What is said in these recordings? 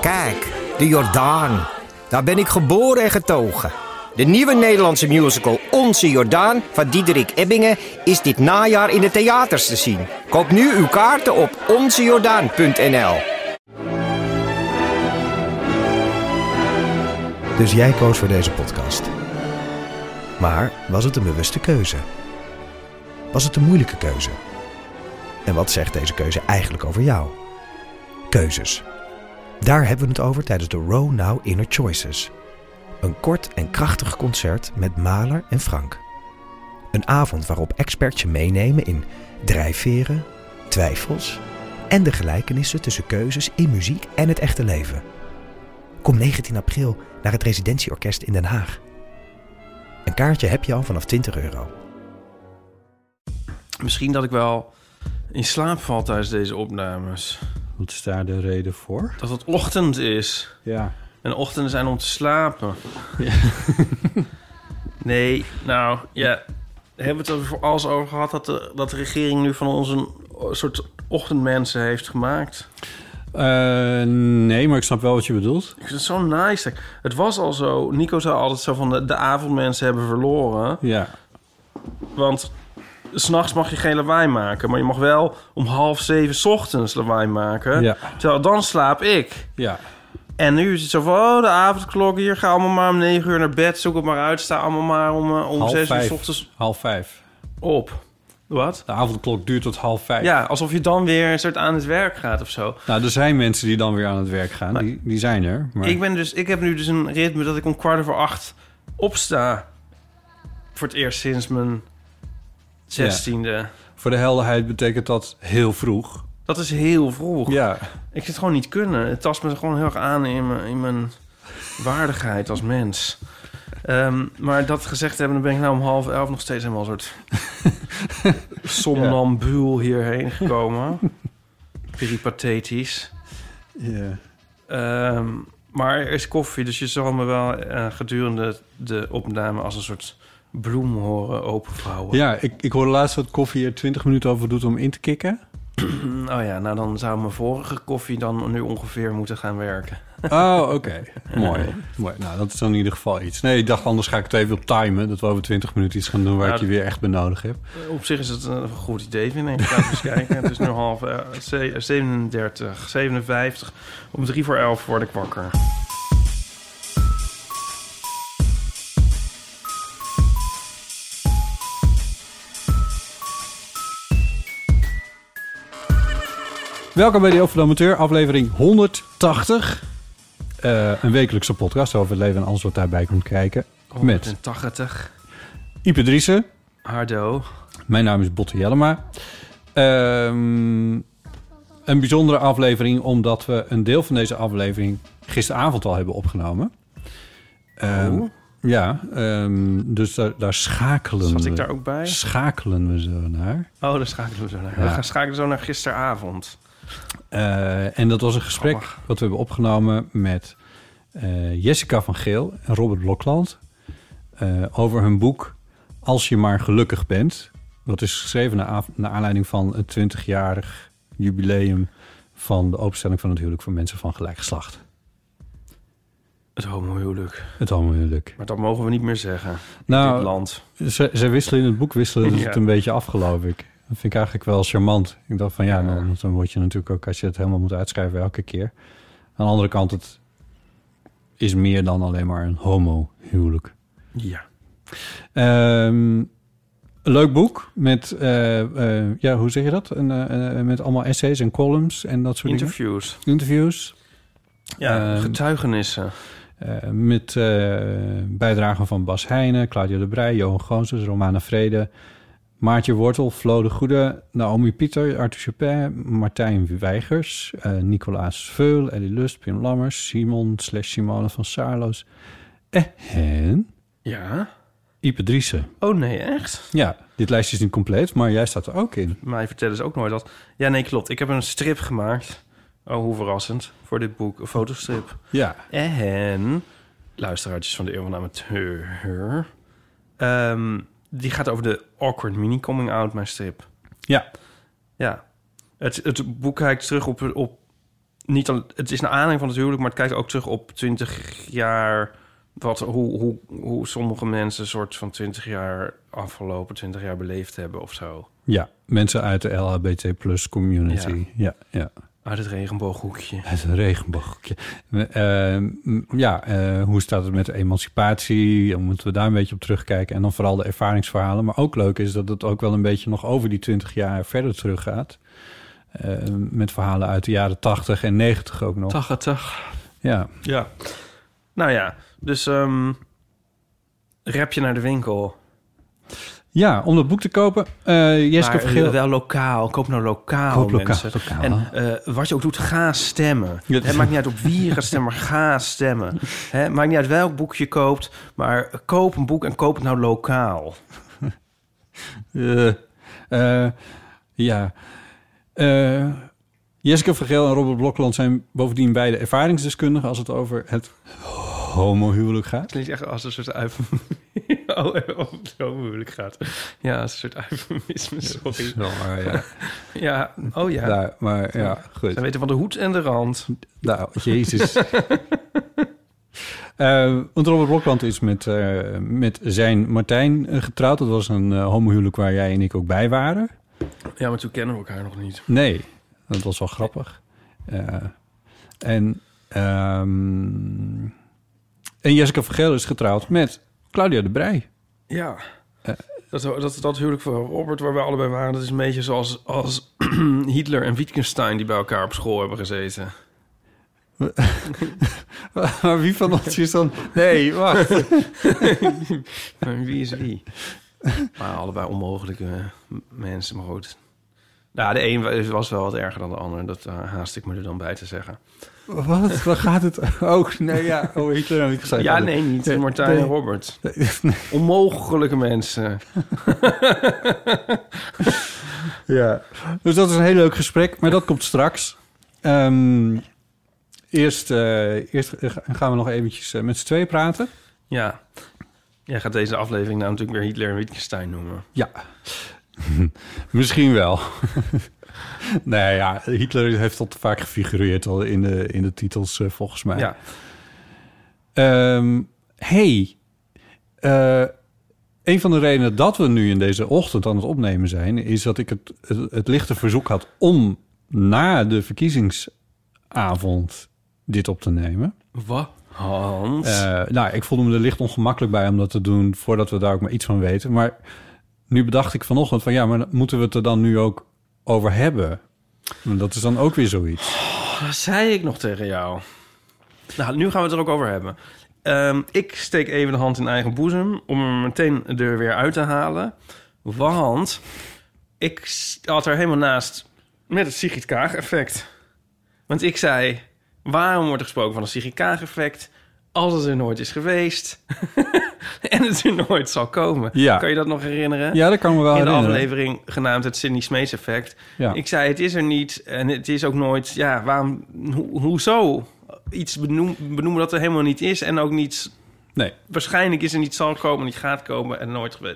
Kijk, de Jordaan. Daar ben ik geboren en getogen. De nieuwe Nederlandse musical Onze Jordaan van Diederik Ebbingen is dit najaar in de theaters te zien. Koop nu uw kaarten op onzejordaan.nl. Dus jij koos voor deze podcast. Maar was het een bewuste keuze? Was het een moeilijke keuze? En wat zegt deze keuze eigenlijk over jou? Keuzes. Daar hebben we het over tijdens de Row Now Inner Choices. Een kort en krachtig concert met Mahler en Frank. Een avond waarop experts je meenemen in drijfveren, twijfels en de gelijkenissen tussen keuzes in muziek en het echte leven. Kom 19 april naar het Residentieorkest in Den Haag. Een kaartje heb je al vanaf €20. Misschien dat ik wel in slaap val tijdens deze opnames. Wat is daar de reden voor? Dat het ochtend is. Ja. En ochtenden zijn om te slapen. Ja. Nee, nou, ja. Hebben we het er alles over gehad dat de regering nu van ons een soort ochtendmensen heeft gemaakt? Nee, maar ik snap wel wat je bedoelt. Ik vind het zo nice. Het was al zo... Nico zei altijd zo van de avondmensen hebben verloren. Ja. Want 's nachts mag je geen lawaai maken. Maar je mag wel om 6:30 's ochtends lawaai maken. Ja. Terwijl dan slaap ik. Ja. En nu is het zo van... de avondklok hier. Ga allemaal maar om 9 uur naar bed. Zoek het maar uit. Sta allemaal maar om 6 uur 's ochtends 4:30. op. Wat? De avondklok duurt tot 4:30. Ja, alsof je dan weer een soort aan het werk gaat of zo. Nou, er zijn mensen die dan weer aan het werk gaan. Maar, die zijn er. Maar... Ik heb nu dus een ritme dat ik om 7:15 opsta. Voor het eerst sinds mijn 16e. Ja. Voor de helderheid betekent dat heel vroeg. Dat is heel vroeg. Ja. Ik zit het gewoon niet kunnen. Het tast me gewoon heel erg aan in mijn waardigheid als mens. Maar dat gezegd hebben, dan ben ik nou om 10:30 nog steeds helemaal een soort somnambuul hierheen gekomen. Peripathetisch. Ja. Maar er is koffie, dus je zal me wel gedurende de opname als een soort bloem horen openvouwen. Ja, ik hoorde laatst dat koffie er 20 minuten over doet om in te kikken. Oh ja, nou dan zou mijn vorige koffie dan nu ongeveer moeten gaan werken. Oh, oké. Mooi. Nou, dat is dan in ieder geval iets. Nee, ik dacht anders ga ik het even op timen. Dat we over 20 minuten iets gaan doen waar ik je weer echt bij nodig heb. Op zich is het een goed idee, vind ik. Ga eens kijken. Het is nu 37, 57. Om 11:03 word ik wakker. Welkom bij de Eeuw van de Amateur, aflevering 180. Een wekelijkse podcast over het leven en alles wat daarbij komt kijken. 180. Met Ipe Driessen. Hardo. Mijn naam is Botte Jellema. Een bijzondere aflevering omdat we een deel van deze aflevering gisteravond al hebben opgenomen. Ja, dus daar schakelen Zat we. ik daar ook bij? Schakelen we zo naar. Oh, daar schakelen we zo naar. Ja. We gaan schakelen zo naar gisteravond. En dat was een gesprek wat we hebben opgenomen met Jessica van Geel en Robert Blokland over hun boek Als je maar gelukkig bent. Dat is geschreven naar aanleiding van het 20-jarig jubileum van de openstelling van het huwelijk voor mensen van gelijk geslacht. Het homohuwelijk. Het homohuwelijk. Maar dat mogen we niet meer zeggen in Nou, dit land. Ze wisselen in het boek het Ja. een beetje af, geloof ik. Dat vind ik eigenlijk wel charmant. Ik dacht van dan word je natuurlijk ook, als je het helemaal moet uitschrijven, elke keer. Aan de andere kant, het is meer dan alleen maar een homohuwelijk. Ja. Een leuk boek met, hoe zeg je dat? Met allemaal essays en columns en dat soort Interviews. dingen. Interviews. Ja, getuigenissen. Met bijdragen van Bas Heijnen, Claudia de Breij, Johan Goonsens, Romana Vrede, Maartje Wortel, Flo de Goede, Naomi Pieter, Arthur Chopin, Martijn Weigers, Nicolaas Veul, Ellie Lust, Pim Lammers, Simone van Saarloos en Ja. Ipe Driessen. Oh nee, echt? Ja, dit lijstje is niet compleet, maar jij staat er ook in. Mij vertellen ze ook nooit dat. Ja, nee, klopt. Ik heb een strip gemaakt. Oh, hoe verrassend. Voor dit boek. Een fotostrip. Ja. En luisteraartjes van de Eeuw van de Amateur. Die gaat over de awkward mini coming out, mijn strip. Ja. Ja. Het boek kijkt terug op het is een aanleiding van het huwelijk, maar het kijkt ook terug op 20 jaar... Hoe sommige mensen een soort van afgelopen 20 jaar beleefd hebben of zo. Ja, mensen uit de LHBT plus community. Ja. Uit het regenbooghoekje. Uit het regenbooghoekje. Hoe staat het met de emancipatie? Dan moeten we daar een beetje op terugkijken. En dan vooral de ervaringsverhalen. Maar ook leuk is dat het ook wel een beetje nog over die 20 jaar verder teruggaat. Met verhalen uit de jaren 80 en 90 ook nog. 80. Ja. Nou ja, dus rap je naar de winkel. Ja, om dat boek te kopen. Jessica Vergeel... wel lokaal. Koop nou lokaal, Koop mensen. lokaal. En wat je ook doet, ga stemmen. Het maakt niet uit op wie je gaat stemmen, maar ga stemmen. Het maakt niet uit welk boek je koopt, maar koop een boek en koop het nou lokaal. Jessica Vergeel en Robert Blokland zijn bovendien beide ervaringsdeskundigen als het over het homohuwelijk gaat. Het klinkt echt als een soort over het homohuwelijk gaat. Ja, als een soort eufemisme, sorry. Zo, ja. Ja, ja. Nou, maar ja, goed. Zij weten van de hoed en de rand. Nou, jezus. Want Robert Blokland is met zijn Martijn getrouwd. Dat was een homohuwelijk waar jij en ik ook bij waren. Ja, maar toen kennen we elkaar nog niet. Nee, dat was wel grappig. En Jessica Vergeel is getrouwd met Claudia de Breij. Ja, dat huwelijk van Robert waar we allebei waren... dat is een beetje zoals als Hitler en Wittgenstein... die bij elkaar op school hebben gezeten. Maar wie van ons is dan... Nee, wacht. Maar wie is wie? Maar allebei onmogelijke mensen, maar goed. Nou, de een was wel wat erger dan de ander. Dat haast ik me er dan bij te zeggen. Wat? Waar gaat het ook? Nee, ja. Oh, Hitler en Wittgenstein. Ja, nee, niet. Nee, Martijn en Robert. Nee. Onmogelijke mensen. Ja. Dus dat is een heel leuk gesprek, maar dat komt straks. Eerst gaan we nog eventjes met z'n tweeën praten. Ja. Jij gaat deze aflevering nou natuurlijk weer Hitler en Wittgenstein noemen. Ja. Misschien wel. Nee, ja, Hitler heeft al te vaak gefigureerd al in de titels, volgens mij. Ja. Een van de redenen dat we nu in deze ochtend aan het opnemen zijn... is dat ik het lichte verzoek had om na de verkiezingsavond dit op te nemen. Wat? Hans? Ik voelde me er licht ongemakkelijk bij om dat te doen... voordat we daar ook maar iets van weten. Maar nu bedacht ik vanochtend van... ja, maar moeten we het er dan nu ook over hebben? Dat is dan ook weer zoiets. Dat zei ik nog tegen jou. Nou, nu gaan we het er ook over hebben. Ik steek even de hand in eigen boezem... om hem meteen er weer uit te halen. Want ik had er helemaal naast met het Sigrid Kaag-effect. Want ik zei... waarom wordt er gesproken van een Sigrid Kaag-effect... als het er nooit is geweest... en het er nooit zal komen. Ja. Kan je dat nog herinneren? Ja, dat kan me wel herinneren. In de aflevering genaamd het Sidney Smeets effect. Ja. Ik zei, het is er niet en het is ook nooit... Ja, waarom... Hoezo? Iets benoemen dat er helemaal niet is en ook niet... Nee. Waarschijnlijk is er niet zal komen, niet gaat komen en nooit geweest.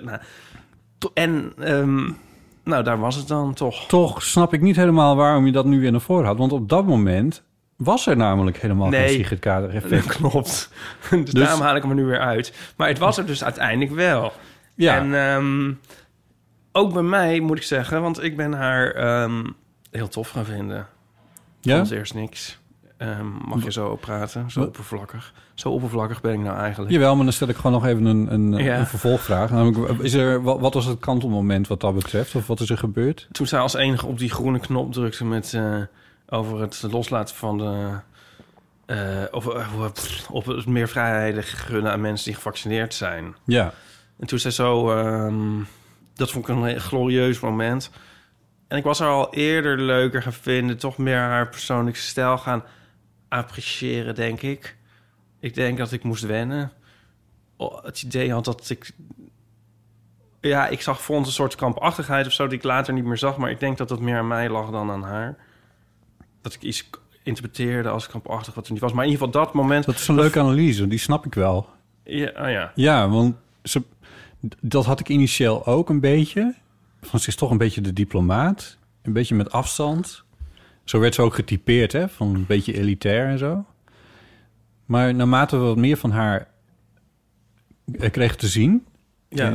Nou, daar was het dan toch. Toch snap ik niet helemaal waarom je dat nu weer naar voren had. Want op dat moment... was er namelijk helemaal geen Sigrid Kaag-effect. Dat klopt. Dus daarom haal ik hem er nu weer uit. Maar het was er dus uiteindelijk wel. Ja. En ook bij mij, moet ik zeggen... want ik ben haar heel tof gaan vinden. Ja? Vond eerst niks. Mag je zo praten? Zo oppervlakkig. Zo oppervlakkig ben ik nou eigenlijk. Jawel, maar dan stel ik gewoon nog even een vervolgvraag. Namelijk, wat was het kantelmoment wat dat betreft? Of wat is er gebeurd? Toen zij als enige op die groene knop drukte met... over het loslaten van de... op het meer vrijheden gunnen aan mensen die gevaccineerd zijn. Ja. En toen zei zo... dat vond ik een glorieus moment. En ik was haar al eerder leuker gaan vinden. Toch meer haar persoonlijke stijl gaan appreciëren, denk ik. Ik denk dat ik moest wennen. Het idee had dat ik... Ja, ik vond een soort krampachtigheid of zo... die ik later niet meer zag. Maar ik denk dat dat meer aan mij lag dan aan haar. Dat ik iets interpreteerde als krampachtig wat er niet was. Maar in ieder geval dat moment... Dat is een leuke analyse, die snap ik wel. Ja. Ja, want dat had ik initieel ook een beetje. Van ze is toch een beetje de diplomaat. Een beetje met afstand. Zo werd ze ook getypeerd, hè? Van een beetje elitair en zo. Maar naarmate we wat meer van haar kregen te zien... Ja.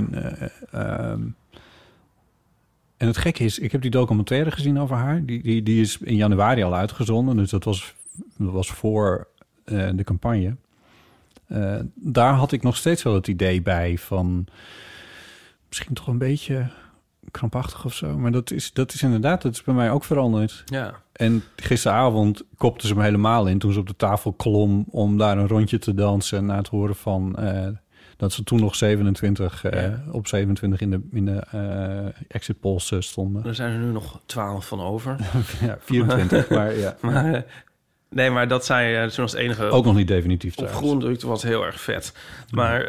En het gekke is, ik heb die documentaire gezien over haar. Die is in januari al uitgezonden. Dus dat was voor de campagne. Daar had ik nog steeds wel het idee bij van... misschien toch een beetje krampachtig of zo. Maar dat is inderdaad, dat is bij mij ook veranderd. Ja. En gisteravond kopte ze me helemaal in... toen ze op de tafel klom om daar een rondje te dansen... na het horen van... dat ze toen nog 27 op 27 in de exit polls stonden. Er zijn er nu nog 12 van over. Ja, 24, maar ja. Nee, maar dat zei toen als enige... Ook nog niet definitief op trouwens. groen drukte was heel erg vet. Maar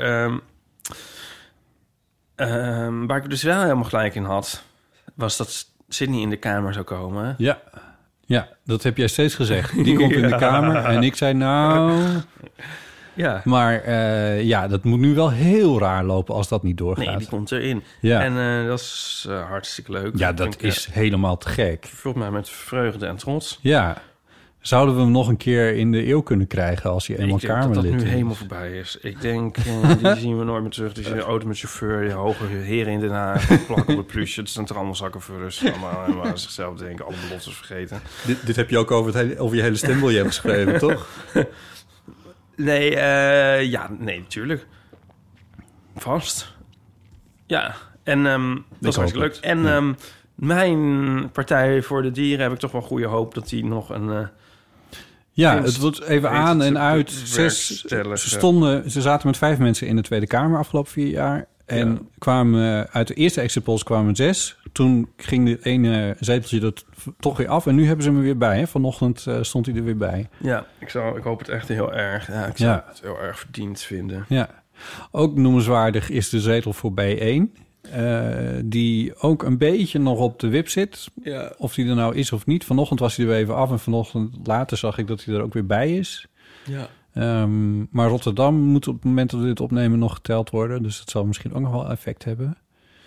waar ik dus wel helemaal gelijk in had... was dat Sydney in de Kamer zou komen. Ja, dat heb jij steeds gezegd. Die komt in de Kamer. En ik zei nou... Ja. Maar dat moet nu wel heel raar lopen als dat niet doorgaat. Nee, die komt erin. Ja. En dat is hartstikke leuk. Ja, dat is helemaal te gek. Vervult mij met vreugde en trots. Ja. Zouden we hem nog een keer in de eeuw kunnen krijgen als hij eenmaal Kamerlid is? Ik denk dat nu helemaal voorbij is. Ik denk, die zien we nooit meer terug. Dus je auto met chauffeur, je hoge heren in Den Haag, plakken op het plusje. Het zijn er allemaal zakkenvullers. Allemaal aan zichzelf denken, alle beloftes vergeten. Dit heb je ook over je hele stembiljet geschreven, toch? Nee, nee, natuurlijk. Vast. Ja, en dat is hartstikke leuk. En mijn Partij voor de Dieren heb ik toch wel goede hoop dat die nog een... het wordt even aan en uit. Ze zaten met 5 mensen in de Tweede Kamer afgelopen 4 jaar. En kwamen uit de eerste exit polls kwamen 6. Toen ging dit ene zeteltje er toch weer af. En nu hebben ze hem weer bij. Hè? Vanochtend stond hij er weer bij. Ja, ik hoop het echt heel erg. Ja, ik zou het heel erg verdiend vinden. Ja. Ook noemenswaardig is de zetel voor B1. Die ook een beetje nog op de wip zit. Ja. Of die er nou is of niet. Vanochtend was hij er weer even af. En vanochtend later zag ik dat hij er ook weer bij is. Ja. Maar Rotterdam moet op het moment dat we dit opnemen nog geteld worden. Dus dat zal misschien ook nog wel effect hebben.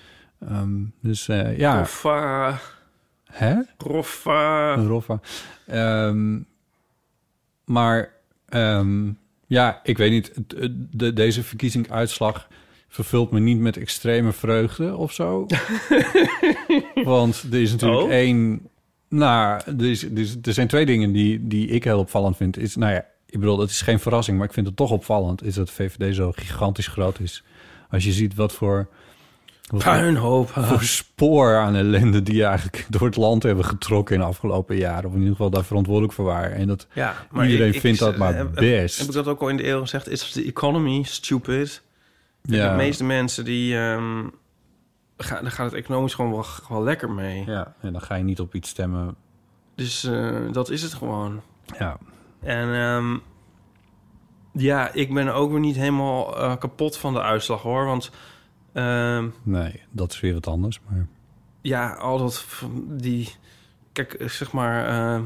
Ja. Roffa. Hè? Roffa. Ja, ik weet niet. Deze verkiezingsuitslag vervult me niet met extreme vreugde of zo. Want er is natuurlijk één... Nou, er zijn 2 dingen die ik heel opvallend vind. Ik bedoel, het is geen verrassing, maar ik vind het toch opvallend... is dat de VVD zo gigantisch groot is. Als je ziet wat voor puinhoop. Voor spoor aan ellende die eigenlijk door het land hebben getrokken in de afgelopen jaren. Of in ieder geval daar verantwoordelijk voor waren. En dat maar iedereen vindt dat maar best. Heb ik dat ook al in de eeuw gezegd? Is the economy stupid? De meeste mensen die... daar gaat het economisch gewoon wel lekker mee. Ja, en dan ga je niet op iets stemmen. Dus dat is het gewoon. Ja. En ik ben ook weer niet helemaal kapot van de uitslag, hoor. Want... nee, dat is weer wat anders, maar... Ja, al dat... Kijk, zeg maar...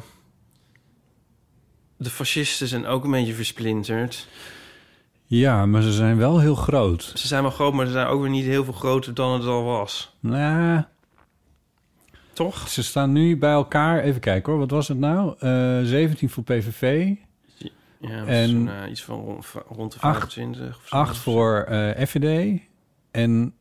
de fascisten zijn ook een beetje versplinterd. Ja, maar ze zijn wel heel groot. Ze zijn wel groot, maar ze zijn ook weer niet heel veel groter dan het al was. Nou... Toch? Ze staan nu bij elkaar... Even kijken hoor, wat was het nou? 17 voor PVV... Ja, en iets van rond de 25 of zo. 8 voor FVD. En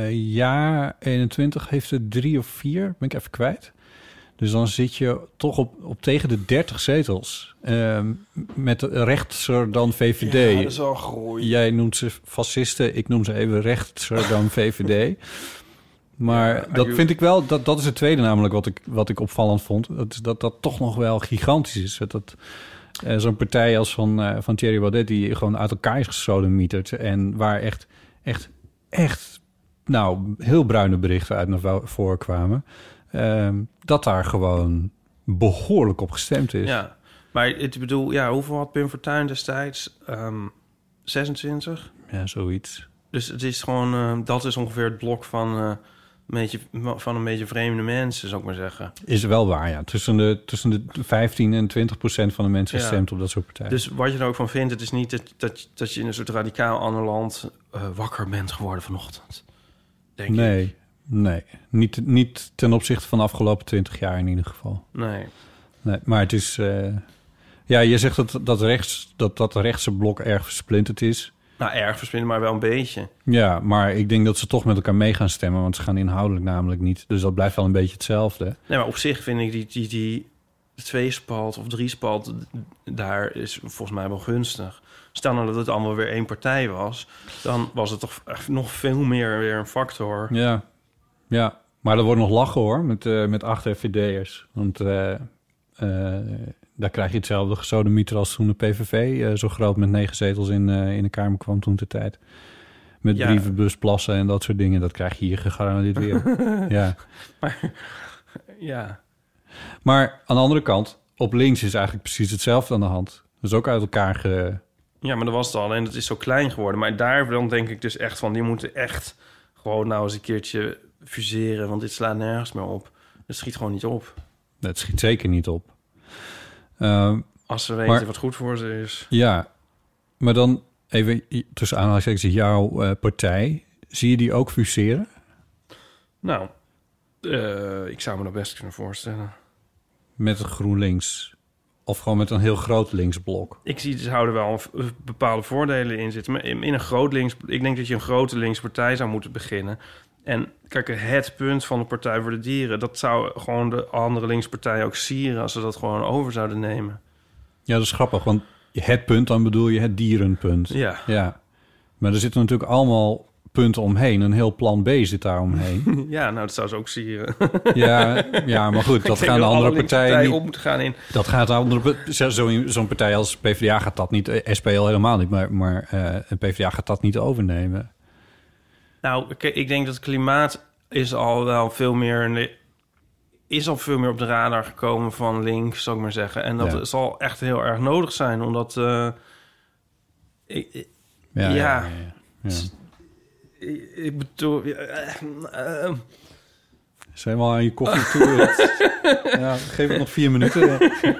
21 heeft er 3 of 4. Ben ik even kwijt. Dus dan zit je toch op tegen de 30 zetels. Met rechtser dan VVD. Ja, dat is al groei. Jij noemt ze fascisten. Ik noem ze even rechtser dan VVD. Maar dat vind ik wel... Dat is het tweede namelijk wat ik opvallend vond. Dat toch nog wel gigantisch is. Dat zo'n partij als van Thierry Baudet... die gewoon uit elkaar is gesodemieterd... en waar echt heel bruine berichten uit naar voren kwamen... dat daar gewoon behoorlijk op gestemd is. Ja, maar ik bedoel... hoeveel had Pim Fortuyn destijds? 26? Ja, zoiets. Dus het is gewoon... dat is ongeveer het blok van... een beetje vreemde mensen, zou ik maar zeggen. Is wel waar, ja. Tussen de 15 en 20% van de mensen stemt op dat soort partijen. Dus wat je er ook van vindt, het is niet dat je in een soort radicaal ander land wakker bent geworden vanochtend. Denk ik. Nee. Niet ten opzichte van de afgelopen 20 jaar in ieder geval. Nee. Nee, maar het is... ja, je zegt dat rechtse blok erg versplinterd is. Nou, erg versplinterd, maar wel een beetje. Ja, maar ik denk dat ze toch met elkaar mee gaan stemmen... want ze gaan inhoudelijk namelijk niet. Dus dat blijft wel een beetje hetzelfde. Nee, maar op zich vind ik die tweespalt of driespalt... daar is volgens mij wel gunstig. Stel nou dat het allemaal weer één partij was... dan was het toch nog veel meer weer een factor. Ja. Maar er wordt nog lachen, hoor, met 8 FVD'ers. Want daar krijg je hetzelfde gesodemieter als toen de PVV... zo groot met 9 zetels in de Kamer kwam toen de tijd. Met brievenbusplassen en dat soort dingen. Dat krijg je hier gegarandeerd weer. Ja. Maar aan de andere kant, op links is eigenlijk precies hetzelfde aan de hand. Dus ook uit elkaar Ja, maar dat was het al. En het is zo klein geworden. Maar daar dan denk ik dus echt van... die moeten echt gewoon nou eens een keertje fuseren. Want dit slaat nergens meer op. Het schiet gewoon niet op. Het schiet zeker niet op. Als ze weten wat goed voor ze is. Ja, maar dan even tussen aanhalingstekens jouw partij. Zie je die ook fuseren? Nou, ik zou me dat best kunnen voorstellen. Met een GroenLinks? Of gewoon met een heel groot linksblok? Ik zie, ze houden wel bepaalde voordelen in zitten. Maar in een groot links... Ik denk dat je een grote linkspartij zou moeten beginnen. En kijk, het punt van de Partij voor de Dieren... dat zou gewoon de andere linkspartij ook sieren... als ze dat gewoon over zouden nemen. Ja, dat is grappig, want het punt, dan bedoel je het dierenpunt. Ja. Maar er zitten natuurlijk allemaal punten omheen. Een heel plan B zit daar omheen. Ja, nou, dat zou ze ook sieren. Ja, maar goed, dat gaan de andere partijen niet... op moeten gaan in. Dat gaat de andere... Zo'n partij als PvdA gaat dat niet... SPL helemaal niet, maar PvdA gaat dat niet overnemen. Nou, ik denk dat het klimaat is al wel veel meer... is al veel meer op de radar gekomen van links, zou ik maar zeggen. En dat zal echt heel erg nodig zijn, omdat... Ik bedoel... Zijn we al aan je koffie toe? Ja, geef het nog 4 minuten.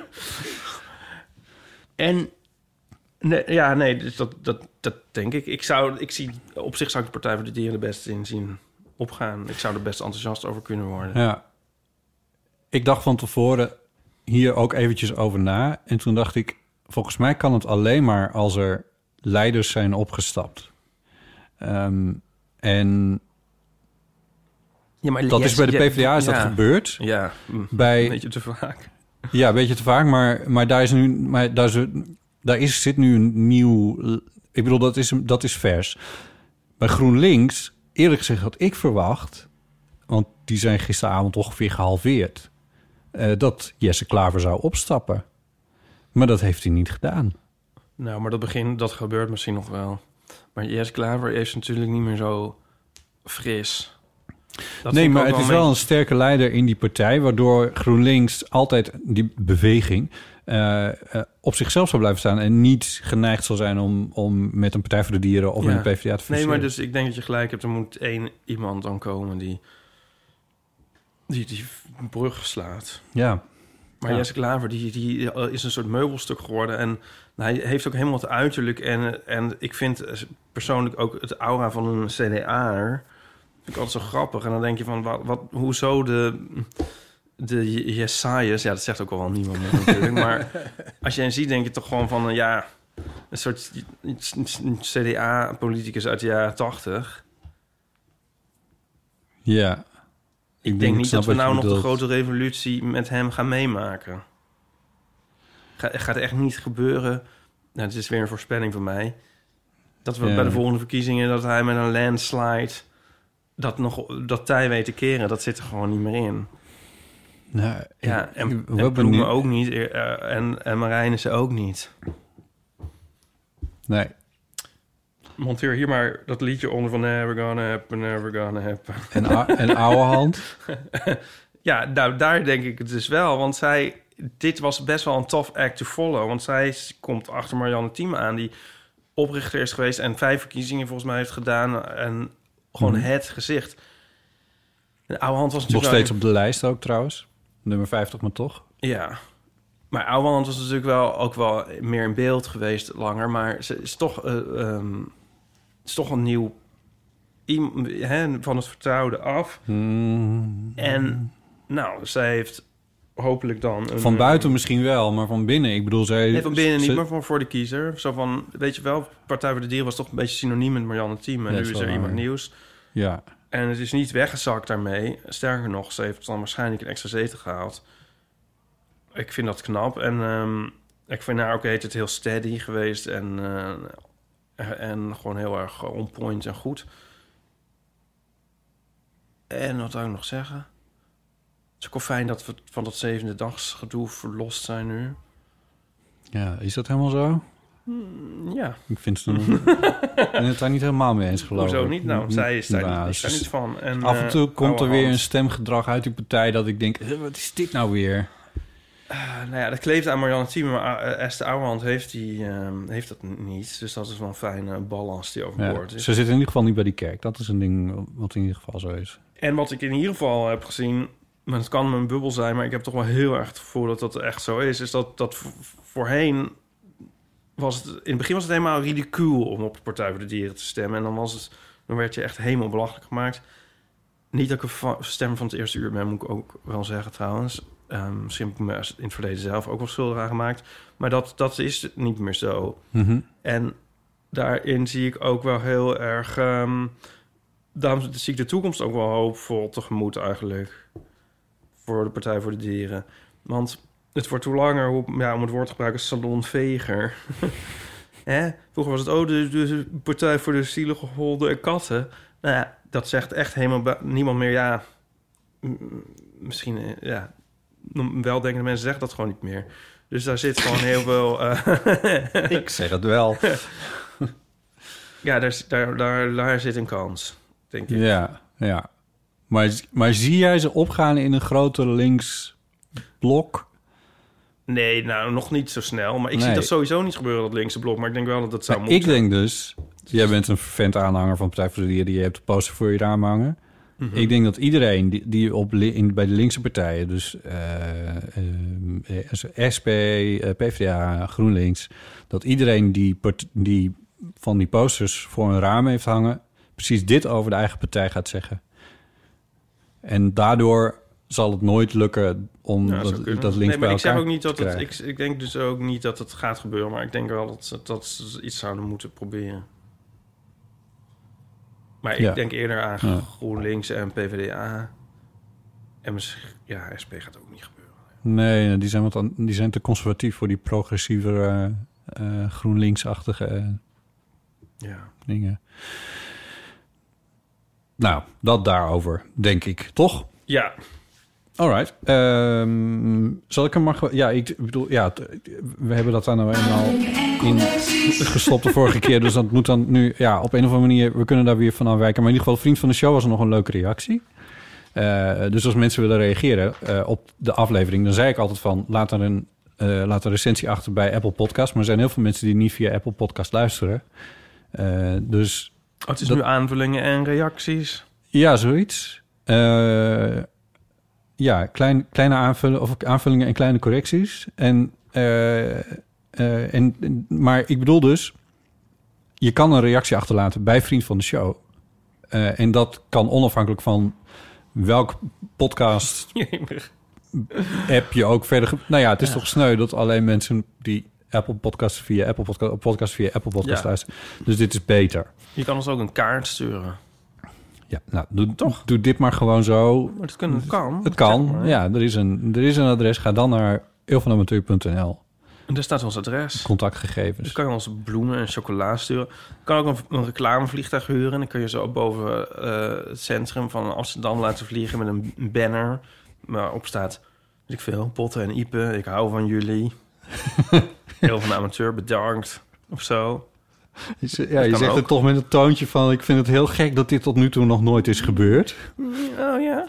En... dus dat denk ik. Op zich zou ik de Partij voor de Dieren de beste in zien opgaan. Ik zou er best enthousiast over kunnen worden. Ja. Ik dacht van tevoren hier ook eventjes over na. En toen dacht ik, volgens mij kan het alleen maar als er leiders zijn opgestapt. En ja, maar dat is bij de PvdA is dat gebeurd. Ja, een beetje te vaak. Ja, een beetje te vaak, maar daar zit nu een nieuw... Ik bedoel, dat is vers. Bij GroenLinks, eerlijk gezegd, had ik verwacht... want die zijn gisteravond ongeveer gehalveerd... dat Jesse Klaver zou opstappen. Maar dat heeft hij niet gedaan. Nou, maar dat gebeurt misschien nog wel. Maar Jesse Klaver is natuurlijk niet meer zo fris. Nee, maar het is wel een sterke leider in die partij... waardoor GroenLinks altijd die beweging... op zichzelf zou blijven staan... en niet geneigd zal zijn om met een Partij voor de Dieren... of met een PvdA te fuseren. Nee, maar dus ik denk dat je gelijk hebt. Er moet één iemand dan komen die brug slaat. Ja. Maar Jesse Klaver, die is een soort meubelstuk geworden... en hij heeft ook helemaal het uiterlijk... en ik vind persoonlijk ook het aura van een CDA'er... vind ik altijd zo grappig. En dan denk je van, hoezo de Jesajas... Ja, dat zegt ook al wel niemand meer natuurlijk. Maar als je hen ziet, denk je toch gewoon van... een soort CDA-politicus uit de jaren 80. Ja. Ik denk niet dat we nou nog de grote revolutie met hem gaan meemaken. Gaat echt niet gebeuren. Nou, het is weer een voorspelling van mij. Dat we bij de volgende verkiezingen... dat hij met een landslide... dat tij weet te keren, dat zit er gewoon niet meer in. Nou, en Ploemen ook niet. En Marijnissen ook niet. Nee. Monteer hier maar dat liedje onder van Never Gonna Happen, Never Gonna Happen. En Ouwehand? Ja, nou, daar denk ik het dus wel. Want dit was best wel een tough act to follow. Want zij komt achter Marianne Thieme aan... die oprichter is geweest... en 5 verkiezingen volgens mij heeft gedaan... en gewoon het gezicht. En Ouwehand was natuurlijk... Nog steeds op de lijst ook trouwens. Nummer 50, maar toch? Ja. Maar Ouwehand was natuurlijk ook wel meer in beeld geweest langer. Maar ze is toch... het is toch een nieuw... van het vertrouwde af. En nou, zij heeft hopelijk dan... Van buiten misschien wel, maar van binnen. Ik bedoel, Nee, van binnen niet, maar voor de kiezer. Zo van, weet je wel, Partij voor de Dieren was toch een beetje synoniem met Marianne Thieme. En nu is er iemand nieuws. Ja. En het is niet weggezakt daarmee. Sterker nog, ze heeft dan waarschijnlijk een extra zetel gehaald. Ik vind dat knap. En ik vind haar ook het heel steady geweest. En gewoon heel erg on point en goed. En wat zou ik nog zeggen? Het is ook wel fijn dat we van dat 7e dagsgedoe verlost zijn nu. Ja, is dat helemaal zo? Ja. Ik vind het daar niet helemaal mee eens, geloof ik. Hoezo niet? Nou, zij is daar niet van. En, af en toe komt er weer een stemgedrag uit die partij dat ik denk, wat is dit nou weer? Nou ja, dat kleeft aan Marianne Thieme, maar Esther Ouwehand heeft dat niet. Dus dat is wel een fijne balans die overboord is. Ze zit in ieder geval niet bij die kerk. Dat is een ding wat in ieder geval zo is. En wat ik in ieder geval heb gezien, maar het kan mijn bubbel zijn, maar ik heb toch wel heel erg het gevoel dat dat echt zo is dat voorheen was het... In het begin was het helemaal ridicuul om op de Partij voor de Dieren te stemmen. En dan werd je echt helemaal belachelijk gemaakt. Niet dat ik een stem van het eerste uur ben, moet ik ook wel zeggen trouwens. Misschien heb ik me in het verleden zelf ook wel schuldig aan gemaakt. Maar dat is niet meer zo. Mm-hmm. En daarin zie ik ook wel heel erg... daarom zie ik de toekomst ook wel hoopvol tegemoet eigenlijk. Voor de Partij voor de Dieren. Want het wordt hoe langer, om het woord te gebruiken, salonveger. Vroeger was het, de Partij voor de Zielige Honden en Katten. Nou ja, dat zegt echt helemaal niemand meer. Misschien, wel denken de mensen zeggen dat gewoon niet meer. Dus daar zit gewoon heel veel... Ik zeg het wel. Ja, daar zit een kans, denk ik. Ja. Maar zie jij ze opgaan in een groter links blok? Nee, nou, nog niet zo snel. Maar ik zie dat sowieso niet gebeuren, dat linkse blok. Maar ik denk wel dat dat zou moeten. Ik denk dus... Jij bent een vervent aanhanger van Partij voor de Dieren. Je hebt de poster voor je raam hangen. Mm-hmm. Ik denk dat iedereen die bij de linkse partijen... dus SP, PvdA, GroenLinks... dat iedereen die van die posters voor een raam heeft hangen... precies dit over de eigen partij gaat zeggen. En daardoor zal het nooit lukken om dat links bij elkaar te krijgen. Ik zeg ook niet dat ik denk dus ook niet dat het gaat gebeuren... maar ik denk wel dat ze iets zouden moeten proberen. Maar ik denk eerder aan GroenLinks en PvdA. En misschien, SP gaat ook niet gebeuren. Nee, die zijn te conservatief voor die progressieve GroenLinks-achtige dingen. Nou, dat daarover, denk ik. Toch? Ja. Alright. Zal ik hem maar... ik bedoel... Ja, we hebben dat dan nou eenmaal in gestopt de vorige keer. Dus dat moet dan nu... Ja, op een of andere manier... We kunnen daar weer van afwijken. Maar in ieder geval, vriend van de show was er nog een leuke reactie. Dus als mensen willen reageren op de aflevering... dan zei ik altijd van... Laat een recensie achter bij Apple Podcast. Maar er zijn heel veel mensen die niet via Apple Podcast luisteren. Dus... het is nu aanvullingen en reacties? Ja, zoiets. Kleine aanvullingen en kleine correcties. Maar ik bedoel dus... je kan een reactie achterlaten bij Vriend van de Show. En dat kan onafhankelijk van welk podcast app je ook verder... het is toch sneu dat alleen mensen die Apple Podcast via Apple Podcast luisteren. Dus dit is beter. Je kan ons ook een kaart sturen. Ja, nou, doe dit maar gewoon zo. Maar het kan. Het kan, maar. Ja. Er is een adres. Ga dan naar eeuwvanamateur.nl. En daar staat ons adres. Contactgegevens. Dus kan je ons bloemen en chocola sturen. Je kan ook een reclamevliegtuig huren. En dan kun je zo boven het centrum van Amsterdam laten vliegen met een banner. Waarop staat, weet ik veel, Potten en Ipe. Ik hou van jullie. Heel van de amateur, bedankt. Of zo. Je zegt het toch met een toontje van... ik vind het heel gek dat dit tot nu toe nog nooit is gebeurd. Oh ja.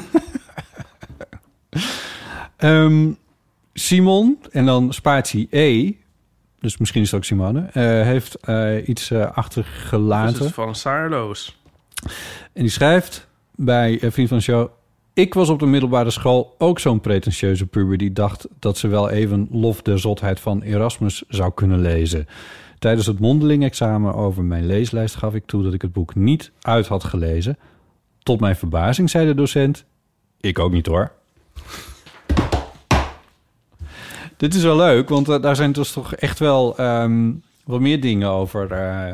Simon, en dan spatie E... dus misschien is het ook Simone... heeft iets achtergelaten. Dat is van Saarloos. En die schrijft bij Vriend van de Show... Ik was op de middelbare school ook zo'n pretentieuze puber... die dacht dat ze wel even Lof der Zotheid van Erasmus zou kunnen lezen... Tijdens het mondeling-examen over mijn leeslijst gaf ik toe dat ik het boek niet uit had gelezen. Tot mijn verbazing zei de docent... Ik ook niet hoor. Dit is wel leuk, want daar zijn dus toch echt wel wat meer dingen over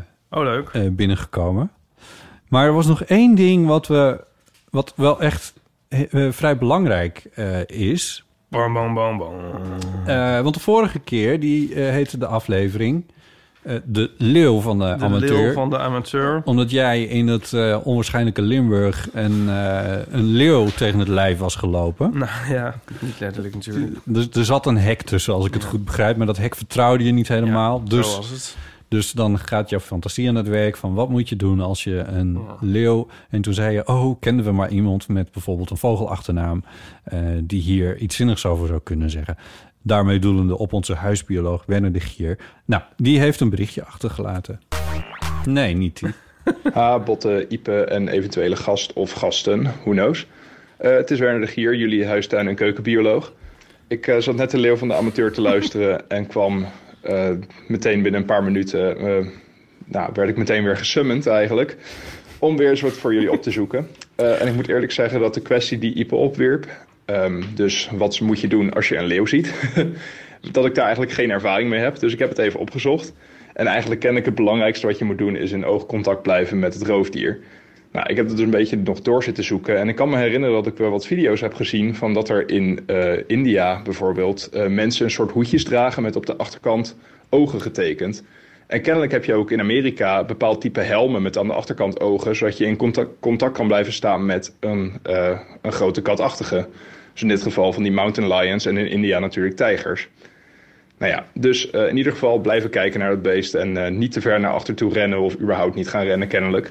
leuk. Binnengekomen. Maar er was nog één ding wat wel echt vrij belangrijk is. Bam, bam, bam, bam. Want de vorige keer, die heette de aflevering... de leeuw van de amateur. De leeuw van de amateur. Omdat jij in het onwaarschijnlijke Limburg een leeuw tegen het lijf was gelopen. Nou ja, niet letterlijk natuurlijk. Er zat een hek tussen, als ik het goed begrijp. Maar dat hek vertrouwde je niet helemaal. Ja, dus, zo was het. Dus dan gaat jouw fantasie aan het werk van... wat moet je doen als je een leeuw... En toen zei je, kenden we maar iemand met bijvoorbeeld een vogelachternaam... die hier iets zinnigs over zou kunnen zeggen. Daarmee doelende op onze huisbioloog Werner de Gier. Nou, die heeft een berichtje achtergelaten. Nee, niet die. Botte, Ipe en eventuele gast of gasten, who knows. Het is Werner de Gier, jullie huistuin- en keukenbioloog. Ik zat net de leeuw van de amateur te luisteren en kwam meteen binnen een paar minuten... werd ik meteen weer gesummand eigenlijk, om weer eens wat voor jullie op te zoeken. En ik moet eerlijk zeggen dat de kwestie die Ipe opwierp... dus wat moet je doen als je een leeuw ziet... dat ik daar eigenlijk geen ervaring mee heb. Dus ik heb het even opgezocht. En eigenlijk ken ik het belangrijkste wat je moet doen... is in oogcontact blijven met het roofdier. Nou, ik heb het dus een beetje nog door zitten zoeken. En ik kan me herinneren dat ik wel wat video's heb gezien... van dat er in India bijvoorbeeld... mensen een soort hoedjes dragen met op de achterkant ogen getekend. En kennelijk heb je ook in Amerika een bepaald type helmen... met aan de achterkant ogen... zodat je in contact kan blijven staan met een grote katachtige. Dus in dit geval van die mountain lions en in India natuurlijk tijgers. Nou ja, dus in ieder geval blijven kijken naar het beest... en niet te ver naar achter toe rennen of überhaupt niet gaan rennen kennelijk.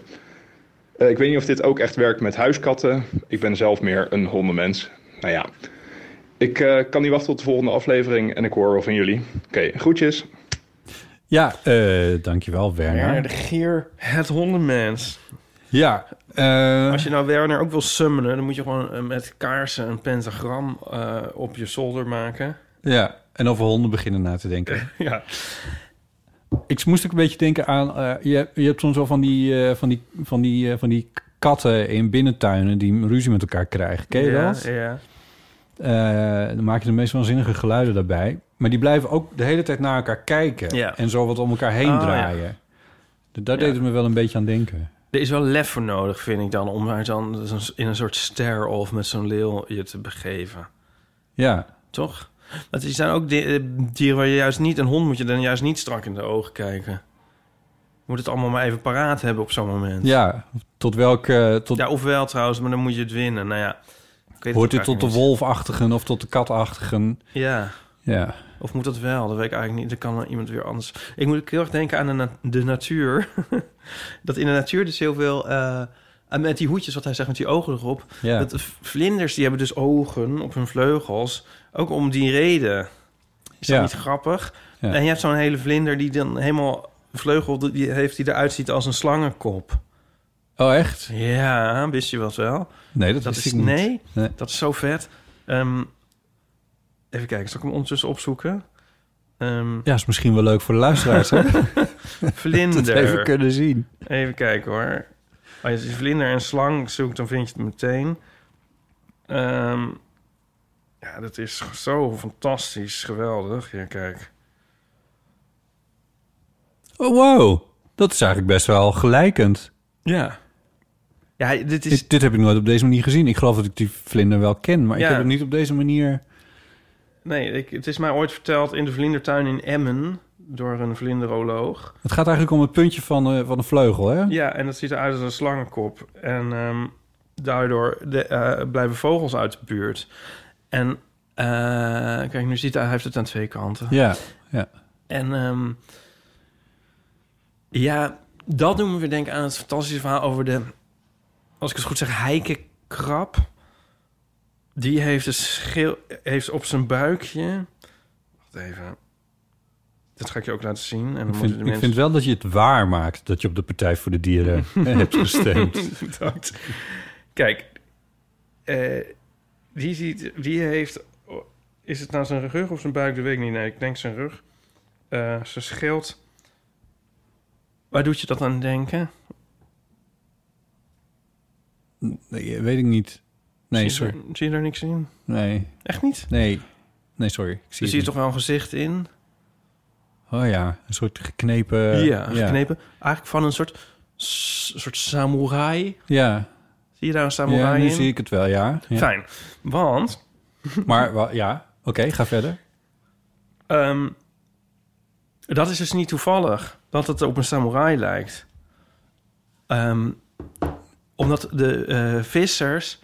Ik weet niet of dit ook echt werkt met huiskatten. Ik ben zelf meer een hondenmens. Nou ja, ik kan niet wachten tot de volgende aflevering... en ik hoor wel van jullie. Oké, groetjes. Ja, dankjewel Werner. Werner de Gier, het hondenmens. Ja. Als je nou Werner ook wil summonen... dan moet je gewoon met kaarsen een pentagram op je zolder maken. Ja, en over honden beginnen na te denken. Ja. Ik moest ook een beetje denken aan... je hebt soms wel van die katten in binnentuinen... die ruzie met elkaar krijgen. Ken je dat? Ja. Dan maak je de meest waanzinnige geluiden daarbij. Maar die blijven ook de hele tijd naar elkaar kijken. Ja. En zo wat om elkaar heen draaien. Ja. Daar deed het me wel een beetje aan denken. Er is wel lef voor nodig, vind ik dan... om maar dan in een soort stare-off met zo'n leeuw je te begeven. Ja. Toch? Want er zijn ook dieren waar je juist niet... een hond moet je dan juist niet strak in de ogen kijken. Je moet het allemaal maar even paraat hebben op zo'n moment. Ja, tot welke... Ja, ofwel trouwens, maar dan moet je het winnen. Nou ja. Hoort dit tot de wolfachtigen of tot de katachtigen? Ja. Ja. Of moet dat wel? Dat weet ik eigenlijk niet. Dan kan iemand weer anders... Ik moet heel erg denken aan de natuur. Dat in de natuur dus heel veel... met die hoedjes, wat hij zegt, met die ogen erop. Ja. Dat de vlinders, die hebben dus ogen op hun vleugels. Ook om die reden. Is dat niet grappig? Ja. En je hebt zo'n hele vlinder die dan helemaal... vleugel die heeft die eruit ziet als een slangenkop. Oh, echt? Ja, wist je wat wel? Nee, dat wist ik niet. Nee, dat is zo vet. Even kijken, zal ik hem ondertussen opzoeken? Ja, is misschien wel leuk voor de luisteraars, hè? Vlinder. Dat even kunnen zien. Even kijken, hoor. Als je vlinder en slang zoekt, dan vind je het meteen. Ja, dat is zo fantastisch, geweldig. Ja, kijk. Oh, wow. Dat is eigenlijk best wel gelijkend. Ja. Ja, dit heb ik nooit op deze manier gezien. Ik geloof dat ik die vlinder wel ken, maar ik heb het niet op deze manier... Nee, het is mij ooit verteld in de vlindertuin in Emmen... door een vlinderoloog. Het gaat eigenlijk om het puntje van een vleugel, hè? Ja, en dat ziet eruit als een slangenkop. En daardoor blijven vogels uit de buurt. En kijk, nu ziet hij heeft het aan twee kanten. Ja, ja. En ja, dat doen we weer denken aan het fantastische verhaal over de... als ik het goed zeg, heikekrab. Die heeft op zijn buikje... Wacht even. Dat ga ik je ook laten zien. En dan ik vind wel dat je het waar maakt... dat je op de Partij voor de Dieren hebt gestemd. Bedankt. Kijk, die heeft... Is het nou zijn rug of zijn buik? Dat weet ik niet. Nee, ik denk zijn rug. Zijn schild. Waar doet je dat aan denken? Nee, weet ik niet. Nee, sorry. Zie je daar niks in? Nee. Echt niet? Nee. Nee, sorry. Ik Er zie je toch wel een gezicht in? Oh ja, een soort geknepen... geknepen. Eigenlijk van een soort samurai. Ja. Zie je daar een samurai in? Nu zie ik het wel, ja. Fijn. Want... Maar ja, oké, ga verder. Dat is dus niet toevallig dat het op een samurai lijkt. Omdat de vissers...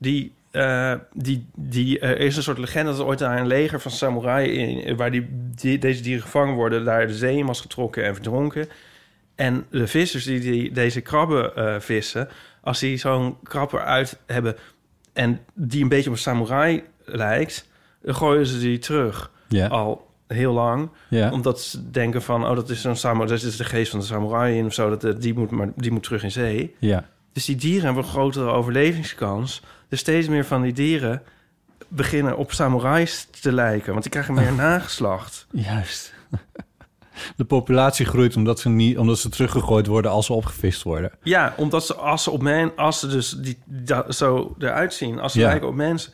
Er is een soort legende dat er ooit daar een leger van samurai... waar deze dieren gevangen worden... daar de zee in was getrokken en verdronken. En de vissers die deze krabben vissen... als die zo'n krab eruit hebben... en die een beetje op een samurai lijkt... dan gooien ze die terug. Ja. Al heel lang. Ja. Omdat ze denken van... dat is de geest van de samurai in of zo... die moet terug in zee. Ja. Dus die dieren hebben een grotere overlevingskans... Dus steeds meer van die dieren beginnen op samurais te lijken. Want die krijgen meer nageslacht. Juist. De populatie groeit omdat ze teruggegooid worden als ze opgevist worden. Ja, omdat ze als ze dus zo eruit zien, als ze lijken op mensen.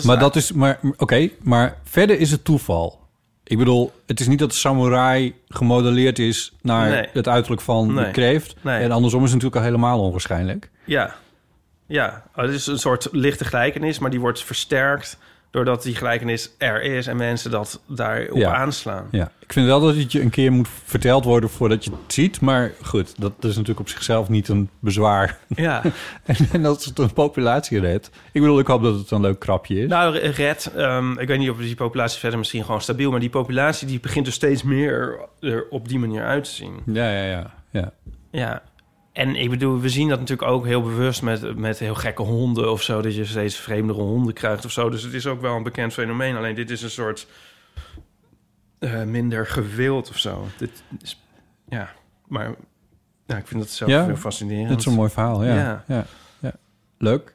Maar verder is het toeval. Ik bedoel, het is niet dat de samurai gemodelleerd is naar het uiterlijk van de kreeft. Nee. En andersom is het natuurlijk al helemaal onwaarschijnlijk. Ja, het is een soort lichte gelijkenis, maar die wordt versterkt doordat die gelijkenis er is en mensen dat daarop aanslaan. Ja, ik vind wel dat het je een keer moet verteld worden voordat je het ziet, maar goed, dat is natuurlijk op zichzelf niet een bezwaar. Ja. en als het een populatie redt. Ik bedoel, ik hoop dat het een leuk krapje is. Nou, ik weet niet of die populatie verder misschien gewoon stabiel, maar die populatie die begint er steeds meer er op die manier uit te zien. Ja. En ik bedoel, we zien dat natuurlijk ook heel bewust met heel gekke honden of zo, dat je steeds vreemdere honden krijgt of zo. Dus het is ook wel een bekend fenomeen. Alleen dit is een soort minder gewild of zo. Dit is, maar ik vind dat zelf heel fascinerend. Het is een mooi verhaal, ja. Leuk.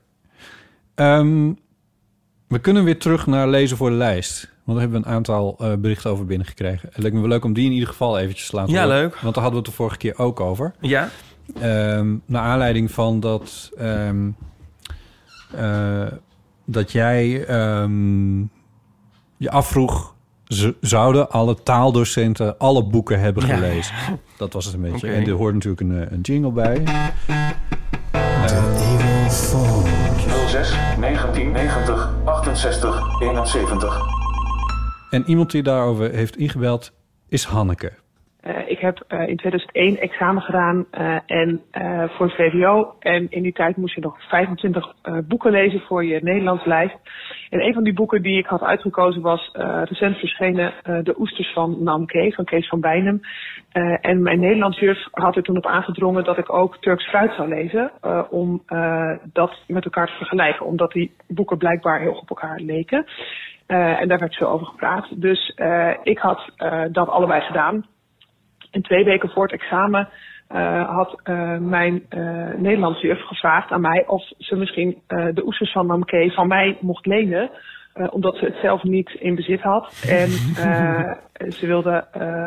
We kunnen weer terug naar lezen voor de lijst. Want daar hebben we een aantal berichten over binnengekregen. Het lijkt me wel leuk om die in ieder geval eventjes te laten horen. Ja, leuk. Want daar hadden we het de vorige keer ook over. Ja. Naar aanleiding van dat jij je afvroeg... zouden alle taaldocenten alle boeken hebben gelezen? Ja. Dat was het een beetje. Okay. En er hoort natuurlijk een jingle bij. 06 1990 68 71. En iemand die daarover heeft ingebeld is Hanneke. Ik heb in 2001 examen gedaan voor het VWO. En in die tijd moest je nog 25 boeken lezen voor je Nederlands lijst. En een van die boeken die ik had uitgekozen was recent verschenen De Oesters van Namke van Kees van Bijnem. En mijn Nederlandsjuf had er toen op aangedrongen dat ik ook Turks fruit zou lezen. Om dat met elkaar te vergelijken. Omdat die boeken blijkbaar heel op elkaar leken. En daar werd veel over gepraat. Dus ik had dat allebei gedaan. En 2 weken voor het examen had mijn Nederlandse juf gevraagd aan mij of ze misschien De Oesters van Namke van mij mocht lenen. Omdat ze het zelf niet in bezit had. En ze wilde,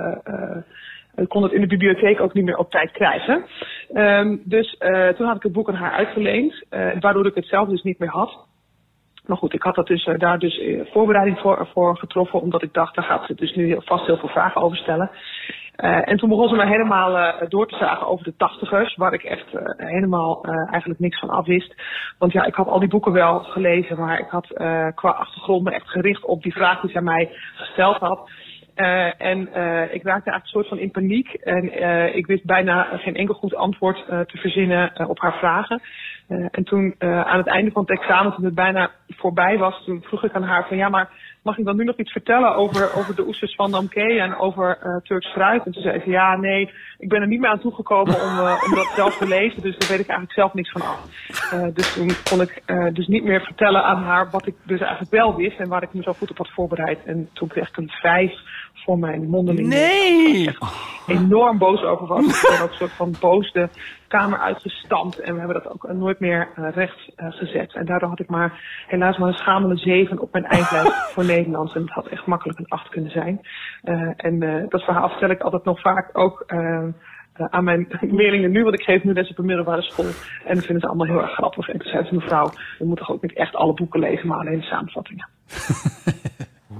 kon het in de bibliotheek ook niet meer op tijd krijgen. Dus toen had ik het boek aan haar uitgeleend. Waardoor ik het zelf dus niet meer had. Maar goed, ik had dat dus, daar dus voorbereiding voor getroffen. Omdat ik dacht, daar gaat ze dus nu vast heel veel vragen over stellen. En toen begon ze me helemaal door te zagen over de 80ers, waar ik echt helemaal eigenlijk niks van afwist. Want ja, ik had al die boeken wel gelezen, maar ik had qua achtergrond me echt gericht op die vraag die zij mij gesteld had. En ik raakte eigenlijk een soort van in paniek. En ik wist bijna geen enkel goed antwoord te verzinnen op haar vragen. En toen aan het einde van het examen, toen het bijna voorbij was, toen vroeg ik aan haar van ja, maar mag ik dan nu nog iets vertellen over de oesters van Namke en over Turks fruit? En toen zei ze ja, nee, ik ben er niet meer aan toegekomen om dat zelf te lezen, dus daar weet ik eigenlijk zelf niks van af. Dus toen kon ik dus niet meer vertellen aan haar wat ik dus eigenlijk wel wist en waar ik me zo goed op had voorbereid. En toen kreeg ik een 5 voor mijn mondeling. Nee! Waar ik echt enorm boos over was. Ik ben ook een soort van boos de kamer uitgestampt. En we hebben dat ook nooit meer recht gezet. En daardoor had ik helaas maar een schamele 7 op mijn eindlijst voor Nederlands. En het had echt makkelijk een 8 kunnen zijn. En dat verhaal vertel ik altijd nog vaak ook aan mijn leerlingen nu. Want ik geef nu les op een middelbare school. En dat vinden ze allemaal heel erg grappig. En toen zei ze mevrouw, we moeten toch ook niet echt alle boeken lezen, maar alleen de samenvattingen.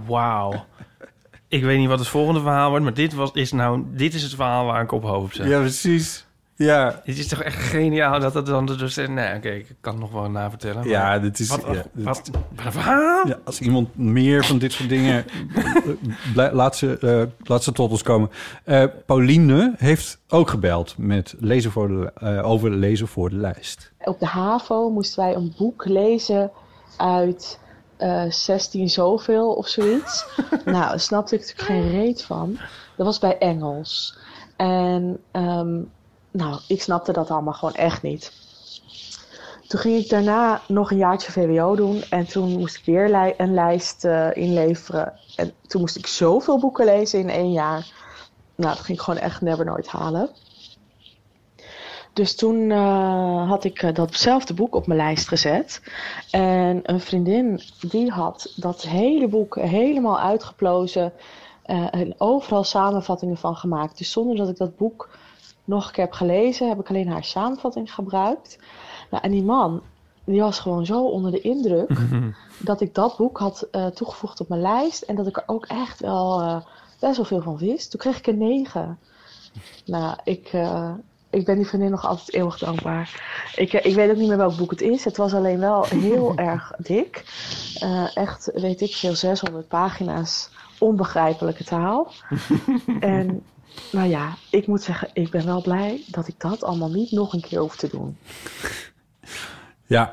wauw. Ik weet niet wat het volgende verhaal wordt, maar dit is het verhaal waar ik op hoopte. Ja, precies. Ja. Het is toch echt geniaal dat het dan dus... Nee, oké, ik kan het nog wel navertellen. Ja, dit is... Wat een verhaal? Ja, als iemand meer van dit soort dingen... laat ze tot ons komen. Pauline heeft ook gebeld met over lezen voor de lijst. Op de HAVO moesten wij een boek lezen uit 16 zoveel of zoiets. Nou, daar snapte ik natuurlijk geen reet van. Dat was bij Engels. En... ik snapte dat allemaal gewoon echt niet. Toen ging ik daarna nog een jaartje VWO doen. En toen moest ik weer een lijst inleveren. En toen moest ik zoveel boeken lezen in 1 jaar. Nou, dat ging ik gewoon echt nooit halen. Dus toen had ik datzelfde boek op mijn lijst gezet. En een vriendin die had dat hele boek helemaal uitgeplozen. En overal samenvattingen van gemaakt. Dus zonder dat ik dat boek nog een keer heb gelezen, heb ik alleen haar samenvatting gebruikt. Nou, en die man, die was gewoon zo onder de indruk dat ik dat boek had toegevoegd op mijn lijst. En dat ik er ook echt wel best wel veel van wist. Toen kreeg ik een 9. Nou, ik ben die vriendin nog altijd eeuwig dankbaar. Ik weet ook niet meer welk boek het is. Het was alleen wel heel erg dik. Echt, weet ik veel, 600 pagina's onbegrijpelijke taal. En... nou ja, ik moet zeggen, ik ben wel blij dat ik dat allemaal niet nog een keer hoef te doen. Ja.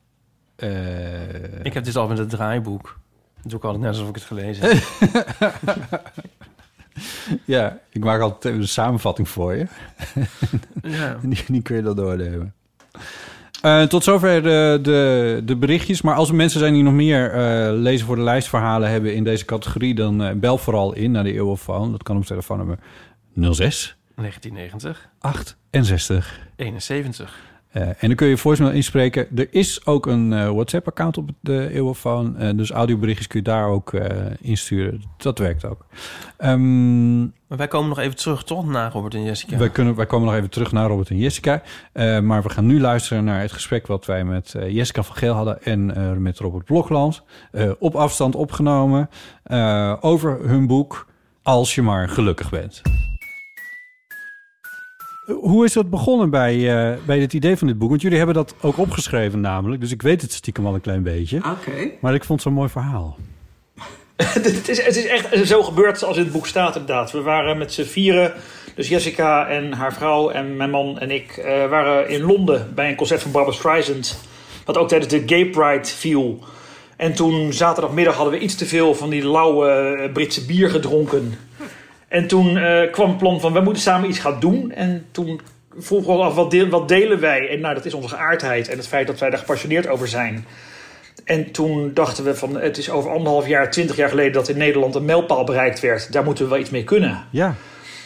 Ik heb dit al met het draaiboek. Dat doe ik altijd net alsof ik het gelezen heb. Ja, ik maak altijd een samenvatting voor je. Ja. Die kun je dan doornemen. Tot zover de berichtjes. Maar als er mensen zijn die nog meer lezen voor de lijstverhalen hebben in deze categorie, dan bel vooral in naar de Eeuwofoon. Dat kan op telefoonnummer 06 1990 68 71. En dan kun je voicemail inspreken. Er is ook een WhatsApp-account op de Eeuwofoon. Dus audioberichtjes kun je daar ook insturen. Dat werkt ook. Maar wij komen nog even terug, toch? Naar Robert en Jessica. Wij komen nog even terug naar Robert en Jessica. Maar we gaan nu luisteren naar het gesprek wat wij met Jessica van Geel hadden en met Robert Blokland. Op afstand opgenomen. Over hun boek Als je maar gelukkig bent. Hoe is dat begonnen bij het idee van dit boek? Want jullie hebben dat ook opgeschreven namelijk. Dus ik weet het stiekem al een klein beetje. Oké. Maar ik vond het zo'n mooi verhaal. Het is echt zo gebeurd zoals in het boek staat inderdaad. We waren met z'n vieren, dus Jessica en haar vrouw en mijn man en ik... waren in Londen bij een concert van Barbra Streisand. Wat ook tijdens de Gay Pride viel. En toen zaterdagmiddag hadden we iets te veel van die lauwe Britse bier gedronken. En toen kwam het plan van, we moeten samen iets gaan doen. En toen vroegen we af, wat delen wij? En nou, dat is onze geaardheid en het feit dat wij daar gepassioneerd over zijn. En toen dachten we van, het is over 1,5 jaar, 20 jaar geleden dat in Nederland een mijlpaal bereikt werd. Daar moeten we wel iets mee kunnen. Ja.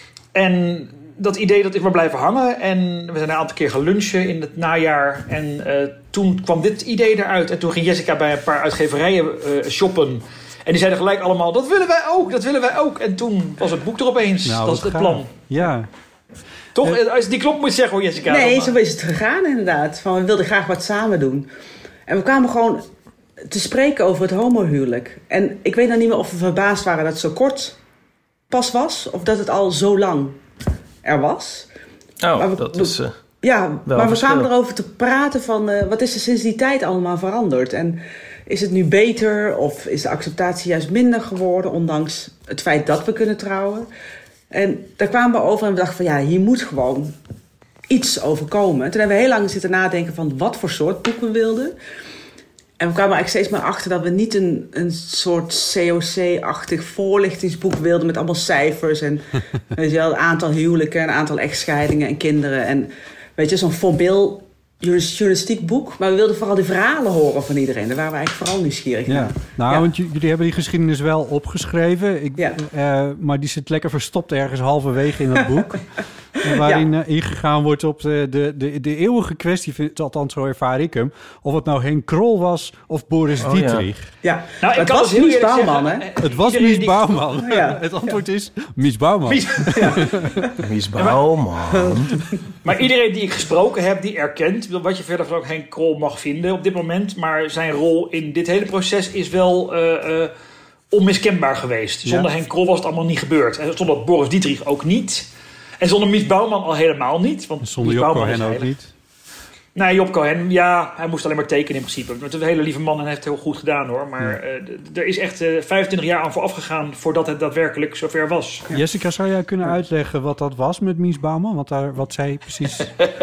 En dat idee dat is maar blijven hangen. En we zijn een aantal keer gaan lunchen in het najaar. En toen kwam dit idee eruit. En toen ging Jessica bij een paar uitgeverijen shoppen. En die zeiden gelijk allemaal, dat willen wij ook, dat willen wij ook. En toen was het boek er opeens. Nou, dat is het plan. Ja. Toch? Als je die klop moet zeggen hoor, Jessica. Nee, zo is het gegaan inderdaad. Van, we wilden graag wat samen doen. En we kwamen gewoon te spreken over het homohuwelijk. En ik weet nou niet meer of we verbaasd waren dat het zo kort pas was. Of dat het al zo lang er was. Oh, maar dat is ja, wel maar we verschil. kwamen erover te praten van wat is er sinds die tijd allemaal veranderd? En is het nu beter of is de acceptatie juist minder geworden, ondanks het feit dat we kunnen trouwen? En daar kwamen we over en we dachten van ja, hier moet gewoon iets overkomen. Toen hebben we heel lang zitten nadenken van wat voor soort boek we wilden. En we kwamen eigenlijk steeds maar achter dat we niet een soort COC-achtig voorlichtingsboek wilden met allemaal cijfers en weet je wel, een aantal huwelijken, een aantal echtscheidingen en kinderen. En weet je, zo'n formeel journalistiek boek. Maar we wilden vooral die verhalen horen van iedereen. Daar waren we eigenlijk vooral nieuwsgierig naar. Nou, Ja. want jullie hebben die geschiedenis wel opgeschreven. Maar die zit lekker verstopt ergens halverwege in dat boek. Waarin ingegaan wordt op de eeuwige kwestie, althans zo ervaar ik hem, of het nou Henk Krol was of Boris Dietrich. Ja, Nou, ik het kan was dus heel Mies eerlijk Bouwman, hè? zeggen, Het was iedereen Mies die- Bouwman. Ja. Het antwoord is Mies Bouwman. Mies Bouwman. Maar iedereen die ik gesproken heb, die erkent wat je verder van ook Henk Krol mag vinden op dit moment. Maar zijn rol in dit hele proces is wel onmiskenbaar geweest. Zonder Henk Krol was het allemaal niet gebeurd. En zonder Boris Dietrich ook niet. En zonder Mies Bouwman al helemaal niet. Want zonder Job Cohen ook niet. Nee, Job Cohen, hij moest alleen maar tekenen in principe. Het is een hele lieve man en hij heeft het heel goed gedaan hoor. Maar er is echt 25 jaar aan vooraf gegaan voordat het daadwerkelijk zover was. Ja. Jessica, zou jij kunnen uitleggen wat dat was met Mies Bouwman? Wat zij precies...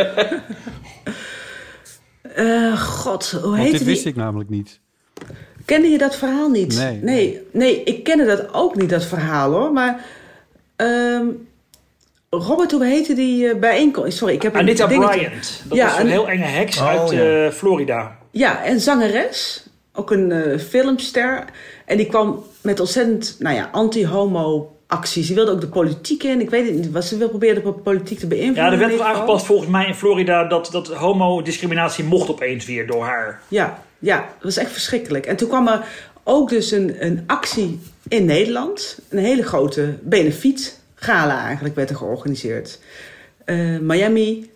God, hoe Want heette dit die? wist ik namelijk niet. Kende je dat verhaal niet? Nee, ik kende dat ook niet, dat verhaal hoor. Maar Robert, hoe heette die bijeenkomst? Sorry, ik heb Anita Bryant. Dat was een heel enge heks uit Florida. Ja, en zangeres. Ook een filmster. En die kwam met ontzettend anti-homo acties. Die wilde ook de politiek in. Ik weet het niet wat ze wil proberen de politiek te beïnvloeden. Ja, de wet was aangepast volgens mij in Florida dat homodiscriminatie mocht opeens weer door haar. Ja, dat was echt verschrikkelijk. En toen kwam er ook dus een actie in Nederland. Een hele grote benefietgala eigenlijk werd er georganiseerd. Miami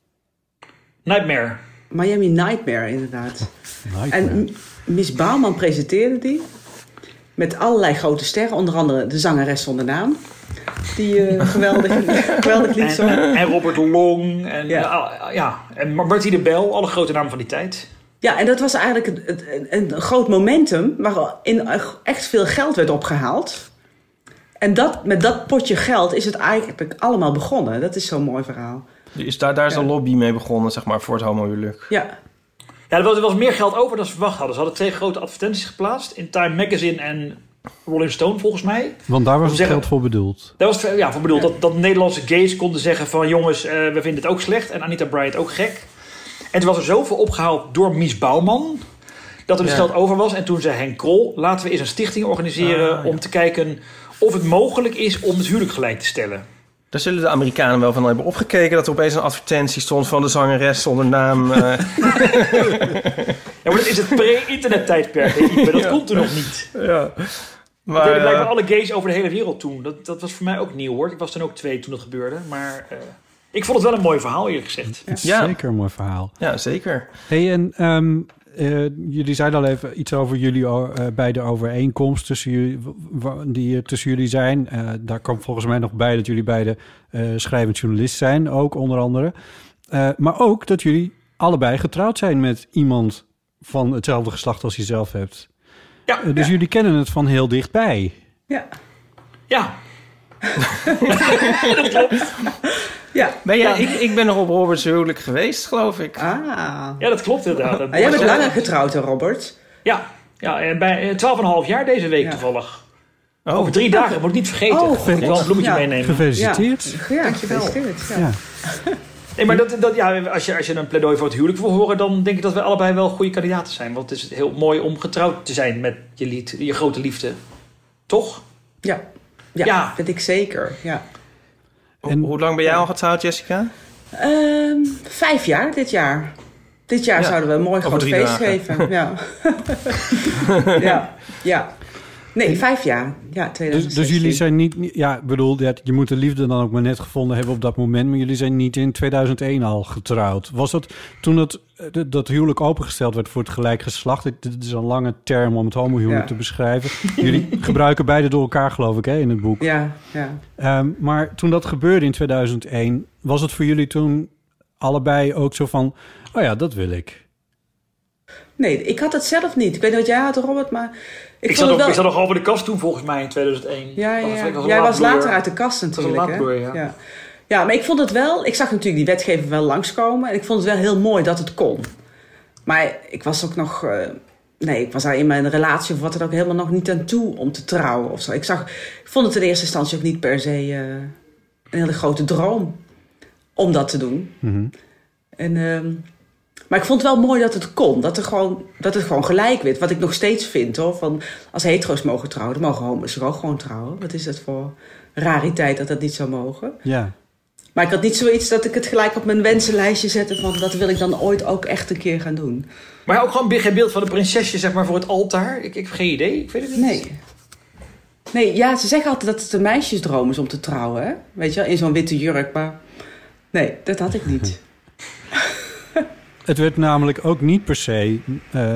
Nightmare, inderdaad. En Mies Bouwman presenteerde die. Met allerlei grote sterren. Onder andere de zangeres zonder naam. Die geweldig lied zong. En Robert Long. En, en Martie de Bel. Alle grote namen van die tijd. Ja, en dat was eigenlijk een groot momentum. Waarin echt veel geld werd opgehaald. En met dat potje geld is het eigenlijk allemaal begonnen. Dat is zo'n mooi verhaal. Daar is een lobby mee begonnen, zeg maar, voor het homohuwelijk. Ja. Ja, er was meer geld over dan ze verwacht hadden. Ze hadden 2 grote advertenties geplaatst. In Time Magazine en Rolling Stone, volgens mij. Want daar was het geld voor bedoeld. Daar was het voor bedoeld. Dat Nederlandse gays konden zeggen van... jongens, we vinden het ook slecht. En Anita Bryant ook gek. En toen was er zoveel opgehaald door Mies Bouwman... dat er dus geld over was. En toen zei Henk Krol... laten we eens een stichting organiseren... om te kijken of het mogelijk is om het huwelijk gelijk te stellen. Daar zullen de Amerikanen wel van hebben opgekeken... dat er opeens een advertentie stond van de zangeres zonder naam. Ja, maar dat is het pre-internet-tijdperk. Dat komt er nog niet. Ja. Maar dat deden blijkbaar alle gays over de hele wereld toen. Dat was voor mij ook nieuw hoor. Ik was toen ook 2 toen dat gebeurde. Maar ik vond het wel een mooi verhaal eerlijk gezegd. Ja. Zeker een mooi verhaal. Ja, zeker. Hey, en jullie zeiden al even iets over jullie bij de overeenkomst die tussen jullie zijn. Daar komt volgens mij nog bij dat jullie beide schrijvend journalist zijn, ook onder andere. Maar ook dat jullie allebei getrouwd zijn met iemand van hetzelfde geslacht als je zelf hebt. Ja. Dus jullie kennen het van heel dichtbij. Ja. Ja. Dat klopt. Ja. Ik ben nog op Robert's huwelijk geweest, geloof ik. Ah. Ja, dat klopt inderdaad. Jij bent langer getrouwd dan Robert. Ja, en bij 12,5 jaar deze week toevallig. Oh. Over 3 dagen, moet ik niet vergeten. Moet ik wel een bloemetje meenemen. Gefeliciteerd. Ja, gefeliciteerd. Ja. Nee, maar als je een pleidooi voor het huwelijk wil horen... dan denk ik dat we allebei wel goede kandidaten zijn. Want het is heel mooi om getrouwd te zijn met je grote liefde. Toch? Ja, vind ik zeker. Ja. En hoe lang ben jij al getrouwd, Jessica? 5 jaar dit jaar. Dit jaar zouden we een mooi groot feest geven. Ja. Nee, 5 jaar. Ja, 2016. Dus jullie zijn niet... Ja, ik bedoel, je moet de liefde dan ook maar net gevonden hebben op dat moment. Maar jullie zijn niet in 2001 al getrouwd. Was dat toen dat huwelijk opengesteld werd voor het gelijk geslacht? Dit is een lange term om het homohuwelijk te beschrijven. Jullie gebruiken beide door elkaar, geloof ik, in het boek. Ja. Maar toen dat gebeurde in 2001... was het voor jullie toen allebei ook zo van... oh ja, dat wil ik. Nee, ik had het zelf niet. Ik weet niet wat jij had, Robert, maar... Ik zat nog over de kast toen, volgens mij, in 2001. Ja. Jij was later uit de kast natuurlijk, hè? Ja, maar ik vond het wel... Ik zag natuurlijk die wetgeving wel langskomen... en ik vond het wel heel mooi dat het kon. Maar ik was ook nog... ik was daar in mijn relatie of wat dan ook helemaal nog niet aan toe om te trouwen of zo. Ik vond het in eerste instantie ook niet per se een hele grote droom om dat te doen. Mm-hmm. Maar ik vond het wel mooi dat het kon. Dat het gewoon gelijk werd. Wat ik nog steeds vind, hoor. Van, als hetero's mogen trouwen, dan mogen homo's ook gewoon trouwen. Wat is dat voor rariteit dat niet zou mogen? Ja. Maar ik had niet zoiets dat ik het gelijk op mijn wensenlijstje zette... van dat wil ik dan ooit ook echt een keer gaan doen. Maar ook gewoon geen beeld van een prinsesje, zeg maar, voor het altaar? Ik heb geen idee, ik weet het niet. Nee, ja, ze zeggen altijd dat het een meisjesdroom is om te trouwen, hè? Weet je wel, in zo'n witte jurk, maar... Nee, dat had ik niet. Het werd namelijk ook niet per se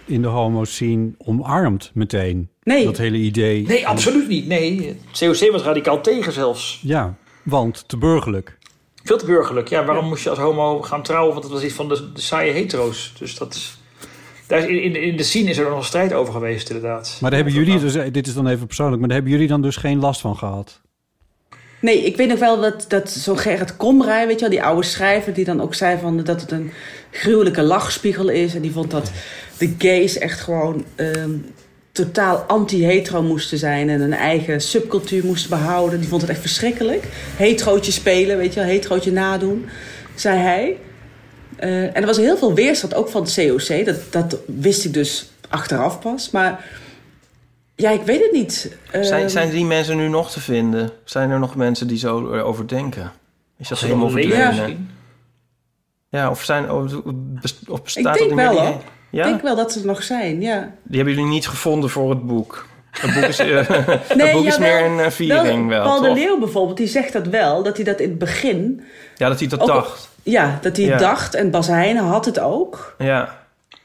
in de homo-scene omarmd meteen. Nee. Dat hele idee. Nee, absoluut niet. Nee, COC was radicaal tegen zelfs. Ja, want te burgerlijk. Veel te burgerlijk. Ja, waarom moest je als homo gaan trouwen? Want dat was iets van de saaie hetero's. Dus dat is... In de scene is er nog strijd over geweest, inderdaad. Maar daar hebben jullie, dus, dit is dan even persoonlijk... maar daar hebben jullie dan dus geen last van gehad? Nee, ik weet nog wel dat zo'n Gerrit Komrij, weet je wel, die oude schrijver... die dan ook zei dat het een gruwelijke lachspiegel is. En die vond dat de gays echt gewoon totaal anti-hetero moesten zijn... en een eigen subcultuur moesten behouden. Die vond het echt verschrikkelijk. Heterootje spelen, weet je wel, heterootje nadoen, zei hij... en er was heel veel weerstand, ook van het COC. Dat wist ik dus achteraf pas. Maar ja, ik weet het niet. Zijn die mensen nu nog te vinden? Zijn er nog mensen die zo over denken? Is dat helemaal verdwenen? Ja, of bestaat ik denk dat niet wel, meer? hoor. Ja? Ik denk wel dat ze er nog zijn, ja. Die hebben jullie niet gevonden voor het boek? Het boek is, het boek is meer een viering wel, Paul toch? de Leeuw bijvoorbeeld, die zegt dat wel. Dat hij dat in het begin... Ja, dat hij dat dacht. Ja, dat hij het dacht. En Bas Heijnen had het ook. Ja.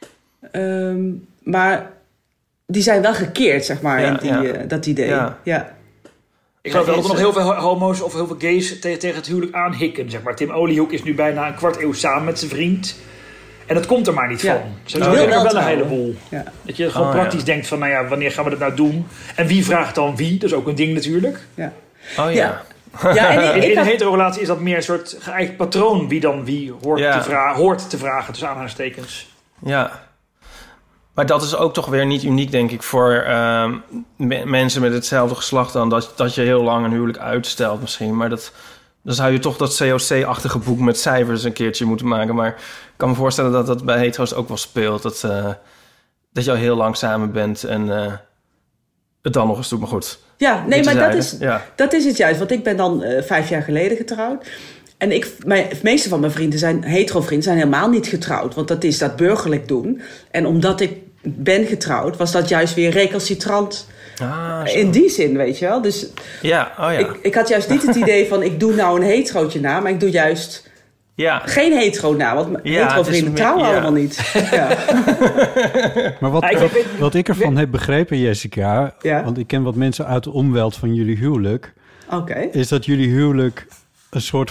Maar die zijn wel gekeerd, zeg maar, in dat idee. Ja. Ik geloof wel dat er nog heel veel homo's of heel veel gays tegen het huwelijk aanhikken. Zeg maar. Tim Oliehoek is nu bijna een kwart eeuw samen met zijn vriend. En dat komt er maar niet van. Ze willen er wel een heleboel. Ja. Dat je gewoon praktisch denkt van, nou ja, wanneer gaan we dat nou doen? En wie vraagt dan wie? Dat is ook een ding natuurlijk. Ja. Oh ja. Ja, en in een hetero-relatie is dat meer een soort geëikt patroon wie dan wie hoort te vragen, tussen aanhalingstekens. Ja. Maar dat is ook toch weer niet uniek, denk ik, voor mensen met hetzelfde geslacht dan. Dat je heel lang een huwelijk uitstelt misschien. Maar dan zou je toch dat COC-achtige boek met cijfers een keertje moeten maken. Maar ik kan me voorstellen dat dat bij hetero's ook wel speelt. Dat je al heel lang samen bent en het dan nog eens doet. Maar goed. Ja, nee, maar dat is het juist. Want ik ben dan 5 jaar geleden getrouwd. En de meeste van mijn vrienden zijn hetero-vrienden, zijn helemaal niet getrouwd. Want dat is dat burgerlijk doen. En omdat ik ben getrouwd, was dat juist weer recalcitrant. In die zin, weet je wel. Dus ik had juist niet het idee van, ik doe nou een heterootje na, maar ik doe juist geen hetero na. Want hetero-vrienden trouwen allemaal niet. Ja. Maar wat ik ervan heb begrepen, Jessica, want ik ken wat mensen uit de omweld van jullie huwelijk, is dat jullie huwelijk een soort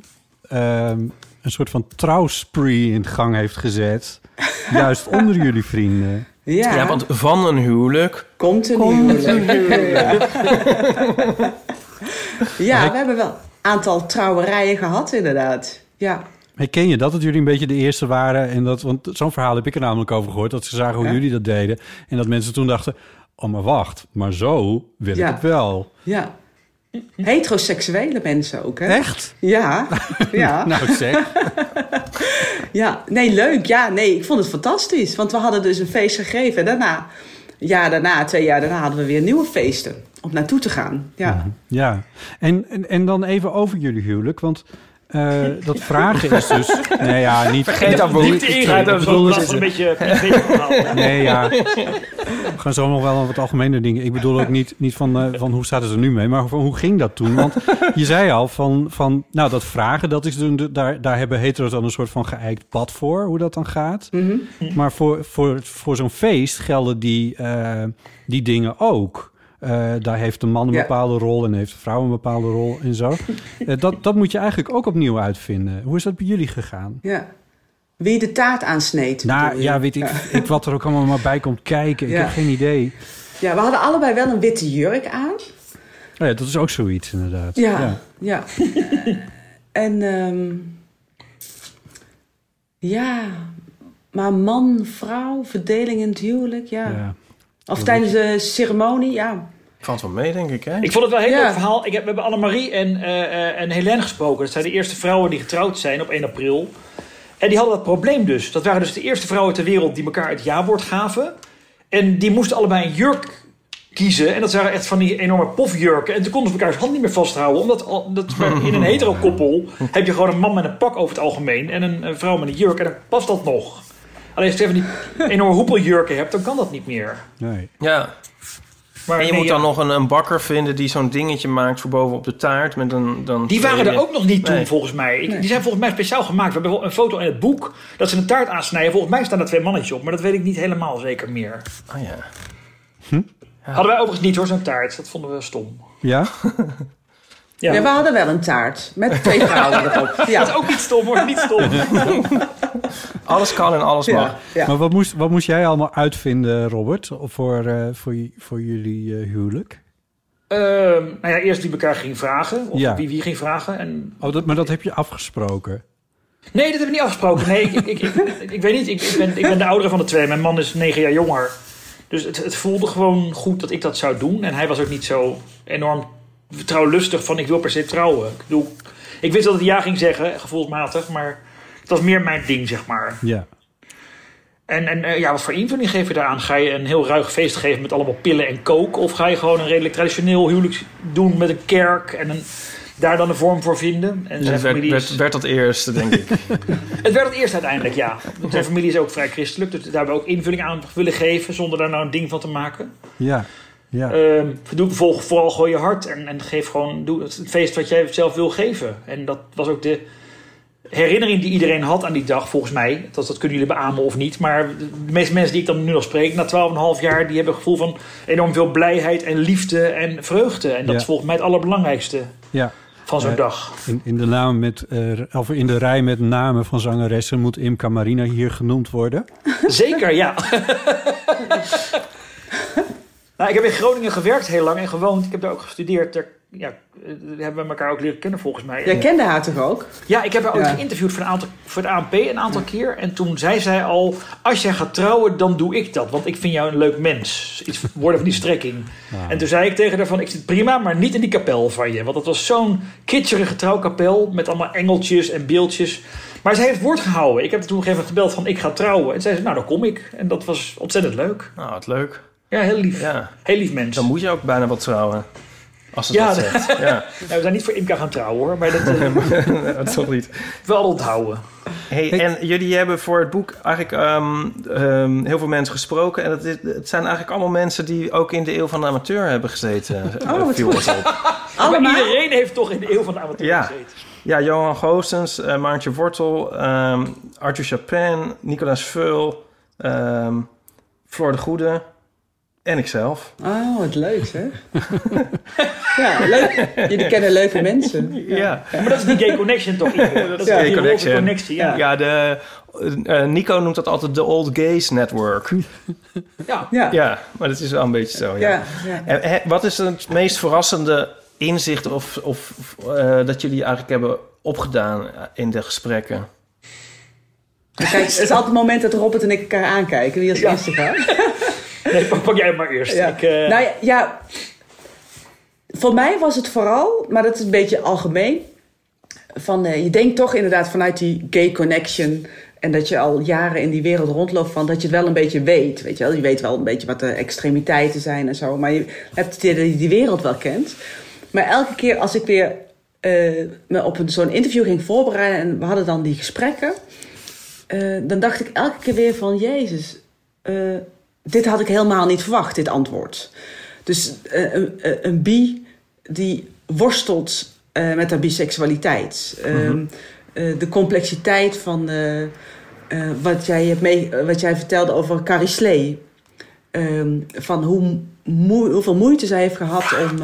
van trouwspree in gang heeft gezet. Juist onder jullie vrienden. Ja, want van een huwelijk komt een huwelijk. Ja, we hebben wel een aantal trouwerijen gehad, inderdaad. Ja. Herken je dat jullie een beetje de eerste waren? Want zo'n verhaal heb ik er namelijk over gehoord. Dat ze zagen hoe jullie dat deden. En dat mensen toen dachten, oh maar wacht, maar zo wil ik het wel. Ja. Heteroseksuele mensen ook, hè? Echt? Ja. Nou zeg. Ja, nee, leuk. Ja, nee, ik vond het fantastisch. Want we hadden dus een feest gegeven. En daarna, 2 jaar daarna, hadden we weer nieuwe feesten om naartoe te gaan. Ja. Ja. En dan even over jullie huwelijk, want dat vragen is dus... Nee, ja, niet... Vergeet dat we niet ingrijpen. Dat is een beetje... Nee, ja. We gaan zo nog wel wat algemene dingen. Ik bedoel ook niet van hoe staat het er nu mee, maar van hoe ging dat toen? Want je zei al van nou, dat vragen, dat is daar hebben hetero's dan een soort van geëikt pad voor, hoe dat dan gaat. Mm-hmm. Maar voor zo'n feest gelden die dingen ook. Daar heeft de man een bepaalde rol en heeft de vrouw een bepaalde rol en zo. Dat moet je eigenlijk ook opnieuw uitvinden. Hoe is dat bij jullie gegaan? Ja. Wie de taart aansneed. Nou ja, weet ik wat er ook allemaal maar bij komt kijken. Ik heb geen idee. Ja, we hadden allebei wel een witte jurk aan. Oh ja, dat is ook zoiets inderdaad. Ja. En maar man, vrouw, verdeling in het huwelijk, ja. Of tijdens de ceremonie, Valt wel mee, denk ik, hè? Ik vond het wel een heel leuk verhaal. We hebben Annemarie en Helene gesproken. Dat zijn de eerste vrouwen die getrouwd zijn op 1 april. En die hadden dat probleem dus. Dat waren dus de eerste vrouwen ter wereld die elkaar het ja-woord gaven. En die moesten allebei een jurk kiezen. En dat waren echt van die enorme pofjurken. En toen konden ze elkaars hand niet meer vasthouden. Omdat in een hetero-koppel heb je gewoon een man met een pak over het algemeen. En een vrouw met een jurk. En dan past dat nog. Alleen als je van die enorme hoepeljurken hebt, dan kan dat niet meer. Nee. Ja. Maar en je moet dan nog een bakker vinden die zo'n dingetje maakt voor bovenop de taart. Met die waren er ook nog niet toen, volgens mij. Die zijn volgens mij speciaal gemaakt. We hebben een foto in het boek dat ze een taart aansnijden. Volgens mij staan er 2 mannetjes op, maar dat weet ik niet helemaal zeker meer. Oh ja. Hadden wij overigens niet hoor, zo'n taart. Dat vonden we stom. Ja? Ja, we hadden wel een taart met 2 vrouwen erop. Ja. Dat is ook niet stom hoor, niet stom. Alles kan en alles mag. Ja. Maar wat moest jij allemaal uitvinden, Robert, voor jullie huwelijk? Eerst die elkaar ging vragen. Of wie ging vragen. En... maar dat heb je afgesproken? Nee, dat hebben we niet afgesproken. Nee, ik weet niet. Ik ben de oudere van de 2. Mijn man is 9 jaar jonger. Dus het voelde gewoon goed dat ik dat zou doen. En hij was ook niet zo enorm trouwlustig van ik wil per se trouwen. Ik wist dat het ja ging zeggen, gevoelsmatig. Maar het was meer mijn ding, zeg maar. Ja. En wat voor invulling geef je daaraan? Ga je een heel ruig feest geven met allemaal pillen en kook? Of ga je gewoon een redelijk traditioneel huwelijk doen met een kerk en daar dan een vorm voor vinden? En zijn familie werd dat eerste, denk ik. Het werd het eerst uiteindelijk, ja. Zijn familie is ook vrij christelijk, dus daar hebben we ook invulling aan willen geven zonder daar nou een ding van te maken. Ja. Ja. Vooral gooi je hart en geef gewoon doe het feest wat jij zelf wil geven. En dat was ook de herinnering die iedereen had aan die dag, volgens mij. Dat kunnen jullie beamen of niet. Maar de meeste mensen die ik dan nu nog spreek, na 12,5 jaar, die hebben een gevoel van enorm veel blijheid en liefde en vreugde. En dat is volgens mij het allerbelangrijkste van zo'n dag. In de rij met namen van zangeressen moet Imca Marina hier genoemd worden. Zeker, ja. Nou, ik heb in Groningen gewerkt heel lang en gewoond. Ik heb daar ook gestudeerd. Hebben we elkaar ook leren kennen volgens mij. Jij kende haar toch ook? Ja, ik heb haar ook geïnterviewd voor het ANP een aantal keer. En toen zei zij al, als jij gaat trouwen, dan doe ik dat. Want ik vind jou een leuk mens. Iets woorden van die strekking. Wow. En toen zei ik tegen haar van, ik zit prima, maar niet in die kapel van je. Want dat was zo'n kitscherige trouwkapel met allemaal engeltjes en beeldjes. Maar zij heeft het woord gehouden. Ik heb toen op een gegeven moment gebeld van, ik ga trouwen. En zei ze, nou, dan kom ik. En dat was ontzettend leuk. Nou, wat leuk. Ja, heel lief. Ja. Heel lief mens. Dan moet je ook bijna wat trouwen. Als het dat zegt. Ja. We zijn niet voor Imca gaan trouwen hoor. Maar dat toch niet. Wel onthouden. Hey, en jullie hebben voor het boek eigenlijk heel veel mensen gesproken. En het zijn eigenlijk allemaal mensen die ook in de Eeuw van de Amateur hebben gezeten. Wat goed. Allemaal? Iedereen heeft toch in de Eeuw van de Amateur gezeten. Ja, Johan Goossens, Maartje Wortel, Arthur Chapin, Nicolaas Veul, Floor de Goede... En ikzelf. Oh, wat leuk, hè? Ja, leuk. Jullie kennen leuke mensen. Ja. Maar dat is die Gay Connection toch? Dat is Gay Connection. Connectie, ja. Nico noemt dat altijd de Old Gays Network. Ja, maar dat is wel een beetje zo, ja. En wat is het meest verrassende inzicht of dat jullie eigenlijk hebben opgedaan in de gesprekken? Kijk, het is altijd het moment dat Robert en ik elkaar aankijken. Wie als eerste gaat. Nee, pak jij maar eerst. Ja. Voor mij was het vooral, maar dat is een beetje algemeen. Je denkt toch inderdaad vanuit die gay connection en dat je al jaren in die wereld rondloopt van dat je het wel een beetje weet. Weet je wel? Je weet wel een beetje wat de extremiteiten zijn en zo, maar je hebt het idee dat je die wereld wel kent. Maar elke keer als ik weer me op zo'n interview ging voorbereiden en we hadden dan die gesprekken, dan dacht ik elke keer weer van Jezus, dit had ik helemaal niet verwacht, dit antwoord. Dus een bi die worstelt met haar biseksualiteit. De complexiteit van wat jij vertelde over Carrie Slee. Van hoeveel moeite zij heeft gehad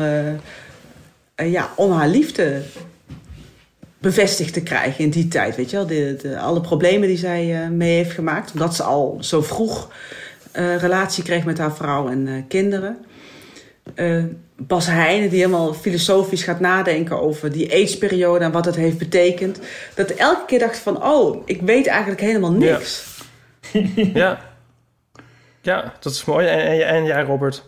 om haar liefde bevestigd te krijgen in die tijd. Weet je wel? Alle problemen die zij mee heeft gemaakt. Omdat ze al zo vroeg relatie kreeg met haar vrouw en kinderen. Bas Heijnen die helemaal filosofisch gaat nadenken over die AIDS-periode en wat het heeft betekend. Dat ik elke keer dacht van, ik weet eigenlijk helemaal niks. Ja, dat is mooi. En jij, Robert?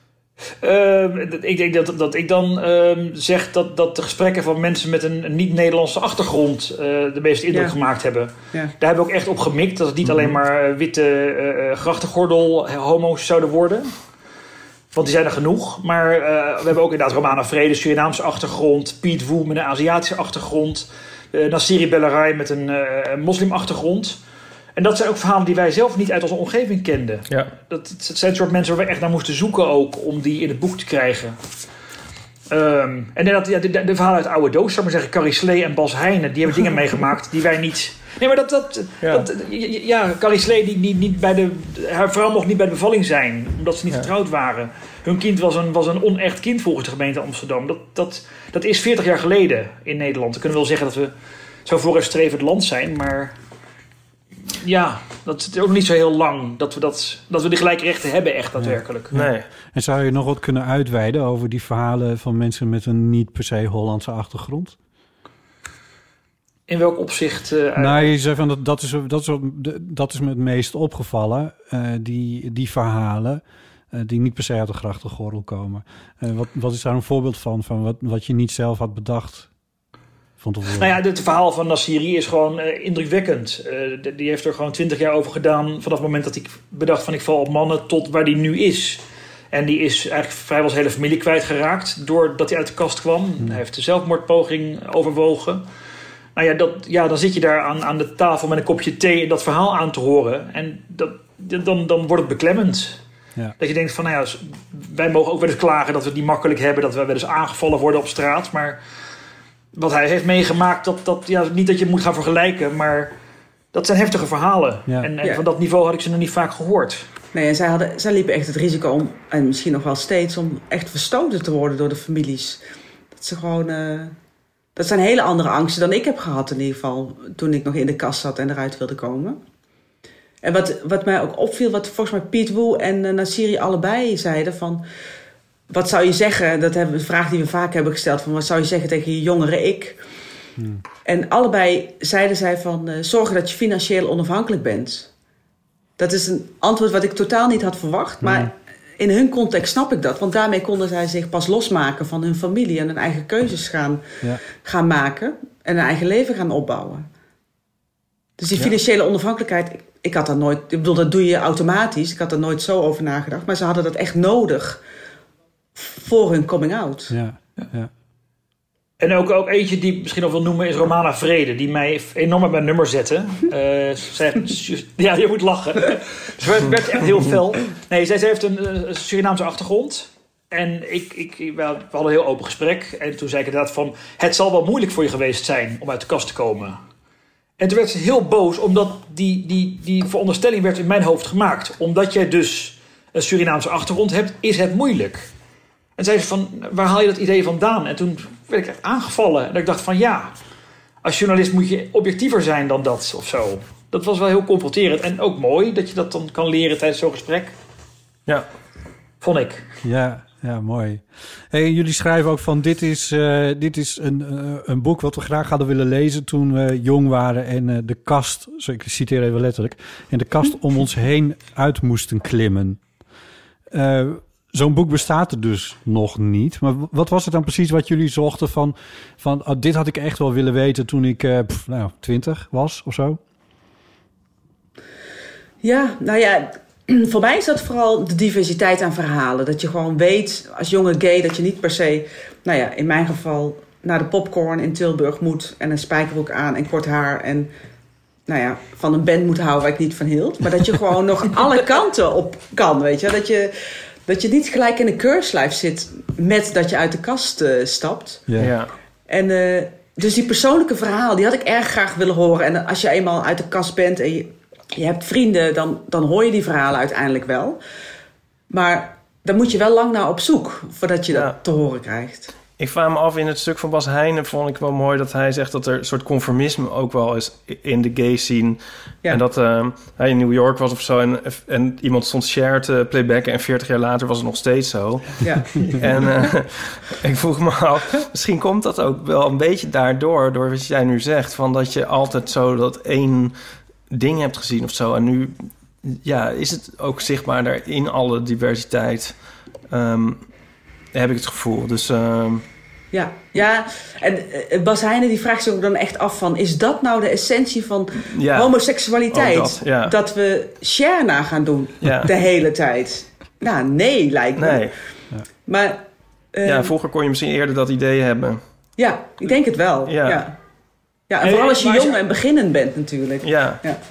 Ik denk dat ik dan zeg dat de gesprekken van mensen met een niet-Nederlandse achtergrond de meeste indruk gemaakt hebben. Ja. Daar hebben we ook echt op gemikt. Dat het niet alleen maar witte grachtengordel homo's zouden worden. Want die zijn er genoeg. Maar we hebben ook inderdaad Romana Vrede, Surinaamse achtergrond. Piet Woe met een Aziatische achtergrond. Nassiri Bellarai met een moslimachtergrond. En dat zijn ook verhalen die wij zelf niet uit onze omgeving kenden. Ja. Dat zijn het soort mensen waar we echt naar moesten zoeken ook om die in het boek te krijgen. En inderdaad, de verhalen uit Oude Doos, zou ik maar zeggen, Carrie Slee en Bas Heijnen, die hebben dingen meegemaakt die wij niet... Nee, maar Carrie Slee die niet haar vrouw mocht niet bij de bevalling zijn, omdat ze niet getrouwd waren. Hun kind was een onecht kind volgens de gemeente Amsterdam. Dat is 40 jaar geleden in Nederland. Dan kunnen we wel zeggen dat we zo vooruitstrevend land zijn, maar ja, dat is ook niet zo heel lang dat we de gelijke rechten hebben, echt daadwerkelijk. Ja. Nee. En zou je nog wat kunnen uitweiden over die verhalen van mensen met een niet per se Hollandse achtergrond? In welk opzicht? Nou, je zei van dat is me het meest opgevallen. Die verhalen die niet per se uit de grachtengordel komen. Wat is daar een voorbeeld van wat je niet zelf had bedacht? Nou ja, het verhaal van Nassiri is gewoon indrukwekkend. Die heeft er gewoon 20 jaar over gedaan vanaf het moment dat ik bedacht van ik val op mannen tot waar die nu is. En die is eigenlijk vrijwel zijn hele familie kwijtgeraakt doordat hij uit de kast kwam. Hij heeft de zelfmoordpoging overwogen. Nou ja, dan zit je daar aan de tafel met een kopje thee en dat verhaal aan te horen. En dan wordt het beklemmend. Ja. Dat je denkt van, nou ja, wij mogen ook wel eens klagen dat we het niet makkelijk hebben. Dat we wel eens aangevallen worden op straat. Maar wat hij heeft meegemaakt, niet dat je moet gaan vergelijken. Maar dat zijn heftige verhalen. Ja. En van dat niveau had ik ze nog niet vaak gehoord. Nee, en zij liepen echt het risico om, en misschien nog wel steeds, om echt verstoten te worden door de families. Dat ze gewoon... Dat zijn hele andere angsten dan ik heb gehad in ieder geval, toen ik nog in de kast zat en eruit wilde komen. En wat mij ook opviel, wat volgens mij Piet Woe en Nassiri allebei zeiden van... Wat zou je zeggen, dat hebben een vraag die we vaak hebben gesteld, van wat zou je zeggen tegen je jongere ik? En allebei zeiden zij van zorgen dat je financieel onafhankelijk bent. Dat is een antwoord wat ik totaal niet had verwacht, maar in hun context snap ik dat. Want daarmee konden zij zich pas losmaken van hun familie en hun eigen keuzes gaan maken en hun eigen leven gaan opbouwen. Dus die financiële onafhankelijkheid, ik had dat nooit... Ik bedoel, dat doe je automatisch. Ik had er nooit zo over nagedacht. Maar ze hadden dat echt nodig voor hun coming out. Ja. En ook eentje die ik misschien nog wil noemen is Romana Vrede. Die mij enorm op mijn nummer zette. Ja, je moet lachen. Ze werd echt heel fel. Nee, zij heeft een Surinaamse achtergrond. En we hadden een heel open gesprek. En toen zei ik inderdaad van... Het zal wel moeilijk voor je geweest zijn om uit de kast te komen. En toen werd ze heel boos, omdat die veronderstelling werd in mijn hoofd gemaakt. Omdat jij dus een Surinaamse achtergrond hebt, is het moeilijk. En zei ze van, waar haal je dat idee vandaan? En toen werd ik echt aangevallen. En ik dacht van ja, als journalist moet je objectiever zijn dan dat of zo. Dat was wel heel confronterend. En ook mooi dat je dat dan kan leren tijdens zo'n gesprek. Ja. Vond ik. Ja, mooi. Hey, jullie schrijven ook van dit is een boek wat we graag hadden willen lezen toen we jong waren en de kast, ik citeer even letterlijk, en de kast om ons heen uit moesten klimmen. Zo'n boek bestaat er dus nog niet. Maar wat was het dan precies wat jullie zochten van dit had ik echt wel willen weten toen ik 20 was of zo? Ja, nou ja... Voor mij is dat vooral de diversiteit aan verhalen. Dat je gewoon weet, als jonge gay, dat je niet per se... Nou ja, in mijn geval naar de Popcorn in Tilburg moet... en een spijkerbroek aan en kort haar... en nou ja, van een band moet houden waar ik niet van hield. Maar dat je gewoon nog alle kanten op kan, weet je. Dat je niet gelijk in een keurslijf zit met dat je uit de kast stapt. Ja. En dus die persoonlijke verhalen, die had ik erg graag willen horen. En als je eenmaal uit de kast bent en je hebt vrienden, dan hoor je die verhalen uiteindelijk wel. Maar dan moet je wel lang naar op zoek voordat je dat te horen krijgt. Ik vraag me af, in het stuk van Bas Heijnen vond ik wel mooi dat hij zegt dat er een soort conformisme ook wel is in de gay scene. Ja. En dat hij in New York was of zo en iemand stond Cher te playbacken en 40 jaar later was het nog steeds zo. Ja. En ik vroeg me af, misschien komt dat ook wel een beetje daardoor, door wat jij nu zegt, van dat je altijd zo dat één ding hebt gezien of zo. En nu is het ook zichtbaar daar in alle diversiteit. Heb ik het gevoel. Dus, Ja, en Bas Heijnen die vraagt zich ook dan echt af van... is dat nou de essentie van homoseksualiteit? Dat we Cher na gaan doen de hele tijd? Nou, nee, lijkt me. Nee. Maar, vroeger kon je misschien eerder dat idee hebben. Ja, ik denk het wel. Ja, en vooral als je jong en beginnend bent natuurlijk. Ja.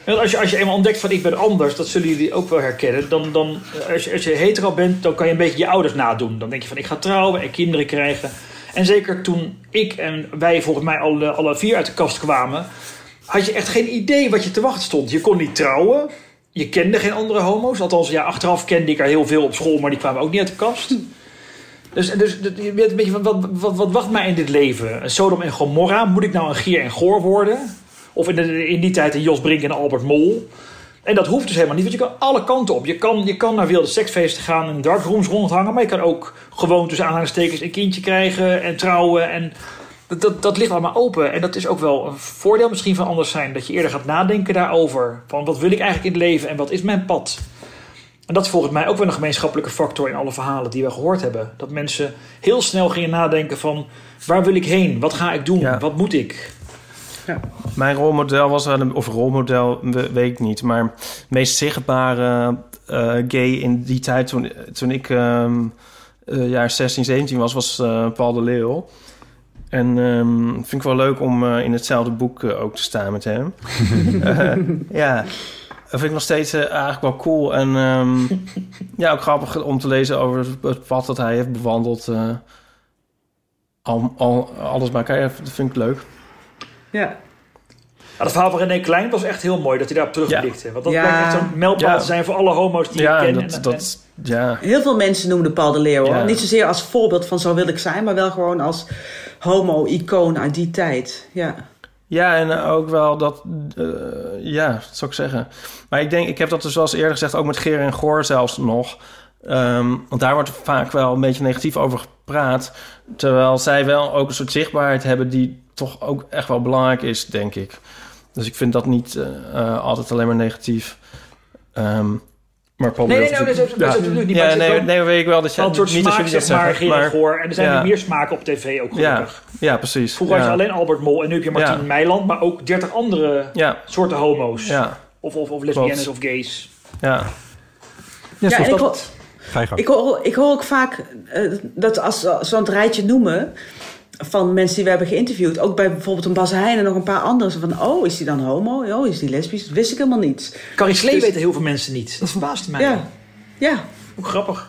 Als je eenmaal ontdekt van ik ben anders, dat zullen jullie ook wel herkennen. Dan als je hetero bent, dan kan je een beetje je ouders nadoen. Dan denk je van ik ga trouwen en kinderen krijgen. En zeker toen ik en wij volgens mij alle 4 uit de kast kwamen, had je echt geen idee wat je te wachten stond. Je kon niet trouwen. Je kende geen andere homo's. Althans, achteraf kende ik er heel veel op school, maar die kwamen ook niet uit de kast. Dus je weet een beetje van, wat wacht mij in dit leven? Een Sodom en Gomorra? Moet ik nou een Gier en Goor worden? Of in die tijd een Jos Brink en Albert Mol? En dat hoeft dus helemaal niet, want je kan alle kanten op. Je kan naar wilde seksfeesten gaan en darkrooms rondhangen, maar je kan ook gewoon tussen aanhalingstekens een kindje krijgen en trouwen. En dat ligt allemaal open. En dat is ook wel een voordeel misschien van anders zijn. Dat je eerder gaat nadenken daarover. Van wat wil ik eigenlijk in het leven en wat is mijn pad? En dat is volgens mij ook wel een gemeenschappelijke factor in alle verhalen die we gehoord hebben. Dat mensen heel snel gingen nadenken van waar wil ik heen? Wat ga ik doen? Ja. Wat moet ik? Ja. Mijn rolmodel was, of rolmodel weet ik niet, maar het meest zichtbare gay in die tijd toen ik jaar 16, 17 was Paul de Leeuw. En vind ik wel leuk om in hetzelfde boek ook te staan met hem. Ja, dat vind ik nog steeds eigenlijk wel cool. En ook grappig om te lezen over het pad dat hij heeft bewandeld. Alles bij elkaar, dat vind ik leuk. Ja. Het verhaal van René Klein was echt heel mooi dat hij daarop terugblikte. Want dat blijkt echt zo'n mijlpaal te zijn voor alle homo's die je kent. Heel veel mensen noemden Paul de Leeuw. Ja. Niet zozeer als voorbeeld van zo wil ik zijn, maar wel gewoon als homo-icoon uit die tijd. Ja. Ja, en ook wel dat zou ik zeggen. Maar ik heb dat dus zoals eerder gezegd, ook met Geer en Goor zelfs nog. Want daar wordt vaak wel een beetje negatief over gepraat. Terwijl zij wel ook een soort zichtbaarheid hebben die toch ook echt wel belangrijk is, denk ik. Dus ik vind dat niet altijd alleen maar negatief. Maar dat is absoluut niet. Nee, weet ik wel dat je een soort smaak, zeg maar, Geer en Goor. En er zijn nu meer smaken op tv ook gelukkig. Ja, precies. Vroeger was je alleen Albert Mol en nu heb je Martien Meiland, maar ook 30 andere soorten homo's. Ja. Of lesbiennes of gays. Ja. Ik hoor ook vaak dat als ze het rijtje noemen van mensen die we hebben geïnterviewd, ook bij bijvoorbeeld een Bas Heijn en nog een paar anderen, van is die dan homo? Oh, is die lesbisch? Dat wist ik helemaal niet. Carrie Slee weten heel veel mensen niet. Dat verbaasde mij. Ja. Hoe grappig.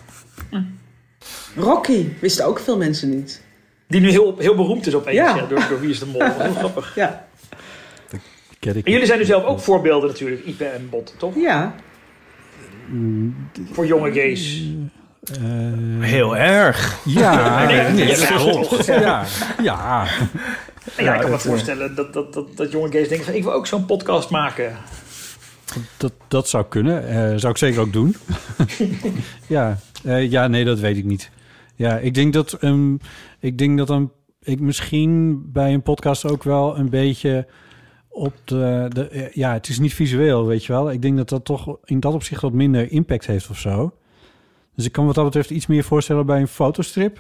Rocky wisten ook veel mensen niet. Die nu heel, heel beroemd is opeens door Wie is de Mol. Heel grappig. Ja. En jullie zijn nu zelf ook voorbeelden natuurlijk, Ipe en Bot, toch? Ja. Voor jonge gays. Heel erg. Ja. Ik kan me voorstellen dat jonge gays denken van ik wil ook zo'n podcast maken. Dat zou kunnen. Zou ik zeker ook doen. Nee, dat weet ik niet. Ja, ik denk dat ik misschien bij een podcast ook wel een beetje op het is niet visueel, weet je wel. Ik denk dat toch in dat opzicht wat minder impact heeft of zo. Dus ik kan wat dat betreft iets meer voorstellen bij een fotostrip.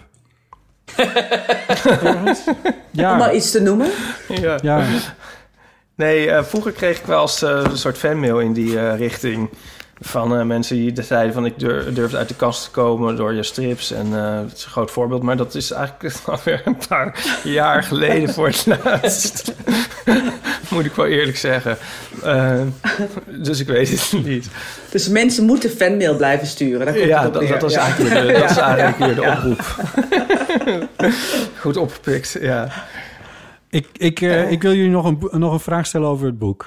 Om maar iets te noemen. Ja. Nee, vroeger kreeg ik wel eens een soort fanmail in die richting. Van mensen die zeiden van ik durfde uit de kast te komen door je strips. En het is een groot voorbeeld. Maar dat is eigenlijk alweer een paar jaar geleden voor het laatst. Moet ik wel eerlijk zeggen. Dus ik weet het niet. Dus mensen moeten fanmail blijven sturen. Dat is eigenlijk weer de oproep. Goed opgepikt, ja. Ik wil jullie nog een vraag stellen over het boek.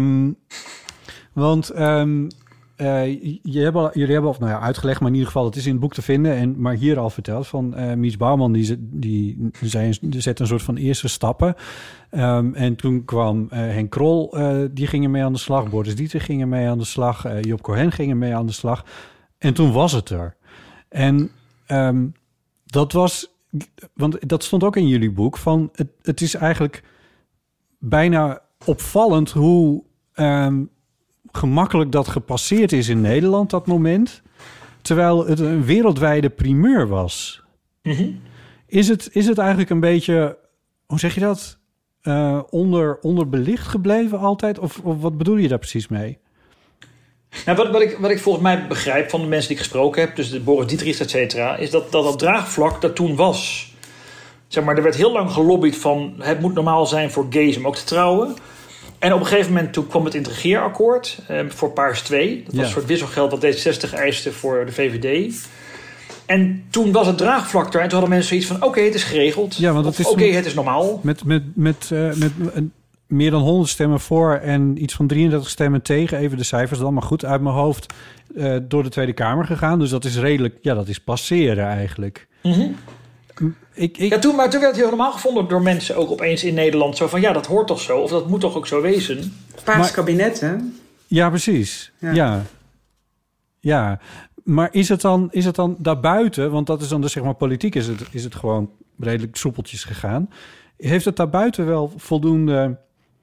Want jullie hebben al uitgelegd, maar in ieder geval, het is in het boek te vinden. Maar hier al verteld van Mies Bouwman, die zette een soort van eerste stappen. En toen kwam Henk Krol, die gingen mee aan de slag. Boris Dieter gingen mee aan de slag. Job Cohen gingen mee aan de slag. En toen was het er. En dat was, want dat stond ook in jullie boek, van het is eigenlijk bijna opvallend hoe gemakkelijk dat gepasseerd is in Nederland, dat moment. Terwijl het een wereldwijde primeur was. Mm-hmm. Is het eigenlijk een beetje, hoe zeg je dat, onderbelicht gebleven altijd? Of wat bedoel je daar precies mee? Nou, wat ik volgens mij begrijp van de mensen die ik gesproken heb, dus de Boris Dietrich, et cetera, is dat draagvlak dat toen was. Zeg maar, er werd heel lang gelobbyd van het moet normaal zijn voor gays om ook te trouwen. En op een gegeven moment toen kwam het intrigeerakkoord voor Paars 2. Dat was een soort wisselgeld wat D66 eiste voor de VVD. En toen was het draagvlak er. En toen hadden mensen zoiets van, oké, het is geregeld. Ja, want het is normaal. Met meer dan 100 stemmen voor en iets van 33 stemmen tegen. Even de cijfers dan maar goed uit mijn hoofd. Door de Tweede Kamer gegaan. Dus dat is redelijk, dat is passeren eigenlijk. Mm-hmm. Toen werd het heel normaal gevonden door mensen ook opeens in Nederland. Zo van, dat hoort toch zo? Of dat moet toch ook zo wezen? Paars kabinet, hè? Ja, precies. Ja. Maar is het dan daarbuiten, want dat is dan dus zeg maar politiek, is het gewoon redelijk soepeltjes gegaan. Heeft het daarbuiten wel voldoende,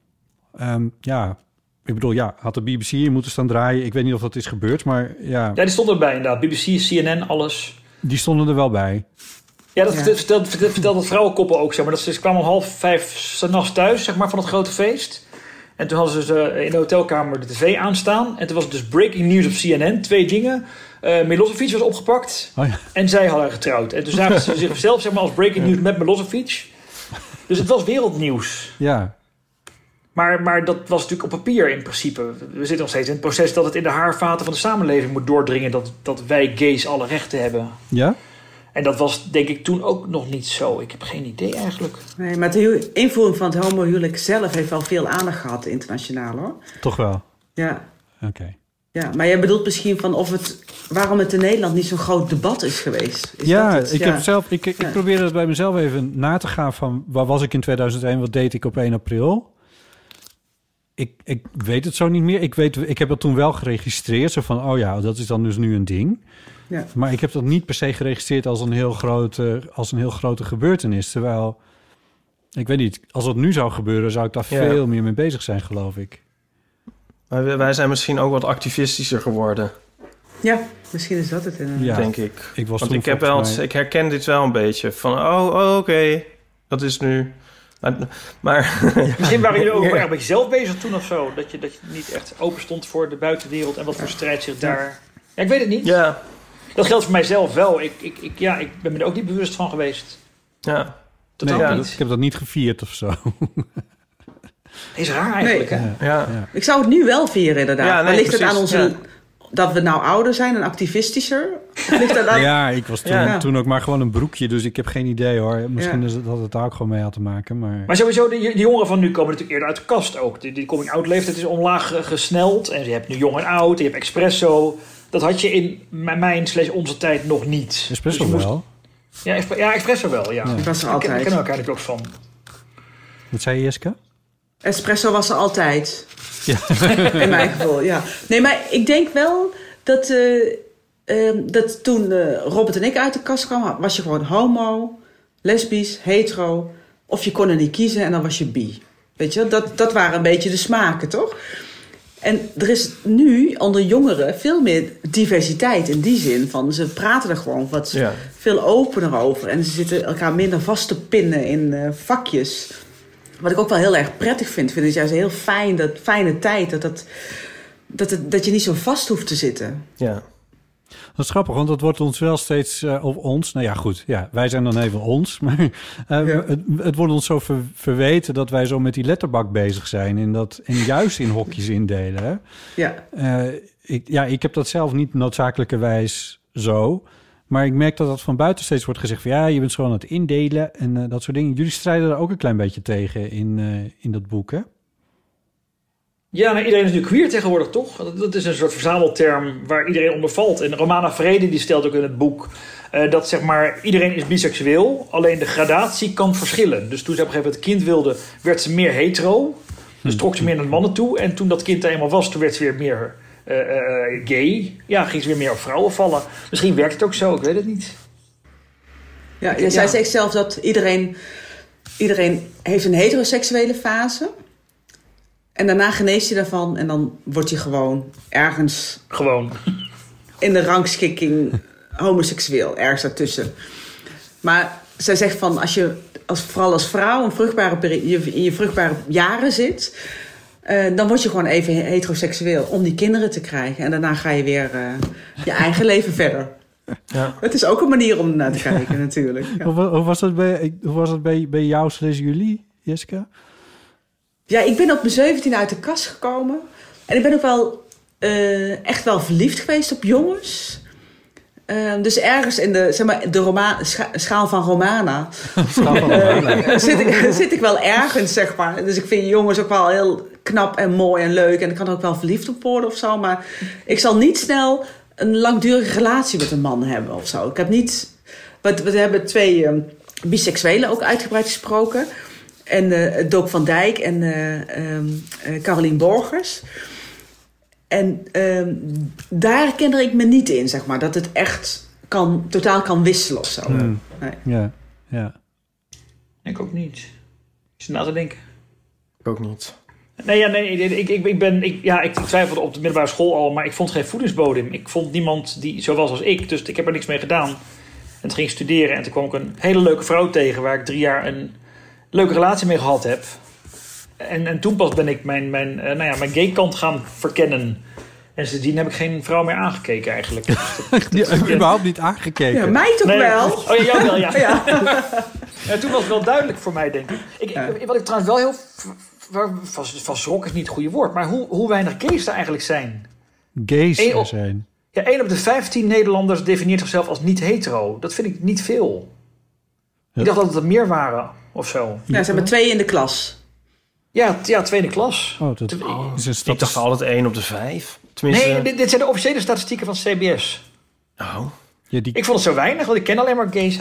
ik bedoel, had de BBC hier moeten staan draaien. Ik weet niet of dat is gebeurd, maar ja. Ja, die stonden erbij inderdaad. BBC, CNN, alles. Die stonden er wel bij. Ja, dat vertelt het vrouwenkoppel ook, zeg maar. Ze kwamen om 4:30 s'nachts thuis, zeg maar, van het grote feest. En toen hadden ze in de hotelkamer de tv aanstaan. En toen was het dus breaking news op CNN. 2 dingen. Milosevic was opgepakt. Oh ja. En zij hadden getrouwd. En toen zagen ze zichzelf, zeg maar, als breaking news met Milosevic. Dus het was wereldnieuws. Ja. Maar dat was natuurlijk op papier in principe. We zitten nog steeds in het proces dat het in de haarvaten van de samenleving moet doordringen. Dat wij gays alle rechten hebben. Ja? En dat was denk ik toen ook nog niet zo. Ik heb geen idee eigenlijk. Nee, maar de invoering van het homohuwelijk zelf heeft wel veel aandacht gehad internationaal, hoor. Toch wel? Ja. Oké. Ja, maar jij bedoelt misschien van waarom het in Nederland niet zo'n groot debat is geweest. Ik probeerde het bij mezelf even na te gaan van waar was ik in 2001, wat deed ik op 1 april? Ik weet het zo niet meer. Ik heb dat toen wel geregistreerd, zo van dat is dan dus nu een ding. Ja. Maar ik heb dat niet per se geregistreerd als een heel grote gebeurtenis. Terwijl, ik weet niet, als dat nu zou gebeuren, zou ik daar veel meer mee bezig zijn, geloof ik. Maar wij zijn misschien ook wat activistischer geworden. Ja, misschien is dat het inderdaad. Denk ik. Ik herken dit wel een beetje. Van, oké, dat is nu... Maar misschien waren jullie ook erg een beetje zelf bezig toen of zo. Dat je niet echt open stond voor de buitenwereld en wat voor strijd zich daar... Ja, ik weet het niet. Ja. Dat geldt voor mijzelf wel. Ik ben me er ook niet bewust van geweest. Ja. Niet. Ik heb dat niet gevierd of zo. Is raar eigenlijk, hè? Ja. Ik zou het nu wel vieren, inderdaad. Ja, maar ligt het aan onze... Dat we nou ouder zijn en activistischer? Ligt dat aan... Ja, ik was toen ook maar gewoon een broekje. Dus ik heb geen idee, hoor. Misschien dat het daar ook gewoon mee had te maken. Maar sowieso, die jongeren van nu komen natuurlijk eerder uit de kast ook. Die coming-out leeftijd is omlaag gesneld. En je hebt nu jong en oud. Je hebt Expresso. Dat had je in mijn/onze tijd nog niet. Espresso dus wel? Ja, Expresso wel, ja. Dat was er altijd. Daar kennen we elkaar ook van. Wat zei je, Jessica? Espresso was er altijd. Ja. In mijn geval, ja. Nee, maar ik denk wel dat toen Robert en ik uit de kast kwamen, was je gewoon homo, lesbisch, hetero. Of je kon er niet kiezen en dan was je bi. Weet je, dat waren een beetje de smaken, toch? En er is nu onder jongeren veel meer diversiteit in die zin. Van ze praten er gewoon veel opener over. En ze zitten elkaar minder vast te pinnen in vakjes. Wat ik ook wel heel erg prettig vind. Ik vind het juist heel fijn, dat fijne tijd. Dat je niet zo vast hoeft te zitten. Ja. Dat is grappig, want dat wordt ons wel steeds... of ons, nou ja, goed. Ja, wij zijn dan even ons. Maar het wordt ons zo verweten dat wij zo met die letterbak bezig zijn. En juist in hokjes indelen. Hè? Ja. Ik heb dat zelf niet noodzakelijkerwijs zo. Maar ik merk dat van buiten steeds wordt gezegd van... je bent gewoon aan het indelen en dat soort dingen. Jullie strijden er ook een klein beetje tegen in dat boek, hè? Ja, maar iedereen is nu queer tegenwoordig, toch? Dat is een soort verzamelterm waar iedereen onder valt. En Romana Vrede die stelt ook in het boek... dat zeg maar iedereen is biseksueel. Alleen de gradatie kan verschillen. Dus toen ze op een gegeven moment kind wilde... werd ze meer hetero. Dus trok ze meer naar de mannen toe. En toen dat kind er eenmaal was... toen werd ze weer meer... gay. Ja, ging ze weer meer op vrouwen vallen. Misschien werkt het ook zo, ik weet het niet. Ja, zij zegt zelf dat iedereen heeft een heteroseksuele fase. En daarna geneest hij daarvan. En dan wordt hij gewoon ergens... Gewoon. In de rangschikking homoseksueel. Ergens daartussen. Maar zij zegt van... als je vooral als vrouw in je vruchtbare jaren zit... dan word je gewoon even heteroseksueel om die kinderen te krijgen. En daarna ga je weer je eigen leven verder. Ja. Het is ook een manier om naar te kijken, natuurlijk. Ja. Hoe was dat bij jou, jullie, Jessica? Ja, ik ben op mijn 17 uit de kast gekomen. En ik ben ook wel echt wel verliefd geweest op jongens. Dus ergens in de, zeg maar, de schaal van Romana, zit ik wel ergens, zeg maar. Dus ik vind jongens ook wel heel knap en mooi en leuk. En ik kan er ook wel verliefd op worden of zo. Maar ik zal niet snel een langdurige relatie met een man hebben of zo. Ik heb niet... We hebben 2 biseksuelen ook uitgebreid gesproken. En Doop van Dijk en Carolien Borgers. En daar kende ik me niet in, zeg maar. Dat het echt totaal kan wisselen of zo. Nee. Ja. Ik ook niet. Ik zit na te denken. Ik ook niet. Ik twijfelde op de middelbare school al, maar ik vond geen voedingsbodem. Ik vond niemand die zo was als ik, dus ik heb er niks mee gedaan. En toen ging ik studeren en toen kwam ik een hele leuke vrouw tegen waar ik 3 jaar een leuke relatie mee gehad heb. En toen pas ben ik mijn gay kant gaan verkennen. En sindsdien heb ik geen vrouw meer aangekeken eigenlijk. Die heb je überhaupt niet aangekeken? Ja, mij toch wel? Oh ja, jou wel, ja. En toen was het wel duidelijk voor mij, denk ik. Wat ik trouwens wel heel... Van schrok is niet het goede woord. Maar hoe weinig gays er eigenlijk zijn. Gays er zijn? Ja, 1 op de 15 Nederlanders definieert zichzelf als niet hetero. Dat vind ik niet veel. Ja. Ik dacht dat het er meer waren, of zo. Ja, er zijn maar 2 in de klas. Ja, 2 in de klas. Ik dacht altijd 1 op de 5. Tenminste... Nee, dit zijn de officiële statistieken van CBS. Oh. Ja, Ik vond het zo weinig, want ik ken alleen maar gays.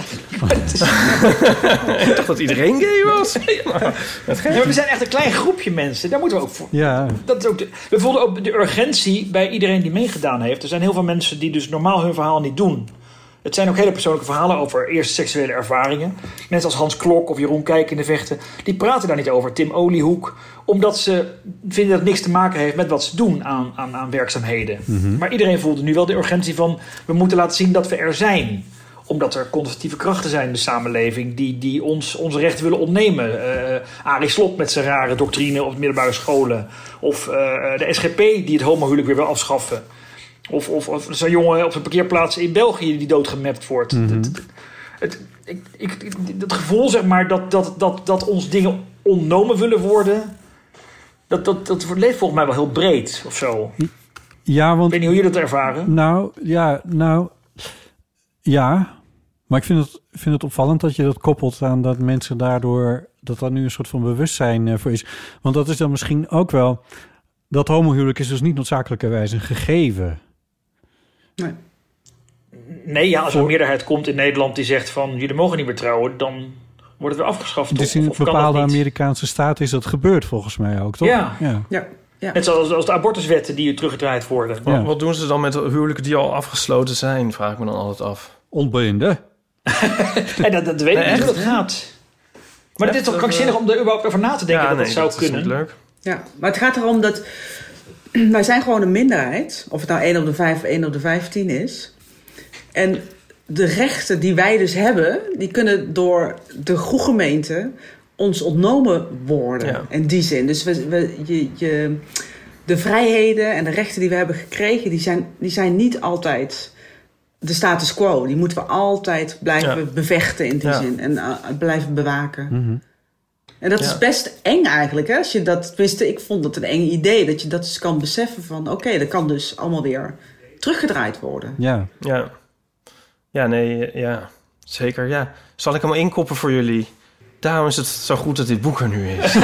Ik dacht dat iedereen gay was. Maar we zijn echt een klein groepje mensen. Daar moeten we ook voor. Ja. Dat is ook we voelden ook de urgentie bij iedereen die meegedaan heeft. Er zijn heel veel mensen die dus normaal hun verhaal niet doen. Het zijn ook hele persoonlijke verhalen over eerste seksuele ervaringen. Mensen als Hans Klok of Jeroen Kijk in de Vechten, die praten daar niet over. Tim Oliehoek, omdat ze vinden dat het niks te maken heeft met wat ze doen aan werkzaamheden. Mm-hmm. Maar iedereen voelde nu wel de urgentie van, we moeten laten zien dat we er zijn. Omdat er conservatieve krachten zijn in de samenleving die onze rechten willen ontnemen. Arie Slot met zijn rare doctrine op middelbare scholen. Of de SGP die het homohuwelijk weer wil afschaffen. Of zo'n jongen op een parkeerplaats in België die doodgemapt wordt. Mm-hmm. Het gevoel, zeg maar, dat ons dingen ontnomen willen worden... Dat leeft volgens mij wel heel breed, of zo. Ja, want... Ik weet niet hoe jullie dat ervaren. Ja. Maar ik vind het opvallend dat je dat koppelt aan dat mensen daardoor... dat daar nu een soort van bewustzijn voor is. Want dat is dan misschien ook wel... Dat homohuwelijk is dus niet noodzakelijkerwijs een gegeven... Nee, ja, als er een meerderheid komt in Nederland die zegt van... jullie mogen niet meer trouwen, dan wordt het weer afgeschaft. Dus in een bepaalde Amerikaanse staat is dat gebeurd volgens mij ook, toch? Ja. Net zoals de abortuswetten die teruggedraaid worden. Ja. Wat doen ze dan met huwelijken die al afgesloten zijn? Vraag ik me dan altijd af. Ontbinden. En dat weet ik niet hoe dat gaat. Maar het is toch krankzinnig om er überhaupt over na te denken dat zou kunnen. Is niet leuk. Ja, maar het gaat erom dat... Wij zijn gewoon een minderheid. Of het nou 1 op de 5 of 1 op de 15 is. En de rechten die wij dus hebben... die kunnen door de groegemeente ons ontnomen worden. Ja. In die zin. Dus de vrijheden en de rechten die we hebben gekregen... die zijn niet altijd de status quo. Die moeten we altijd blijven bevechten in die zin. En blijven bewaken. Mm-hmm. En dat is best eng eigenlijk. Hè? Als je dat, tenminste, ik vond dat een eng idee. Dat je dat dus kan beseffen van... Oké, dat kan dus allemaal weer teruggedraaid worden. Ja. Zeker, ja. Zal ik hem inkoppen voor jullie? Daarom is het zo goed dat dit boek er nu is.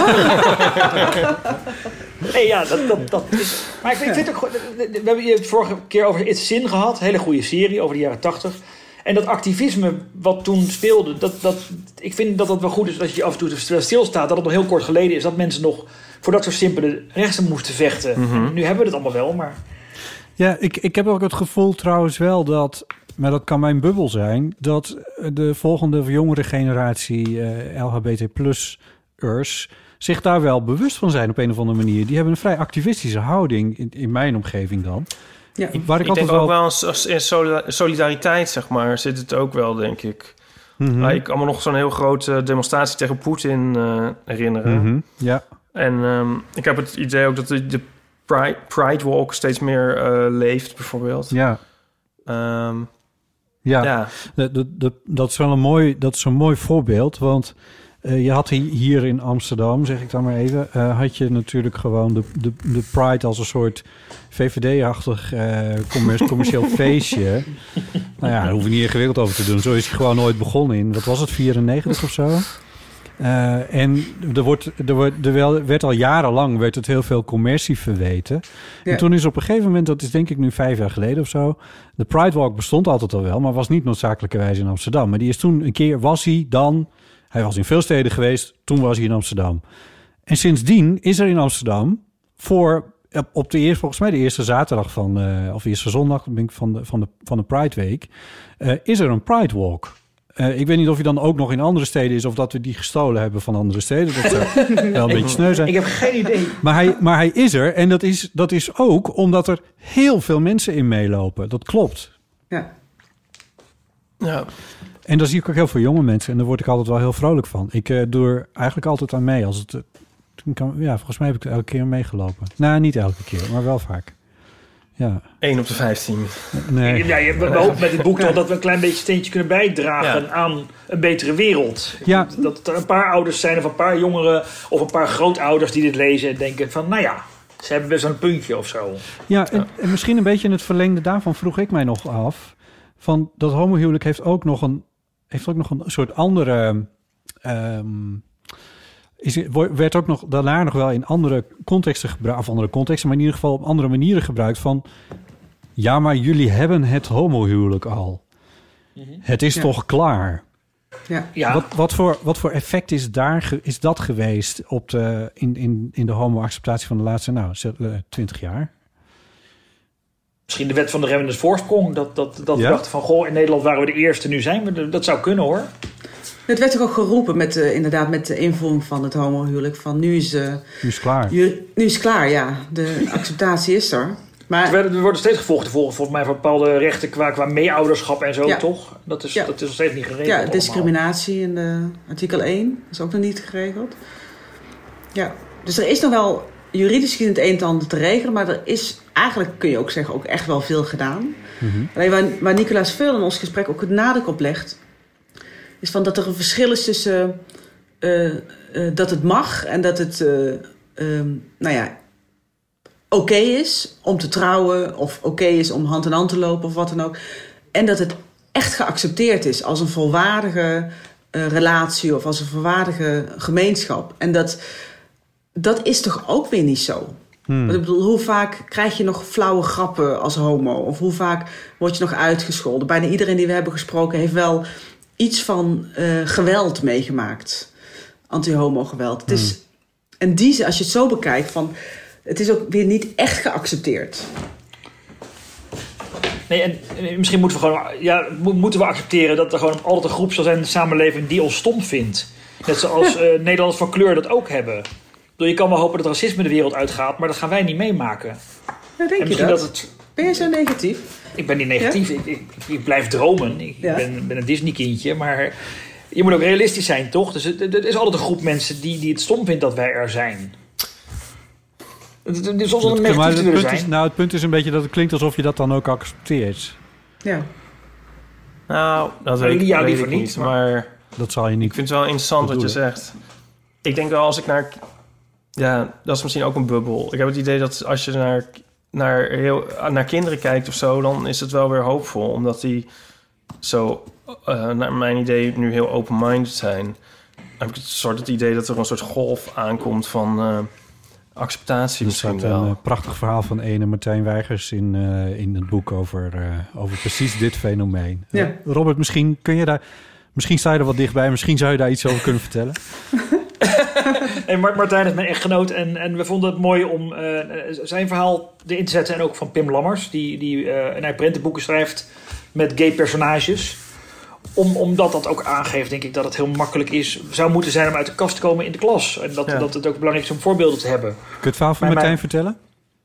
Nee, ja, dat is... Maar ik vind ook... We hebben het vorige keer over It's Sin gehad. Hele goede serie over de jaren 80. En dat activisme wat toen speelde... ik vind dat wel goed is als je af en toe stilstaat... dat het nog heel kort geleden is... dat mensen nog voor dat soort simpele rechten moesten vechten. Mm-hmm. Nu hebben we het allemaal wel, maar... Ja, ik heb ook het gevoel trouwens wel dat... maar dat kan mijn bubbel zijn... dat de volgende jongere generatie LHBT+'ers... zich daar wel bewust van zijn op een of andere manier. Die hebben een vrij activistische houding... in mijn omgeving dan... Ja. Waar ik denk ook wel in solidariteit, zeg maar, zit het ook wel, denk ik. Mm-hmm. Ik kan me nog zo'n heel grote demonstratie tegen Poetin herinneren. Mm-hmm. Ja. En ik heb het idee ook dat de Pride Walk steeds meer leeft, bijvoorbeeld. Ja. Dat is wel een mooi voorbeeld, want Je had hier in Amsterdam, zeg ik dan maar even... had je natuurlijk gewoon de Pride als een soort VVD-achtig commercieel feestje. Nou ja, daar hoef je niet ingewikkeld over te doen. Zo is hij gewoon nooit begonnen in, wat was het, 94 of zo? En werd al jarenlang het heel veel commercie verweten. Ja. En toen is op een gegeven moment, dat is denk ik nu 5 jaar geleden of zo... de Pride Walk bestond altijd al wel, maar was niet noodzakelijkerwijs in Amsterdam. Maar die is toen een keer, hij was in veel steden geweest, toen was hij in Amsterdam. En sindsdien is er in Amsterdam volgens mij de eerste zaterdag of eerste zondag van de Pride Week, is er een Pride Walk. Ik weet niet of hij dan ook nog in andere steden is... of dat we die gestolen hebben van andere steden. Dat zou wel een beetje sneu zijn. Ik heb geen idee. Maar hij is er. En dat is ook omdat er heel veel mensen in meelopen. Dat klopt. Ja. En dan zie ik ook heel veel jonge mensen. En daar word ik altijd wel heel vrolijk van. Ik doe er eigenlijk altijd aan mee. Volgens mij heb ik elke keer meegelopen. Nou, niet elke keer, maar wel vaak. Ja. 1 op de 15. Nee. Ja, we hopen met dit boek toch dat we een klein beetje steentje kunnen bijdragen aan een betere wereld. Ja. Dat er een paar ouders zijn of een paar jongeren of een paar grootouders die dit lezen en denken van, nou ja, ze hebben best een puntje of zo. Ja, en misschien een beetje in het verlengde daarvan vroeg ik mij nog af, van dat homohuwelijk heeft ook nog een soort andere... werd ook nog daarna nog wel in andere contexten gebruikt, of andere contexten, maar in ieder geval op andere manieren gebruikt van, ja, maar jullie hebben het homohuwelijk al. Mm-hmm. Het is toch klaar? Ja. Wat voor effect is dat geweest op in de homo-acceptatie van de laatste 20 jaar? Misschien de wet van de remmende voorsprong, dat we dachten van, goh, in Nederland waren we de eerste, nu zijn we dat zou kunnen, hoor. Het werd ook geroepen met de invoering van het homohuwelijk. Van nu is klaar. Nu is klaar, ja. De acceptatie is er. Maar er worden steeds gevolgd volgens mij voor bepaalde rechten qua meeouderschap en zo, toch? Dat is nog steeds niet geregeld. Ja, discriminatie in de artikel 1 is ook nog niet geregeld. Ja, dus er is nog wel juridisch gezien het een en ander te regelen, maar er is eigenlijk, kun je ook zeggen, ook echt wel veel gedaan. Mm-hmm. Alleen waar Nicolaas veel in ons gesprek ook het nadruk op legt, is van dat er een verschil is tussen dat het mag en dat het oké is om te trouwen of oké is om hand in hand te lopen of wat dan ook. En dat het echt geaccepteerd is als een volwaardige relatie of als een volwaardige gemeenschap. En dat is toch ook weer niet zo. Want ik bedoel, hoe vaak krijg je nog flauwe grappen als homo? Of hoe vaak word je nog uitgescholden? Bijna iedereen die we hebben gesproken heeft wel iets van geweld meegemaakt. Anti-homo geweld. Het is, en als je het zo bekijkt, van, het is ook weer niet echt geaccepteerd. Nee, en misschien moeten we accepteren dat er gewoon altijd een groep zal zijn in de samenleving die ons stom vindt. Net zoals Nederlanders van kleur dat ook hebben. Je kan wel hopen dat racisme de wereld uitgaat, maar dat gaan wij niet meemaken. Ja, denk je dat? Ben je zo negatief? Ik ben niet negatief. Ja? Ik blijf dromen. Ik ben een Disney-kindje, maar je moet ook realistisch zijn, toch? Dus er is altijd een groep mensen die het stom vindt dat wij er zijn. Het is soms een negatief te zijn. Het punt is een beetje dat het klinkt alsof je dat dan ook accepteert. Ja. Nou, dat weet ik niet, maar dat zal je niet. Ik vind het wel interessant wat je zegt. Ik denk wel als ik naar... Ja, dat is misschien ook een bubbel. Ik heb het idee dat als je naar kinderen kijkt of zo, dan is het wel weer hoopvol. Omdat die zo, naar mijn idee, nu heel open-minded zijn. Dan heb ik het idee dat er een soort golf aankomt van acceptatie misschien wel. Een prachtig verhaal van ene Martijn Weigers in het boek over precies dit fenomeen. Ja. Robert, misschien sta je er wat dichtbij. Misschien zou je daar iets over kunnen vertellen. En Martijn is mijn echtgenoot en we vonden het mooi om zijn verhaal erin te zetten. En ook van Pim Lammers, die een prentenboeken schrijft met gay personages. Omdat dat ook aangeeft, denk ik, dat het heel makkelijk zou moeten zijn om uit de kast te komen in de klas. En dat het ook belangrijk is om voorbeelden te hebben. Kun je het verhaal van Martijn vertellen?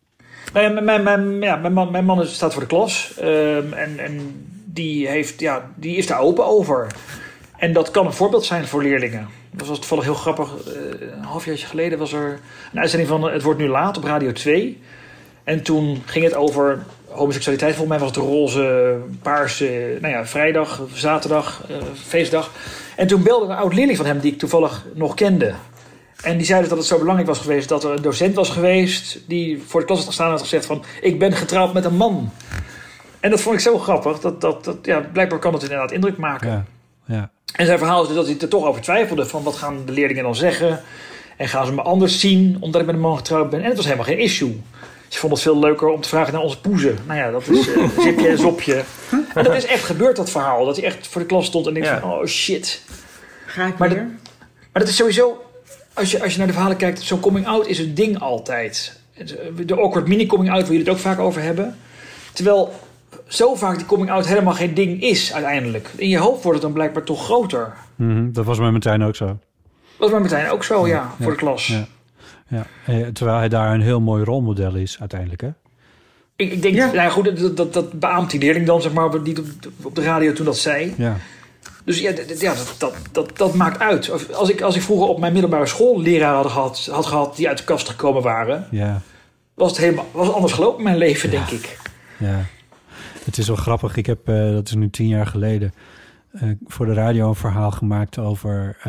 Mijn man staat voor de klas. En die is daar open over. En dat kan een voorbeeld zijn voor leerlingen. Dat was toevallig heel grappig. Een halfjaartje geleden was er een uitzending van Het Wordt Nu Laat op Radio 2. En toen ging het over homoseksualiteit. Volgens mij was het de roze, paarse, vrijdag, zaterdag, feestdag. En toen belde een oud-leerling van hem, die ik toevallig nog kende. En die zei dus dat het zo belangrijk was geweest dat er een docent was geweest die voor de klas had gestaan en had gezegd van, ik ben getrouwd met een man. En dat vond ik zo grappig. Dat blijkbaar kan het inderdaad indruk maken. Ja. En zijn verhaal is dus dat hij er toch over twijfelde van, wat gaan de leerlingen dan zeggen? En gaan ze me anders zien omdat ik met een man getrouwd ben? En het was helemaal geen issue. Ze vonden het veel leuker om te vragen naar onze poezen. Nou ja, dat is zipje en zopje. En dat is echt gebeurd, dat verhaal. Dat hij echt voor de klas stond en denkt van, oh shit. Ga ik maar weer? Maar dat is sowieso, als je naar de verhalen kijkt, zo'n coming-out is een ding altijd. De awkward mini-coming-out, waar jullie het ook vaak over hebben. Terwijl zo vaak die coming-out helemaal geen ding is uiteindelijk. In je hoofd wordt het dan blijkbaar toch groter. Dat was bij Martijn ook zo. Dat was bij Martijn ook zo, voor de klas. Ja. Terwijl hij daar een heel mooi rolmodel is uiteindelijk, hè? Ik denk, nou goed, dat beaamt die leerling dan, zeg maar, die op de radio toen dat zei. Ja. Dus dat maakt uit. Als ik vroeger op mijn middelbare school leraren had gehad die uit de kast gekomen waren, was het anders gelopen in mijn leven, denk ik. Ja. Het is wel grappig. Ik heb, dat is nu 10 jaar geleden, voor de radio een verhaal gemaakt over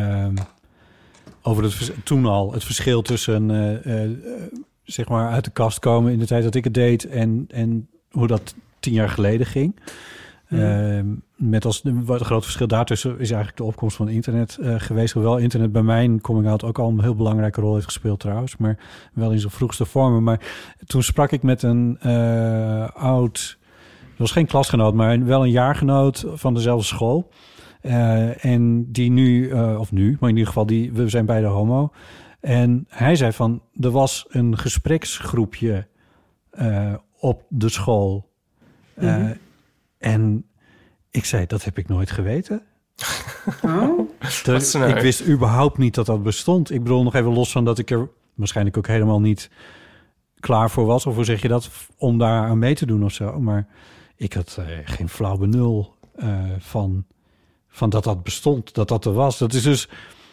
toen al het verschil tussen zeg maar uit de kast komen in de tijd dat ik het deed en hoe dat 10 jaar geleden ging. Met als wat een groot verschil daartussen is eigenlijk de opkomst van internet geweest. Hoewel internet bij mijn coming-out ook al een heel belangrijke rol heeft gespeeld trouwens. Maar wel in zijn vroegste vormen. Maar toen sprak ik met een oud, het was geen klasgenoot, maar wel een jaargenoot van dezelfde school. En die nu, maar in ieder geval, we zijn beide homo. En hij zei van, er was een gespreksgroepje op de school. En ik zei, dat heb ik nooit geweten. Ik wist überhaupt niet dat dat bestond. Ik bedoel, nog even los van dat ik er waarschijnlijk ook helemaal niet klaar voor was. Of hoe zeg je dat? Om daar aan mee te doen of zo. Maar ik had geen flauw benul van dat bestond. Dat er was. Dat is dus,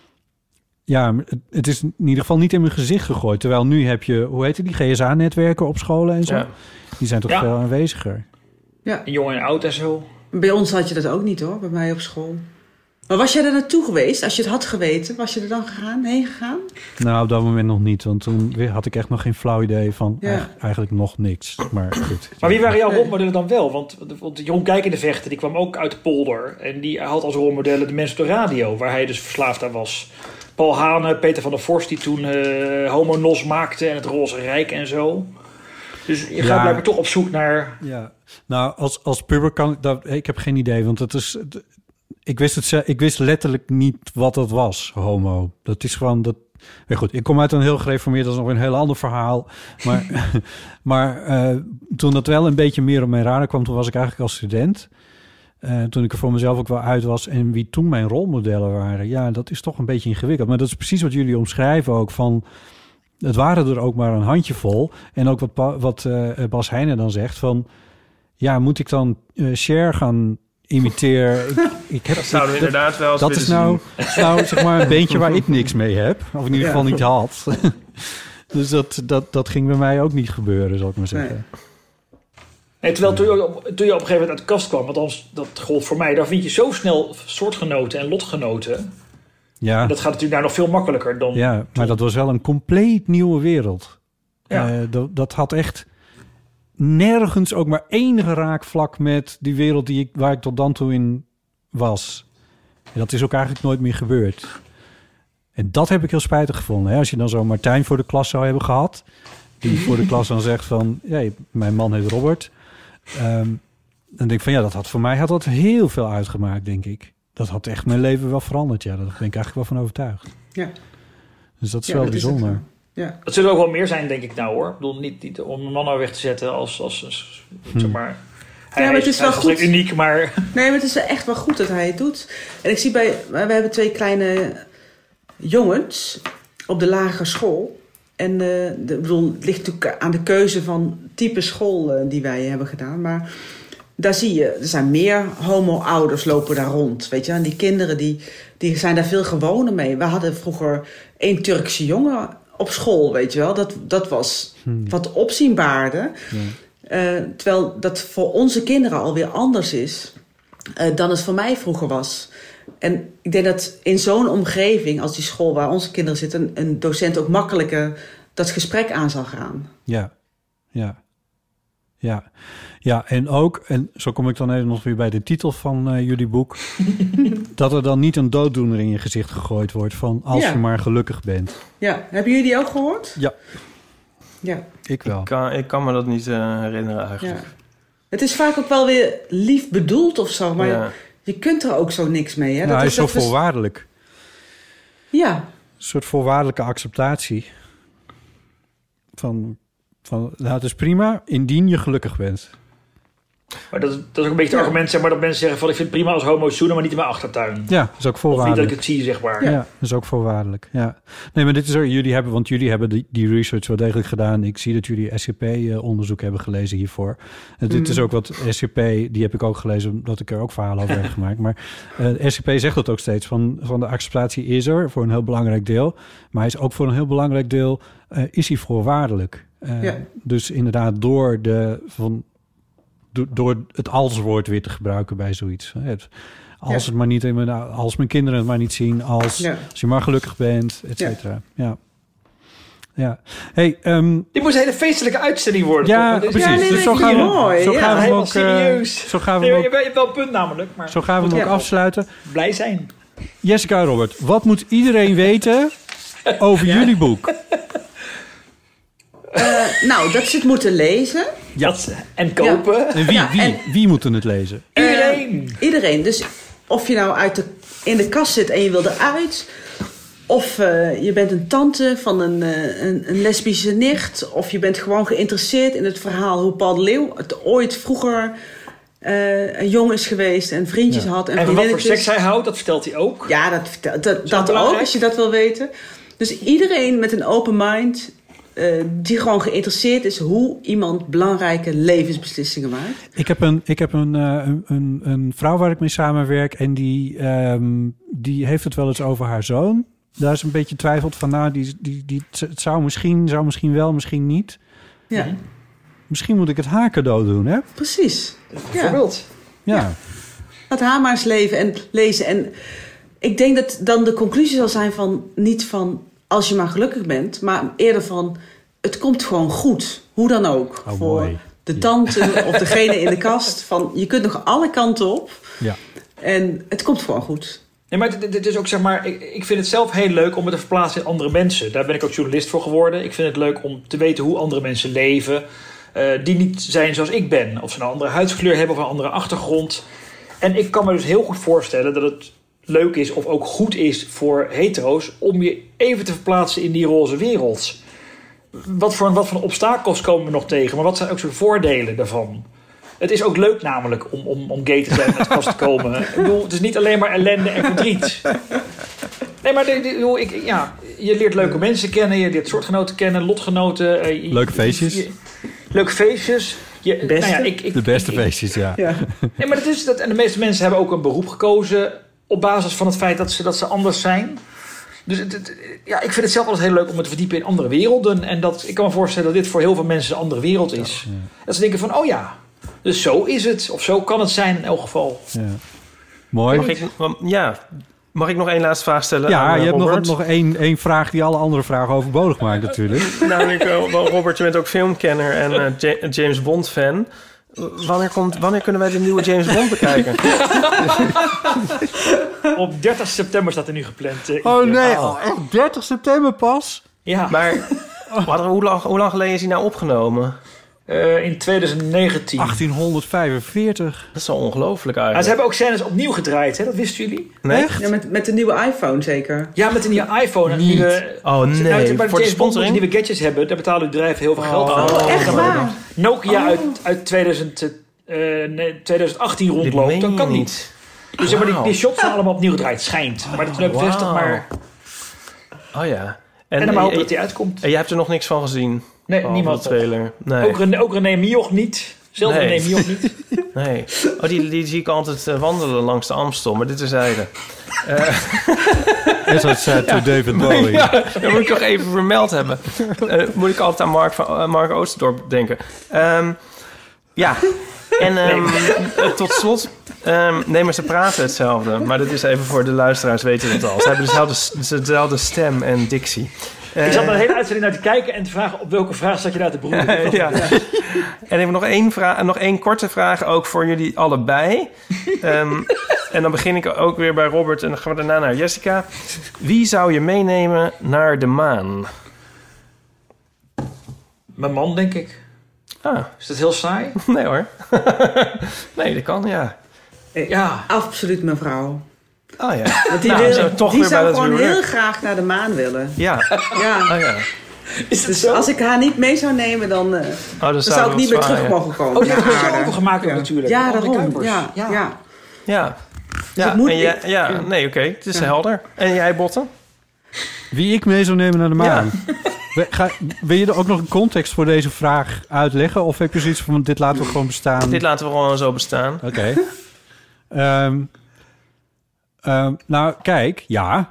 ja, het is in ieder geval niet in mijn gezicht gegooid. Terwijl nu heb je, hoe heet het, die GSA-netwerken op scholen en zo. Ja. Die zijn toch veel aanweziger. Ja. Jong en oud en zo. Bij ons had je dat ook niet hoor, bij mij op school. Maar was jij er naartoe geweest? Als je het had geweten, was je er dan heen gegaan? Nou, op dat moment nog niet. Want toen had ik echt nog geen flauw idee van eigenlijk nog niks. Maar goed. Maar wie waren jouw rolmodellen dan wel? Want Jeroen Kijk in de Vechten, die kwam ook uit de polder. En die had als rolmodellen de mensen op de radio, waar hij dus verslaafd aan was. Paul Hane, Peter van der Vorst, die toen Homo Nos maakte en het Roze Rijk en zo. Dus je gaat blijkbaar toch op zoek naar... Ja, nou, als puber kan ik dat... Ik heb geen idee, want het is... Ik wist letterlijk niet wat dat was, homo. Dat is gewoon... Ja, goed, ik kom uit een heel gereformeerd... Dat is nog een heel ander verhaal. Maar toen dat wel een beetje meer op mijn radar kwam... Toen was ik eigenlijk als student... toen ik er voor mezelf ook wel uit was... en wie toen mijn rolmodellen waren... ja, dat is toch een beetje ingewikkeld. Maar dat is precies wat jullie omschrijven ook van... Het waren er ook maar een handjevol. En ook wat Bas Heijnen dan zegt van... ja, moet ik dan Cher gaan imiteren? Ik zouden we inderdaad wel eens dat is nou zeg maar een beentje waar ik niks mee heb. Of in ieder geval niet had. Dus dat ging bij mij ook niet gebeuren, zal ik maar zeggen. Nee, terwijl toen je op een gegeven moment uit de kast kwam... althans, dat gold voor mij... daar vind je zo snel soortgenoten en lotgenoten... Ja. Dat gaat natuurlijk daar nog veel makkelijker dan... Ja, maar dat was wel een compleet nieuwe wereld. Ja. Dat had echt nergens ook maar enige raakvlak met die wereld waar ik tot dan toe in was. En dat is ook eigenlijk nooit meer gebeurd. En dat heb ik heel spijtig gevonden. Hè? Als je dan zo Martijn voor de klas zou hebben gehad... die voor de klas dan zegt van... ja, mijn man heet Robert. Dan denk ik van ja, voor mij had dat heel veel uitgemaakt, denk ik. Dat had echt mijn leven wel veranderd. Ja, daar ben ik eigenlijk wel van overtuigd. Ja. Dus dat is wel bijzonder. Ja. Dat zullen ook wel meer zijn, denk ik nou hoor. Ik bedoel, niet om een man nou weg te zetten als zeg maar... maar het is wel goed. Uniek, maar... Nee, maar het is echt wel goed dat hij het doet. En ik zie we hebben 2 kleine jongens op de lagere school. En het ligt natuurlijk aan de keuze van type school die wij hebben gedaan. Maar daar zie je, er zijn meer homo-ouders lopen daar rond. Weet je, en die kinderen die zijn daar veel gewoner mee. We hadden vroeger 1 Turkse jongen op school, weet je wel. Dat was wat opzienbaarder. Terwijl dat voor onze kinderen alweer anders is dan het voor mij vroeger was. En ik denk dat in zo'n omgeving, als die school waar onze kinderen zitten, een docent ook makkelijker dat gesprek aan zal gaan. Ja, en ook, en zo kom ik dan even nog weer bij de titel van jullie boek, dat er dan niet een dooddoener in je gezicht gegooid wordt van als je maar gelukkig bent. Ja, hebben jullie die ook gehoord? Ja, ik wel. Ik kan me dat niet herinneren eigenlijk. Ja. Het is vaak ook wel weer lief bedoeld of zo, maar je kunt er ook zo niks mee. Hè? Nou, hij is zo voorwaardelijk. Ja. Een soort voorwaardelijke acceptatie van nou, het is prima indien je gelukkig bent. Maar dat is ook een beetje het argument, zeg maar, dat mensen zeggen van ik vind het prima als homo's zoenen, maar niet in mijn achtertuin. Ja, dat is ook voorwaardelijk. Of niet dat ik het zie, zeg maar. Ja, dat is ook voorwaardelijk. Ja. Nee, maar dit is er, jullie hebben die research wel degelijk gedaan. Ik zie dat jullie SCP-onderzoek hebben gelezen hiervoor. Dit is ook wat SCP, die heb ik ook gelezen, omdat ik er ook verhalen over heb gemaakt. Maar SCP zegt dat ook steeds, van de acceptatie is er voor een heel belangrijk deel. Maar hij is ook voor een heel belangrijk deel, is hij voorwaardelijk. Dus inderdaad door het als-woord weer te gebruiken bij zoiets. Als het maar niet, als mijn kinderen het maar niet zien, als je maar gelukkig bent, et cetera. Ja. Hey, dit moest een hele feestelijke uitzending worden. Ja, toch? precies. Dus zo gaan we hem ook serieus. Zo gaan we je hebt wel een punt namelijk. Maar zo gaan we hem ook afsluiten. Blij zijn. Jessica en Robert, wat moet iedereen weten over jullie boek? Nou, dat ze het moeten lezen. En kopen. Ja. En wie moeten het lezen? Iedereen. Dus of je nou in de kast zit en je wil eruit, of je bent een tante van een lesbische nicht, of je bent gewoon geïnteresseerd in het verhaal hoe Paul de Leeuw het ooit vroeger jong is geweest en vriendjes had. En wat voor seks hij houdt, dat vertelt hij ook. Ja, dat ook, als je dat wil weten. Dus iedereen met een open mind, die gewoon geïnteresseerd is hoe iemand belangrijke levensbeslissingen maakt. Ik heb een vrouw waar ik mee samenwerk en die heeft het wel eens over haar zoon. Daar is een beetje twijfelt van, nou, het zou misschien wel, misschien niet. Ja. Misschien moet ik het haar cadeau doen, hè? Precies. Bijvoorbeeld. Ja. Laat haar maar eens leven en lezen. En ik denk dat dan de conclusie zal zijn niet van als je maar gelukkig bent, maar eerder van het komt gewoon goed. Hoe dan ook. Voor mooi. De tante of degene in de kast. Van je kunt nog alle kanten op. Ja. En het komt gewoon goed. Nee, maar dit is ook, zeg maar, ik vind het zelf heel leuk om me te verplaatsen in andere mensen. Daar ben ik ook journalist voor geworden. Ik vind het leuk om te weten hoe andere mensen leven. Die niet zijn zoals ik ben. Of ze nou een andere huidskleur hebben of een andere achtergrond. En ik kan me dus heel goed voorstellen dat het leuk is of ook goed is voor hetero's om je even te verplaatsen in die roze wereld. Wat voor obstakels komen we nog tegen? Maar wat zijn ook zo'n voordelen daarvan? Het is ook leuk namelijk om gay te zijn en uit de kast te komen. Ik bedoel, het is niet alleen maar ellende en verdriet. Nee, maar je leert leuke mensen kennen. Je leert soortgenoten kennen, lotgenoten. Leuke feestjes. Leuke feestjes. De beste feestjes, ja. Nee, maar dat is dat. En de meeste mensen hebben ook een beroep gekozen op basis van het feit dat ze anders zijn. Dus ik vind het zelf altijd heel leuk om me te verdiepen in andere werelden. En ik kan me voorstellen dat dit voor heel veel mensen een andere wereld is. Ja. Dat ze denken van, oh ja, dus zo is het. Of zo kan het zijn in elk geval. Ja. Mooi. Mag ik nog één laatste vraag stellen? Ja, je hebt nog één vraag die alle andere vragen overbodig maakt natuurlijk. Namelijk, Robert, je bent ook filmkenner en James Bond fan. Wanneer kunnen wij de nieuwe James Bond bekijken? Op 30 september staat er nu gepland. Echt 30 september pas? Ja. Maar hoe lang geleden is hij nou opgenomen? In 2019. 1845. Dat is wel ongelooflijk eigenlijk. Ze hebben ook scènes opnieuw gedraaid, hè? Dat wisten jullie? Nee? Echt? Ja, met de nieuwe iPhone zeker. Ja, met de nieuwe iPhone. Niet. Voor de sponsoring? Als nieuwe gadgets hebben, daar betalen uw bedrijf heel veel geld aan. Echt waar? Nokia uit 2018 rondloopt, dan kan niet. Dus die shots zijn allemaal opnieuw gedraaid, schijnt. Maar dat is bevestigd, maar... Oh ja. En dan maar hopen dat die uitkomt. En jij hebt er nog niks van gezien? Nee, niemand. De trailer. Nee. Ook René Mioch niet. Zelf René Mioch niet. Nee. Die zie ik altijd wandelen langs de Amstel, maar dit terzijde. As I said to David Bowie. Ja, dat moet ik toch even vermeld hebben. Moet ik altijd aan Mark Oosterdorp denken. Ja. En tot slot, nee, maar ze praten hetzelfde. Maar dat is even voor de luisteraars weten het al. Ze hebben dezelfde stem en dictie. Ik zat er een hele uitzending naar te kijken en te vragen op welke vraag zat je daar te broeden. Ja. En even nog één korte vraag ook voor jullie allebei. En dan begin ik ook weer bij Robert en dan gaan we daarna naar Jessica. Wie zou je meenemen naar de maan? Mijn man, denk ik. Is dat heel saai? Nee hoor. Nee, dat kan, ja. Ja, absoluut mijn vrouw. Oh ja. Want die, die zou gewoon heel graag naar de maan willen. Ja. Ja. Oh, ja. Is dat dus zo? Als ik haar niet mee zou nemen, dan zou ik niet meer terug mogen komen. Oh, je hebt er overgemaakt natuurlijk. Ja, daarom. Ja. Nee, oké. Het is helder. En jij, Botten? Wie ik mee zou nemen naar de maan? Ja. Wil je er ook nog een context voor deze vraag uitleggen? Of heb je zoiets van, dit laten we gewoon bestaan? Dit laten we gewoon zo bestaan. Oké. Nou, kijk, ja.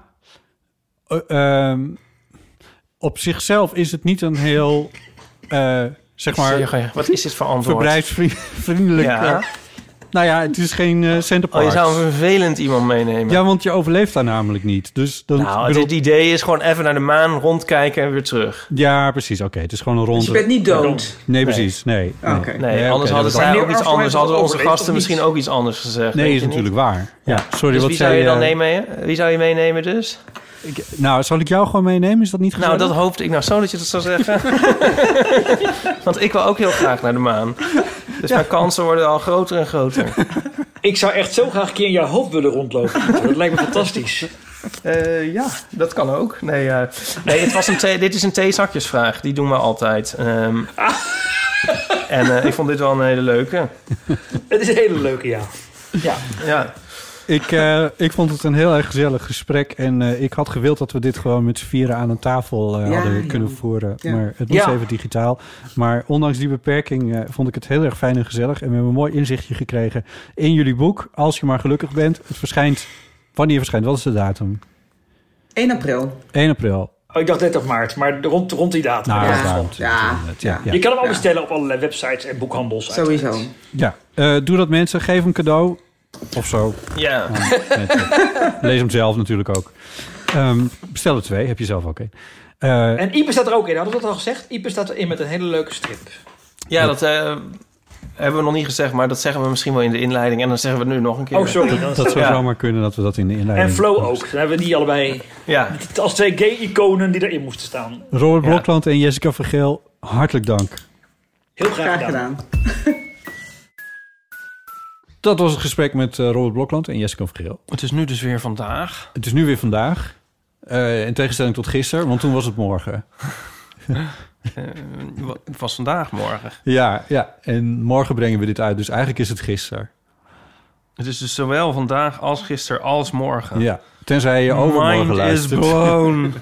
Op zichzelf is het niet een heel, zeg maar... Wat is dit voor antwoord? Verbruiksvriendelijk. Ja. Nou ja, het is geen centerparks. Je zou een vervelend iemand meenemen. Ja, want je overleeft daar namelijk niet. Dus dan, het idee is gewoon even naar de maan rondkijken en weer terug. Ja, precies. Oké, het is gewoon een ronde... Dus je bent niet dood? Nee, precies. Nee. Nee, anders hadden zij ook iets anders. Hadden onze gasten misschien ook iets anders gezegd. Nee, is natuurlijk waar. Ja, sorry, dus wat wie zou je dan nemen? Wie zou je meenemen dus? Zal ik jou gewoon meenemen? Is dat niet gezellig? Nou, dat hoopte ik nou zo dat je dat zou zeggen. Want ik wil ook heel graag naar de maan. Dus mijn kansen worden al groter en groter. Ik zou echt zo graag een keer in jouw hoofd willen rondlopen. Dat lijkt me fantastisch. Ja, dat kan ook. Nee, het was dit is een theezakjesvraag. Die doen we altijd. En ik vond dit wel een hele leuke. Het is een hele leuke, ja. Ik vond het een heel erg gezellig gesprek. En ik had gewild dat we dit gewoon met z'n vieren aan een tafel hadden kunnen voeren. Ja. Maar het moest even digitaal. Maar ondanks die beperking vond ik het heel erg fijn en gezellig. En we hebben een mooi inzichtje gekregen in jullie boek. Als je maar gelukkig bent. Het verschijnt... Wanneer verschijnt? Wat is de datum? 1 april. 1 april. Oh, ik dacht 30 maart, maar rond die datum. Nou, Je kan hem al bestellen op allerlei websites en boekhandels. Sowieso. Ja, doe dat mensen. Geef hem cadeau. Of zo. Ja. Lees hem zelf natuurlijk ook. Bestel er 2, heb je zelf ook een. En Ipe staat er ook in. Hadden we dat al gezegd? Ipe staat erin met een hele leuke strip. Ja, dat hebben we nog niet gezegd, maar dat zeggen we misschien wel in de inleiding. En dan zeggen we het nu nog een keer. Oh, sorry. Dat zou zomaar kunnen dat we dat in de inleiding... En Flo ook. Dan hebben we die allebei als 2 gay-iconen die erin moesten staan. Robert Blokland en Jessica Vergeel, hartelijk dank. Heel graag gedaan. Dat was het gesprek met Robert Blokland en Jessica Vergeel. Het is nu dus weer vandaag. Het is nu weer vandaag. In tegenstelling tot gisteren, want toen was het morgen. Het was vandaag morgen. Ja. En morgen brengen we dit uit. Dus eigenlijk is het gisteren. Het is dus zowel vandaag als gisteren als morgen. Ja, tenzij je overmorgen luistert. Mind is blown.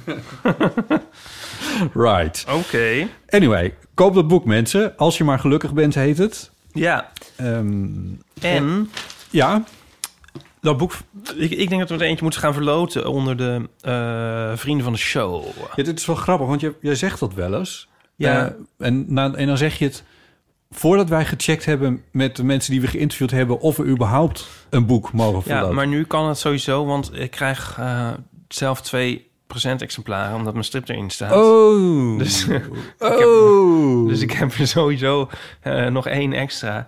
Right. Oké. Anyway, koop dat boek, mensen. Als je maar gelukkig bent, heet het. Ja. En... Ja? Dat boek... Ik denk dat we er eentje moeten gaan verloten onder de vrienden van de show. Ja, dit is wel grappig, want jij zegt dat wel eens. Ja. En dan zeg je het... Voordat wij gecheckt hebben met de mensen die we geïnterviewd hebben... of we überhaupt een boek mogen verloten. Ja, maar nu kan het sowieso, want ik krijg zelf 2 exemplaren... omdat mijn strip erin staat. Oh! Dus ik heb er sowieso nog 1 extra...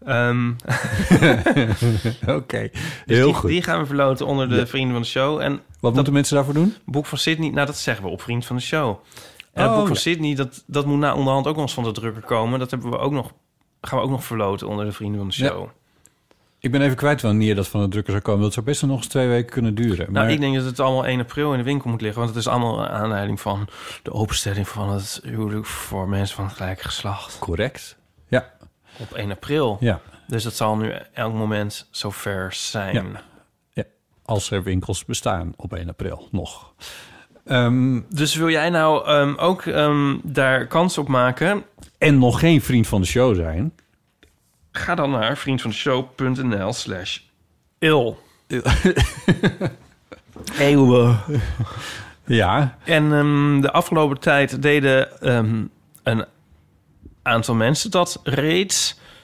Oké, dus heel goed. Die gaan we verloten onder de vrienden van de show. En wat moeten mensen daarvoor doen? Boek van Sydney, nou dat zeggen we op Vriend van de Show. En het boek van Sydney, dat moet na onderhand ook nog eens van de drukker komen. Dat hebben we ook nog, gaan we ook nog verloten onder de vrienden van de show. Ja. Ik ben even kwijt wanneer dat van de drukker zou komen. Dat zou best nog eens 2 weken kunnen duren. Nou, ik denk dat het allemaal 1 april in de winkel moet liggen. Want het is allemaal een aanleiding van de openstelling van het huwelijk voor mensen van het gelijke geslacht. Correct. Ja. Op 1 april. Ja. Dus dat zal nu elk moment zover zijn. Ja. Als er winkels bestaan op 1 april nog. Dus wil jij nou ook daar kans op maken? En nog geen vriend van de show zijn? Ga dan naar vriendvandeshow.nl/il. Eeuwen. Ja. En de afgelopen tijd deden een aantal mensen dat reeds.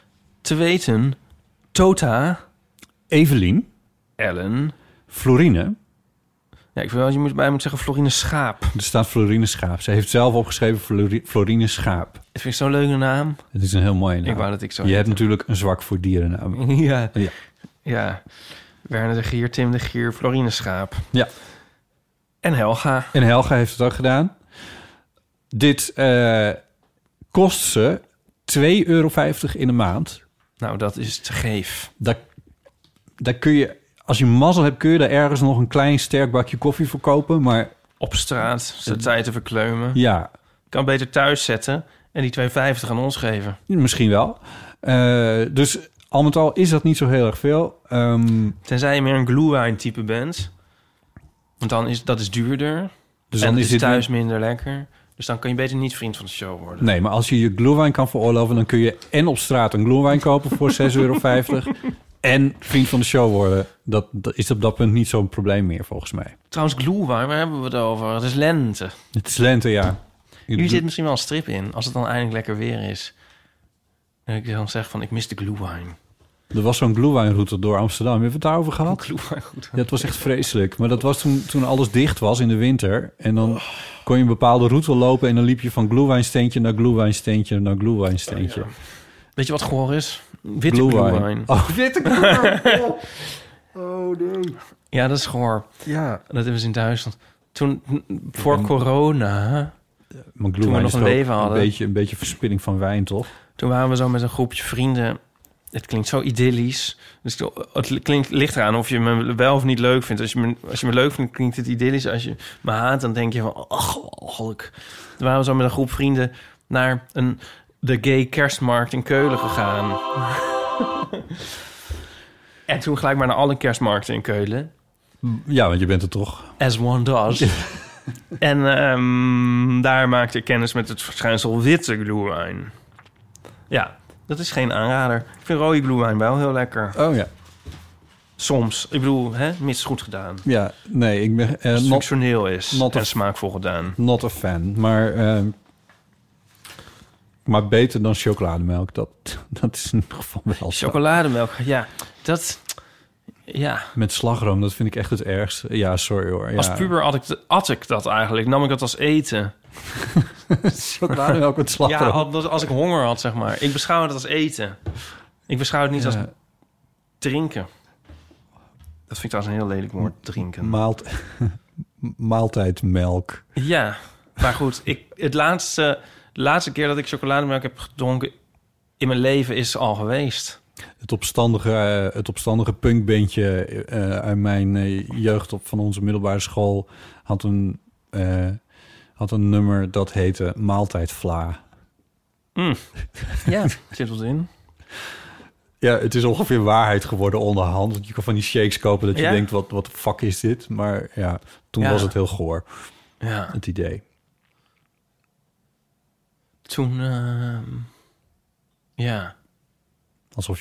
te weten... Tota... Evelien. Ellen... Florine. Ja, ik wil wel, je moet zeggen Florine Schaap. Er staat Florine Schaap. Ze heeft zelf opgeschreven Florine Schaap. Dat vind ik zo'n leuke naam. Het is een heel mooie naam. Ik wou dat ik zo... Je hebt natuurlijk een zwak voor dierennamen. Ja. Werner de Gier, Tim de Gier, Florine Schaap. Ja. En Helga. En Helga heeft het ook gedaan. Dit kost ze €2,50 in de maand. Nou, dat is te geef. Daar kun je, als je mazzel hebt, kun je daar ergens nog een klein sterk bakje koffie voor kopen. Maar op straat, zijn tijd te verkleumen. Ja. Kan beter thuis zetten en die €2,50 aan ons geven. Misschien wel. Dus al met al is dat niet zo heel erg veel. Tenzij je meer een glühwein-type bent. Want dan is dat duurder. Dus en dan is is thuis minder lekker. Dus dan kan je beter niet vriend van de show worden. Nee, maar als je je glühwein kan veroorloven... dan kun je en op straat een glühwein kopen voor €6,50... en vriend van de show worden. Dat is op dat punt niet zo'n probleem meer, volgens mij. Trouwens, glühwein, waar hebben we het over? Het is lente. Het is lente, ja. Hier zit misschien wel een strip in, als het dan eindelijk lekker weer is. En ik dan zeg van, ik mis de glühwein. Er was zo'n glühweinroute door Amsterdam. Hebben we het daarover gehad? Glühweinroute. Ja, het was echt vreselijk. Maar dat was toen alles dicht was in de winter. En dan kon je een bepaalde route lopen... en dan liep je van glühweinsteentje naar glühweinsteentje naar glühweinsteentje. Oh, ja. Weet je wat goor is? Witte glühwein. Oh, witte glühwein. Oh, nee. Ja, dat is goor. Ja. Dat hebben ze in Duitsland. Toen, voor corona... Maar toen we nog een leven hadden... Een beetje verspilling van wijn, toch? Toen waren we zo met een groepje vrienden... Het klinkt zo idyllisch. Dus het ligt eraan of je me wel of niet leuk vindt. Als je me leuk vindt, klinkt het idyllisch. Als je me haat, dan denk je van... Toen waren we zo met een groep vrienden... naar de gay kerstmarkt in Keulen gegaan. En toen gelijk maar naar alle kerstmarkten in Keulen. Ja, want je bent er toch. As one does. En daar maakte ik kennis met het verschijnsel witte glühwein. Ja, dat is geen aanrader. Ik vind rode glühwein wel heel lekker. Oh ja. Soms. Ik bedoel, mis goed gedaan. Ja, nee, ik ben... Als het functioneel is en smaakvol gedaan. Not a fan, maar beter dan chocolademelk. Dat is in ieder geval wel zo. Chocolademelk, ja. Dat... Ja. Met slagroom, dat vind ik echt het ergste. Ja, sorry hoor. Ja. Als puber at ik dat eigenlijk. Nam ik dat als eten. Chocolademelk met slagroom. Ja, als ik honger had, zeg maar. Ik beschouw het als eten. Ik beschouw het niet als drinken. Dat vind ik trouwens een heel lelijk woord, drinken. Maaltijdmelk. Ja, maar goed. De laatste keer dat ik chocolademelk heb gedronken in mijn leven is al geweest. Het opstandige punkbandje uit mijn jeugd van onze middelbare school had een nummer dat heette Maaltijdvla. Ja, zit wat in. Ja, het is ongeveer waarheid geworden onderhand. Want je kan van die shakes kopen dat je denkt, wat de fuck is dit? Maar ja, toen was het heel goor. Ja. Het idee. Toen, ja... Alsof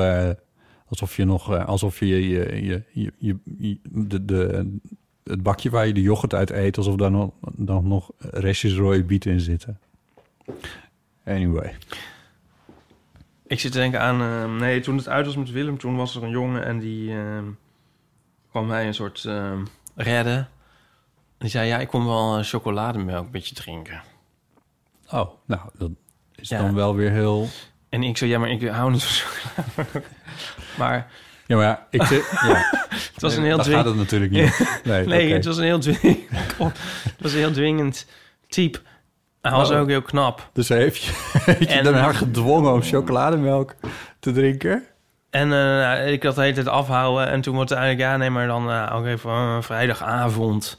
het bakje waar je de yoghurt uit eet, alsof daar nog restjes rode bieten in zitten. Anyway. Ik zit te denken aan... toen het uit was met Willem, toen was er een jongen en die kwam mij een soort redden. En die zei, ja, ik kom wel chocolademelk een beetje drinken. Oh, nou, dat is dan wel weer heel... En ik zei, ja, maar ik hou niet van chocolade. Maar... Ja, maar ja, het was een heel dwingend... gaat het natuurlijk niet. Nee, het was een heel dwingend... Het was een heel dwingend type. Hij was ook heel knap. Dus heeft je daarna gedwongen om chocolademelk te drinken? En ik had de hele tijd afhouden. En toen was het eigenlijk, maar dan ook even vrijdagavond.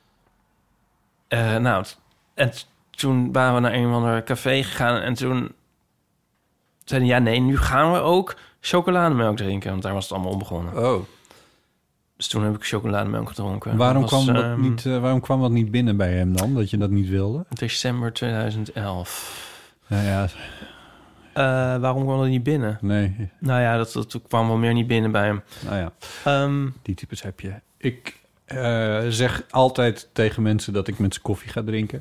En toen waren we naar een of ander café gegaan. En toen zeiden ja, nee, nu gaan we ook chocolademelk drinken. Want daar was het allemaal om begonnen. Oh. Dus toen heb ik chocolademelk gedronken. Waarom kwam dat niet binnen bij hem dan, dat je dat niet wilde? December 2011. Ja. Waarom kwam dat niet binnen? Nee. Nou ja, dat kwam wel meer niet binnen bij hem. Nou ja, die types heb je. Ik zeg altijd tegen mensen dat ik met ze koffie ga drinken.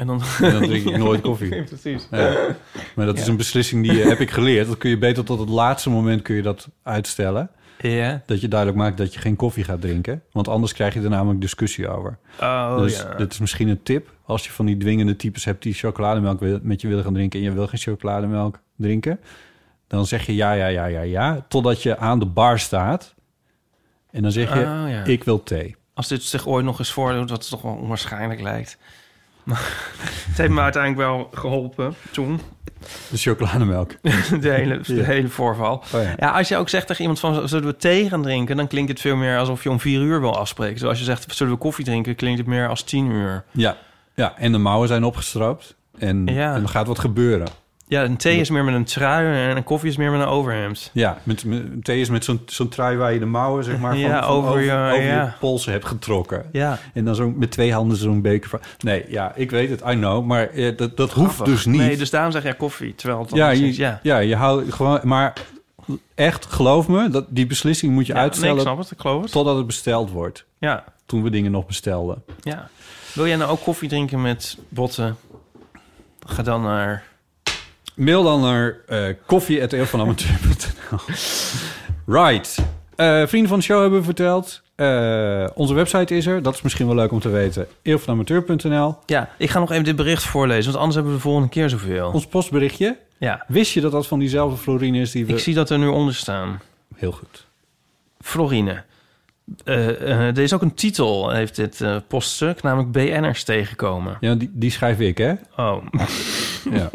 En dan drink ik nooit koffie. Precies. Ja. Maar dat is een beslissing die heb ik geleerd. Dat kun je beter tot het laatste moment kun je dat uitstellen. Ja. Dat je duidelijk maakt dat je geen koffie gaat drinken. Want anders krijg je er namelijk discussie over. Oh, dus dit is misschien een tip. Als je van die dwingende types hebt die chocolademelk met je willen gaan drinken... en je wil geen chocolademelk drinken... dan zeg je ja, totdat je aan de bar staat. En dan zeg je, ik wil thee. Als dit zich ooit nog eens voordoet, wat toch wel onwaarschijnlijk lijkt. Maar het heeft me uiteindelijk wel geholpen toen. De chocolademelk. de hele voorval. Oh ja. Ja, als je ook zegt tegen iemand van, zullen we thee gaan drinken... dan klinkt het veel meer alsof je om 4 uur wil afspreken. Dus als je zegt, zullen we koffie drinken... klinkt het meer als 10 uur. Ja, en de mouwen zijn opgestroopt. En er gaat wat gebeuren. Ja, een thee is meer met een trui en een koffie is meer met een overhemd. Ja, thee is met zo'n trui waar je de mouwen zeg maar, over je polsen hebt getrokken. Ja. En dan zo met 2 handen zo'n beker van... Nee, ja, ik weet het, I know, maar dat hoeft dus niet. Nee, dus daarom zeg jij koffie, terwijl het dan je houdt gewoon... Maar echt, geloof me, die beslissing moet je uitstellen... Nee, ik snap het, ik geloof het. Totdat het besteld wordt. Ja. Toen we dingen nog bestelden. Ja. Wil jij nou ook koffie drinken met botten? Ga dan naar... Mail dan naar koffie@eeuwvanamateur.nl. Right. Vrienden van de show hebben we verteld. Onze website is er. Dat is misschien wel leuk om te weten. eeuwvanamateur.nl. Ja, ik ga nog even dit bericht voorlezen, want anders hebben we de volgende keer zoveel. Ons postberichtje. Ja. Wist je dat dat van diezelfde Florine is die we... Ik zie dat er nu onder staan. Heel goed. Florine. Er is ook een titel, heeft dit poststuk, namelijk BN'ers tegenkomen. Ja, die schrijf ik, hè? Oh. Ja.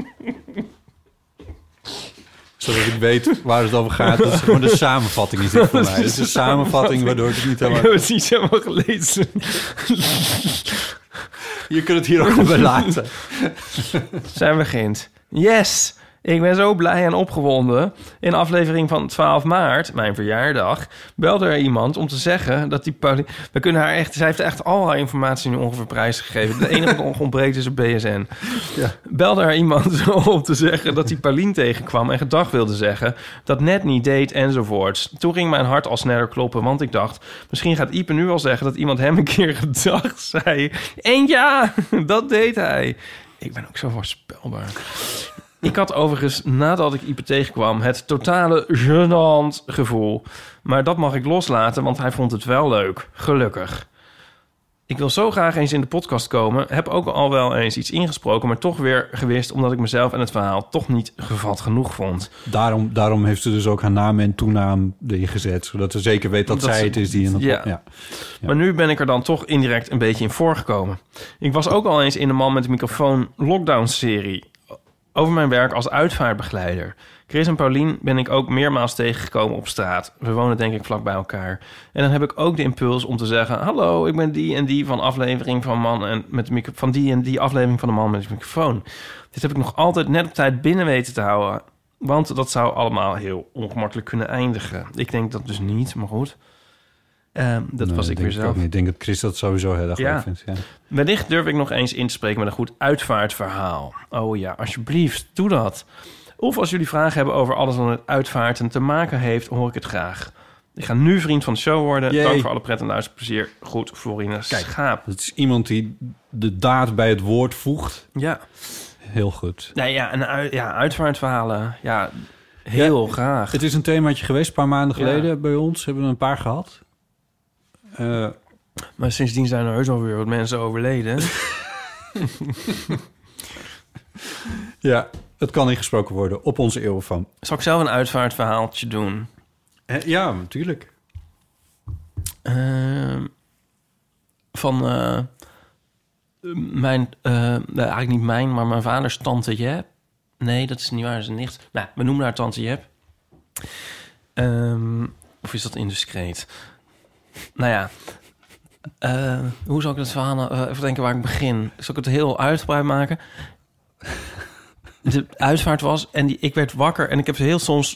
Zodat ik weet waar het over gaat. Dat is gewoon de samenvatting is dit voor mij. Het is een samenvatting waardoor ik het niet helemaal... Ik heb het niet helemaal gelezen. Je kunt het hier ook bij laten. Zijn begint. Yes! Ik ben zo blij en opgewonden. In aflevering van 12 maart, mijn verjaardag, belde er iemand om te zeggen dat die Pauline... We kunnen haar echt... Zij heeft echt al haar informatie nu ongeveer prijsgegeven. De enige wat nog ontbreekt is een BSN. Ja. Belde er iemand om te zeggen dat die Pauline tegenkwam en gedag wilde zeggen, dat net niet deed enzovoorts. Toen ging mijn hart al sneller kloppen, want ik dacht, misschien gaat Ipe nu wel zeggen dat iemand hem een keer gedag zei. En ja, dat deed hij. Ik ben ook zo voorspelbaar. Ik had overigens, nadat ik Ipe tegenkwam, het totale gênant gevoel. Maar dat mag ik loslaten, want hij vond het wel leuk. Gelukkig. Ik wil zo graag eens in de podcast komen. Heb ook al wel eens iets ingesproken, maar toch weer gewist, omdat ik mezelf en het verhaal toch niet gevat genoeg vond. Daarom heeft ze dus ook haar naam en toenaam erin gezet, zodat ze zeker weet dat zij het is die in het... Ja. Maar nu ben ik er dan toch indirect een beetje in voorgekomen. Ik was ook al eens in de Man met de Microfoon Lockdown-serie over mijn werk als uitvaartbegeleider. Chris en Paulien ben ik ook meermaals tegengekomen op straat. We wonen denk ik vlak bij elkaar. En dan heb ik ook de impuls om te zeggen, hallo, ik ben die en die van aflevering van Man en met de van die en die aflevering van de Man met de Microfoon. Dit heb ik nog altijd net op tijd binnen weten te houden. Want dat zou allemaal heel ongemakkelijk kunnen eindigen. Ik denk dat dus niet, maar goed. Dat was ik weer zelf. Ik denk dat Chris dat sowieso heel erg leuk vindt. Ja. Wellicht durf ik nog eens in te spreken met een goed uitvaartverhaal. Oh ja, alsjeblieft, doe dat. Of als jullie vragen hebben over alles wat met uitvaarten te maken heeft, hoor ik het graag. Ik ga nu vriend van de show worden. Dank voor alle pret en luisterplezier. Goed, Florine Schaap. Het is iemand die de daad bij het woord voegt. Ja. Heel goed. Uitvaartverhalen. Ja, heel graag. Het is een themaatje geweest, een paar maanden geleden bij ons. Hebben we een paar gehad. Maar sindsdien zijn er heus alweer wat mensen overleden. Ja, het kan ingesproken worden op onze eeuw van. Zal ik zelf een uitvaartverhaaltje doen? Ja, natuurlijk. Eigenlijk niet mijn, maar mijn vaders tante Jep. Nee, dat is niet waar, dat is een nicht. Nou, we noemen haar tante Jep. Of is dat indiscreet? Nou ja, hoe zal ik het verhaal even denken waar ik begin? Zal ik het heel uitgebreid maken? De uitvaart was en ik werd wakker en ik heb heel soms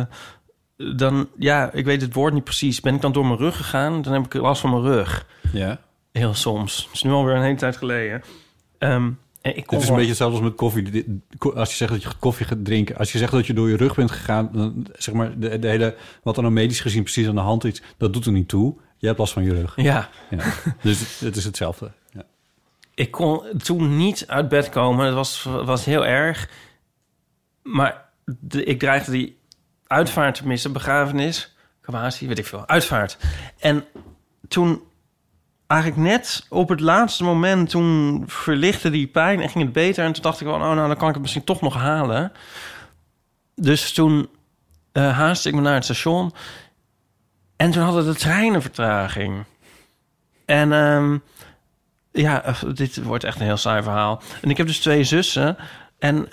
ik weet het woord niet precies. Ben ik dan door mijn rug gegaan? Dan heb ik last van mijn rug. Ja. Heel soms. Het is nu alweer een hele tijd geleden. Het is een beetje hetzelfde als met koffie. Als je zegt dat je koffie gaat drinken, als je zegt dat je door je rug bent gegaan, dan zeg maar de hele, wat er nou medisch gezien precies aan de hand is, dat doet er niet toe. Je hebt last van je rug. Ja. Dus het is hetzelfde. Ja. ik kon toen niet uit bed komen. Het was heel erg. Maar ik dreigde die uitvaart te missen. Begrafenis, crematie, weet ik veel. Uitvaart. En toen, eigenlijk net op het laatste moment... toen verlichtte die pijn en ging het beter. En toen dacht ik van, dan kan ik het misschien toch nog halen. Dus toen haastte ik me naar het station. En toen hadden de treinen vertraging. En dit wordt echt een heel saai verhaal. En ik heb dus 2 zussen. En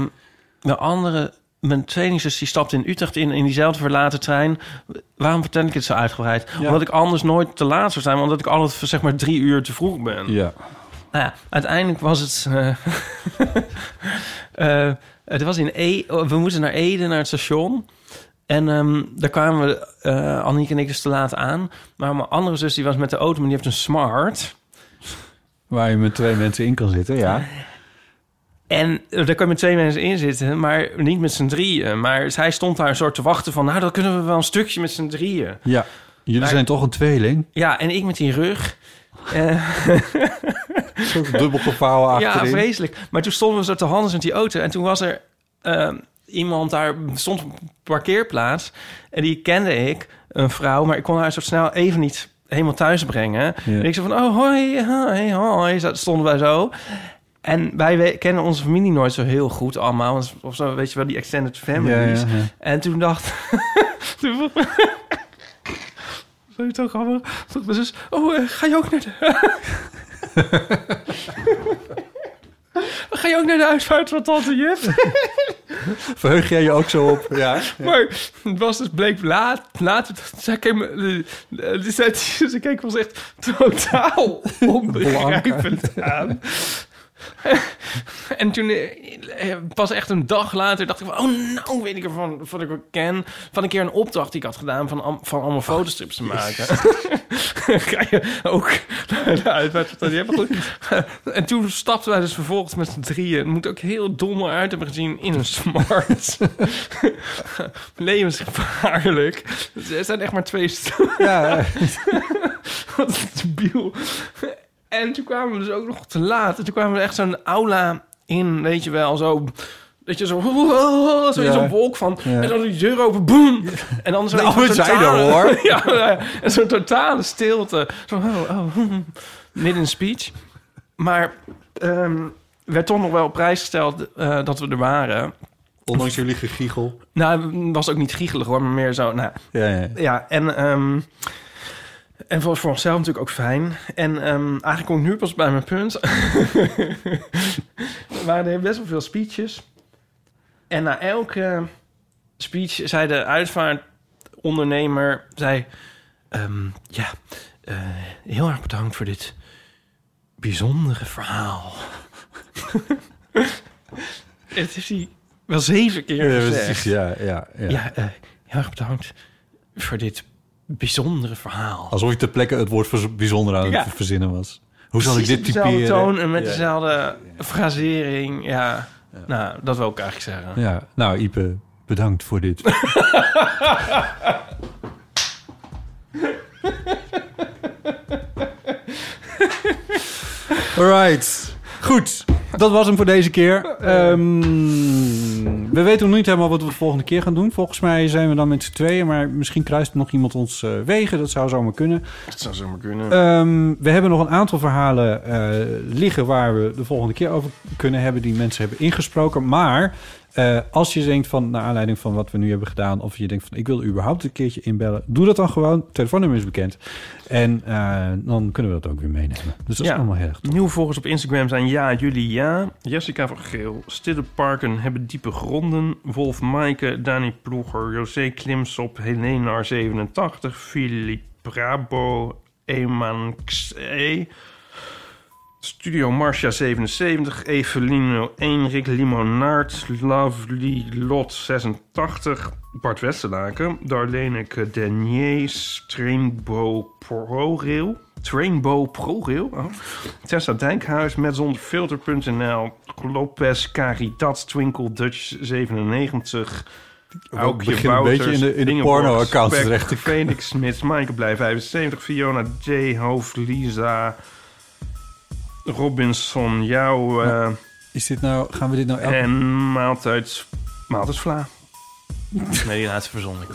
mijn tweelingzus die stapte in Utrecht in diezelfde verlaten trein. Waarom vertel ik het zo uitgebreid? Ja. Omdat ik anders nooit te laat zou zijn. Omdat ik altijd zeg maar 3 uur te vroeg ben. Ja. Nou ja, uiteindelijk was het... het was we moesten naar Ede, naar het station. En daar kwamen we, Anniek en ik, dus te laat aan. Maar mijn andere zus die was met de auto, maar die heeft een Smart. Waar je met 2 mensen in kan zitten, ja. En daar kan je met 2 mensen in zitten, maar niet met z'n 3. Maar zij stond daar een soort te wachten van... dan kunnen we wel een stukje met z'n 3. Ja, jullie zijn toch een tweeling? Ja, en ik met die rug... Zo'n dubbel gevouwen achterin. Ja, vreselijk. Maar toen stonden we zo te handen met die auto. En toen was er iemand daar, stond op een parkeerplaats. En die kende ik, een vrouw. Maar ik kon haar zo snel even niet helemaal thuis brengen. Ja. En ik zei van, hoi. Zo stonden wij zo. En wij kennen onze familie nooit zo heel goed allemaal. Of zo, weet je wel, die extended families. Ja. En toen dacht... Zo is het ook grappig. Mijn zus, ga je ook naar de... Ga je ook naar de uitvaart van tante Jip? Verheug jij je ook zo op? Ja. Maar het was dus bleek later. Zij keek ons echt totaal onbegrijpend aan. En toen, pas echt een dag later, dacht ik van... nou weet ik ervan wat ik ken. Van een keer een opdracht die ik had gedaan... van allemaal fotostrips te maken. Ga je ook naar de uitvaart. En toen stapten wij dus vervolgens met z'n 3. Het moet ook heel dom uit hebben gezien in een Smart. Levensgevaarlijk. Er zijn echt maar 2 stoelen. Ja. Wat een debiel. En toen kwamen we dus ook nog te laat. En toen kwamen we echt zo'n aula in, weet je wel, zo... Dat je zo in zo'n wolk van... Ja. En dan die deur open, boem! En dan zo'n totale... hoor. En zo'n totale stilte. Zo, midden in een speech. Maar werd toch nog wel op prijs gesteld dat we er waren. Ondanks jullie gegiegel. Nou, het was ook niet giechelig hoor, maar meer zo... Nou, ja, en voor onszelf natuurlijk ook fijn. En eigenlijk kom ik nu pas bij mijn punt. Er waren best wel veel speeches. En na elke speech zei de uitvaartondernemer... heel erg bedankt voor dit bijzondere verhaal. Het is hij wel 7 keer gezegd. Ja, heel erg bedankt voor dit bijzondere verhaal. Alsof je ter plekke het woord bijzonder aan het verzinnen was. Hoe zal ik dit typeren? Met dezelfde toon en met dezelfde frasering. Ja, nou, dat wil ik eigenlijk zeggen. Ja, nou, Ipe, bedankt voor dit. Alright. Goed. Dat was hem voor deze keer. We weten nog niet helemaal wat we de volgende keer gaan doen. Volgens mij zijn we dan met z'n 2, maar misschien kruist nog iemand ons wegen. Dat zou zomaar kunnen. We hebben nog een aantal verhalen liggen waar we de volgende keer over kunnen hebben, die mensen hebben ingesproken. Maar als je denkt van, naar aanleiding van wat we nu hebben gedaan, of je denkt van, ik wil überhaupt een keertje inbellen, doe dat dan gewoon. Het telefoonnummer is bekend. En dan kunnen we dat ook weer meenemen. Dus dat is allemaal heel erg tof. Nieuwe volgers op Instagram zijn Jessica van Geel, Stille Parken hebben diepe gronden, Wolf Maaike, Dani Ploeger, José Klimsop, Helena 87, Philippe Brabo, Eman Xe, Studio Marcia 77, Evelino 1, Rick Limonard, Lovely Lot 86, Bart Westerlaken, Darlene Deniers, Trainbow ProRail, Tessa Dijkhuis, Metzonderfilter.nl, Lopez Caridat, Twinkle Dutch 97, Aukje Wouters, in de porno-account terecht. Phoenix Smith, Maaike Blij 75, Fiona J, Hoofd, Lisa... Robinson, jouw... Is dit nou... Gaan we dit nou... En maaltijdsvla. Nee, laatste verzon ik.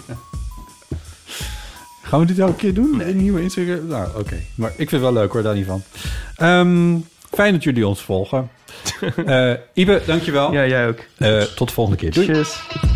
Gaan we dit elke keer doen? Nee. Een nieuwe Instagram? Nou, oké. Maar ik vind het wel leuk hoor, daar niet van. Fijn dat jullie ons volgen. Ipe, dankjewel. Ja, jij ook. Tot de volgende keer. Doei. Tjus.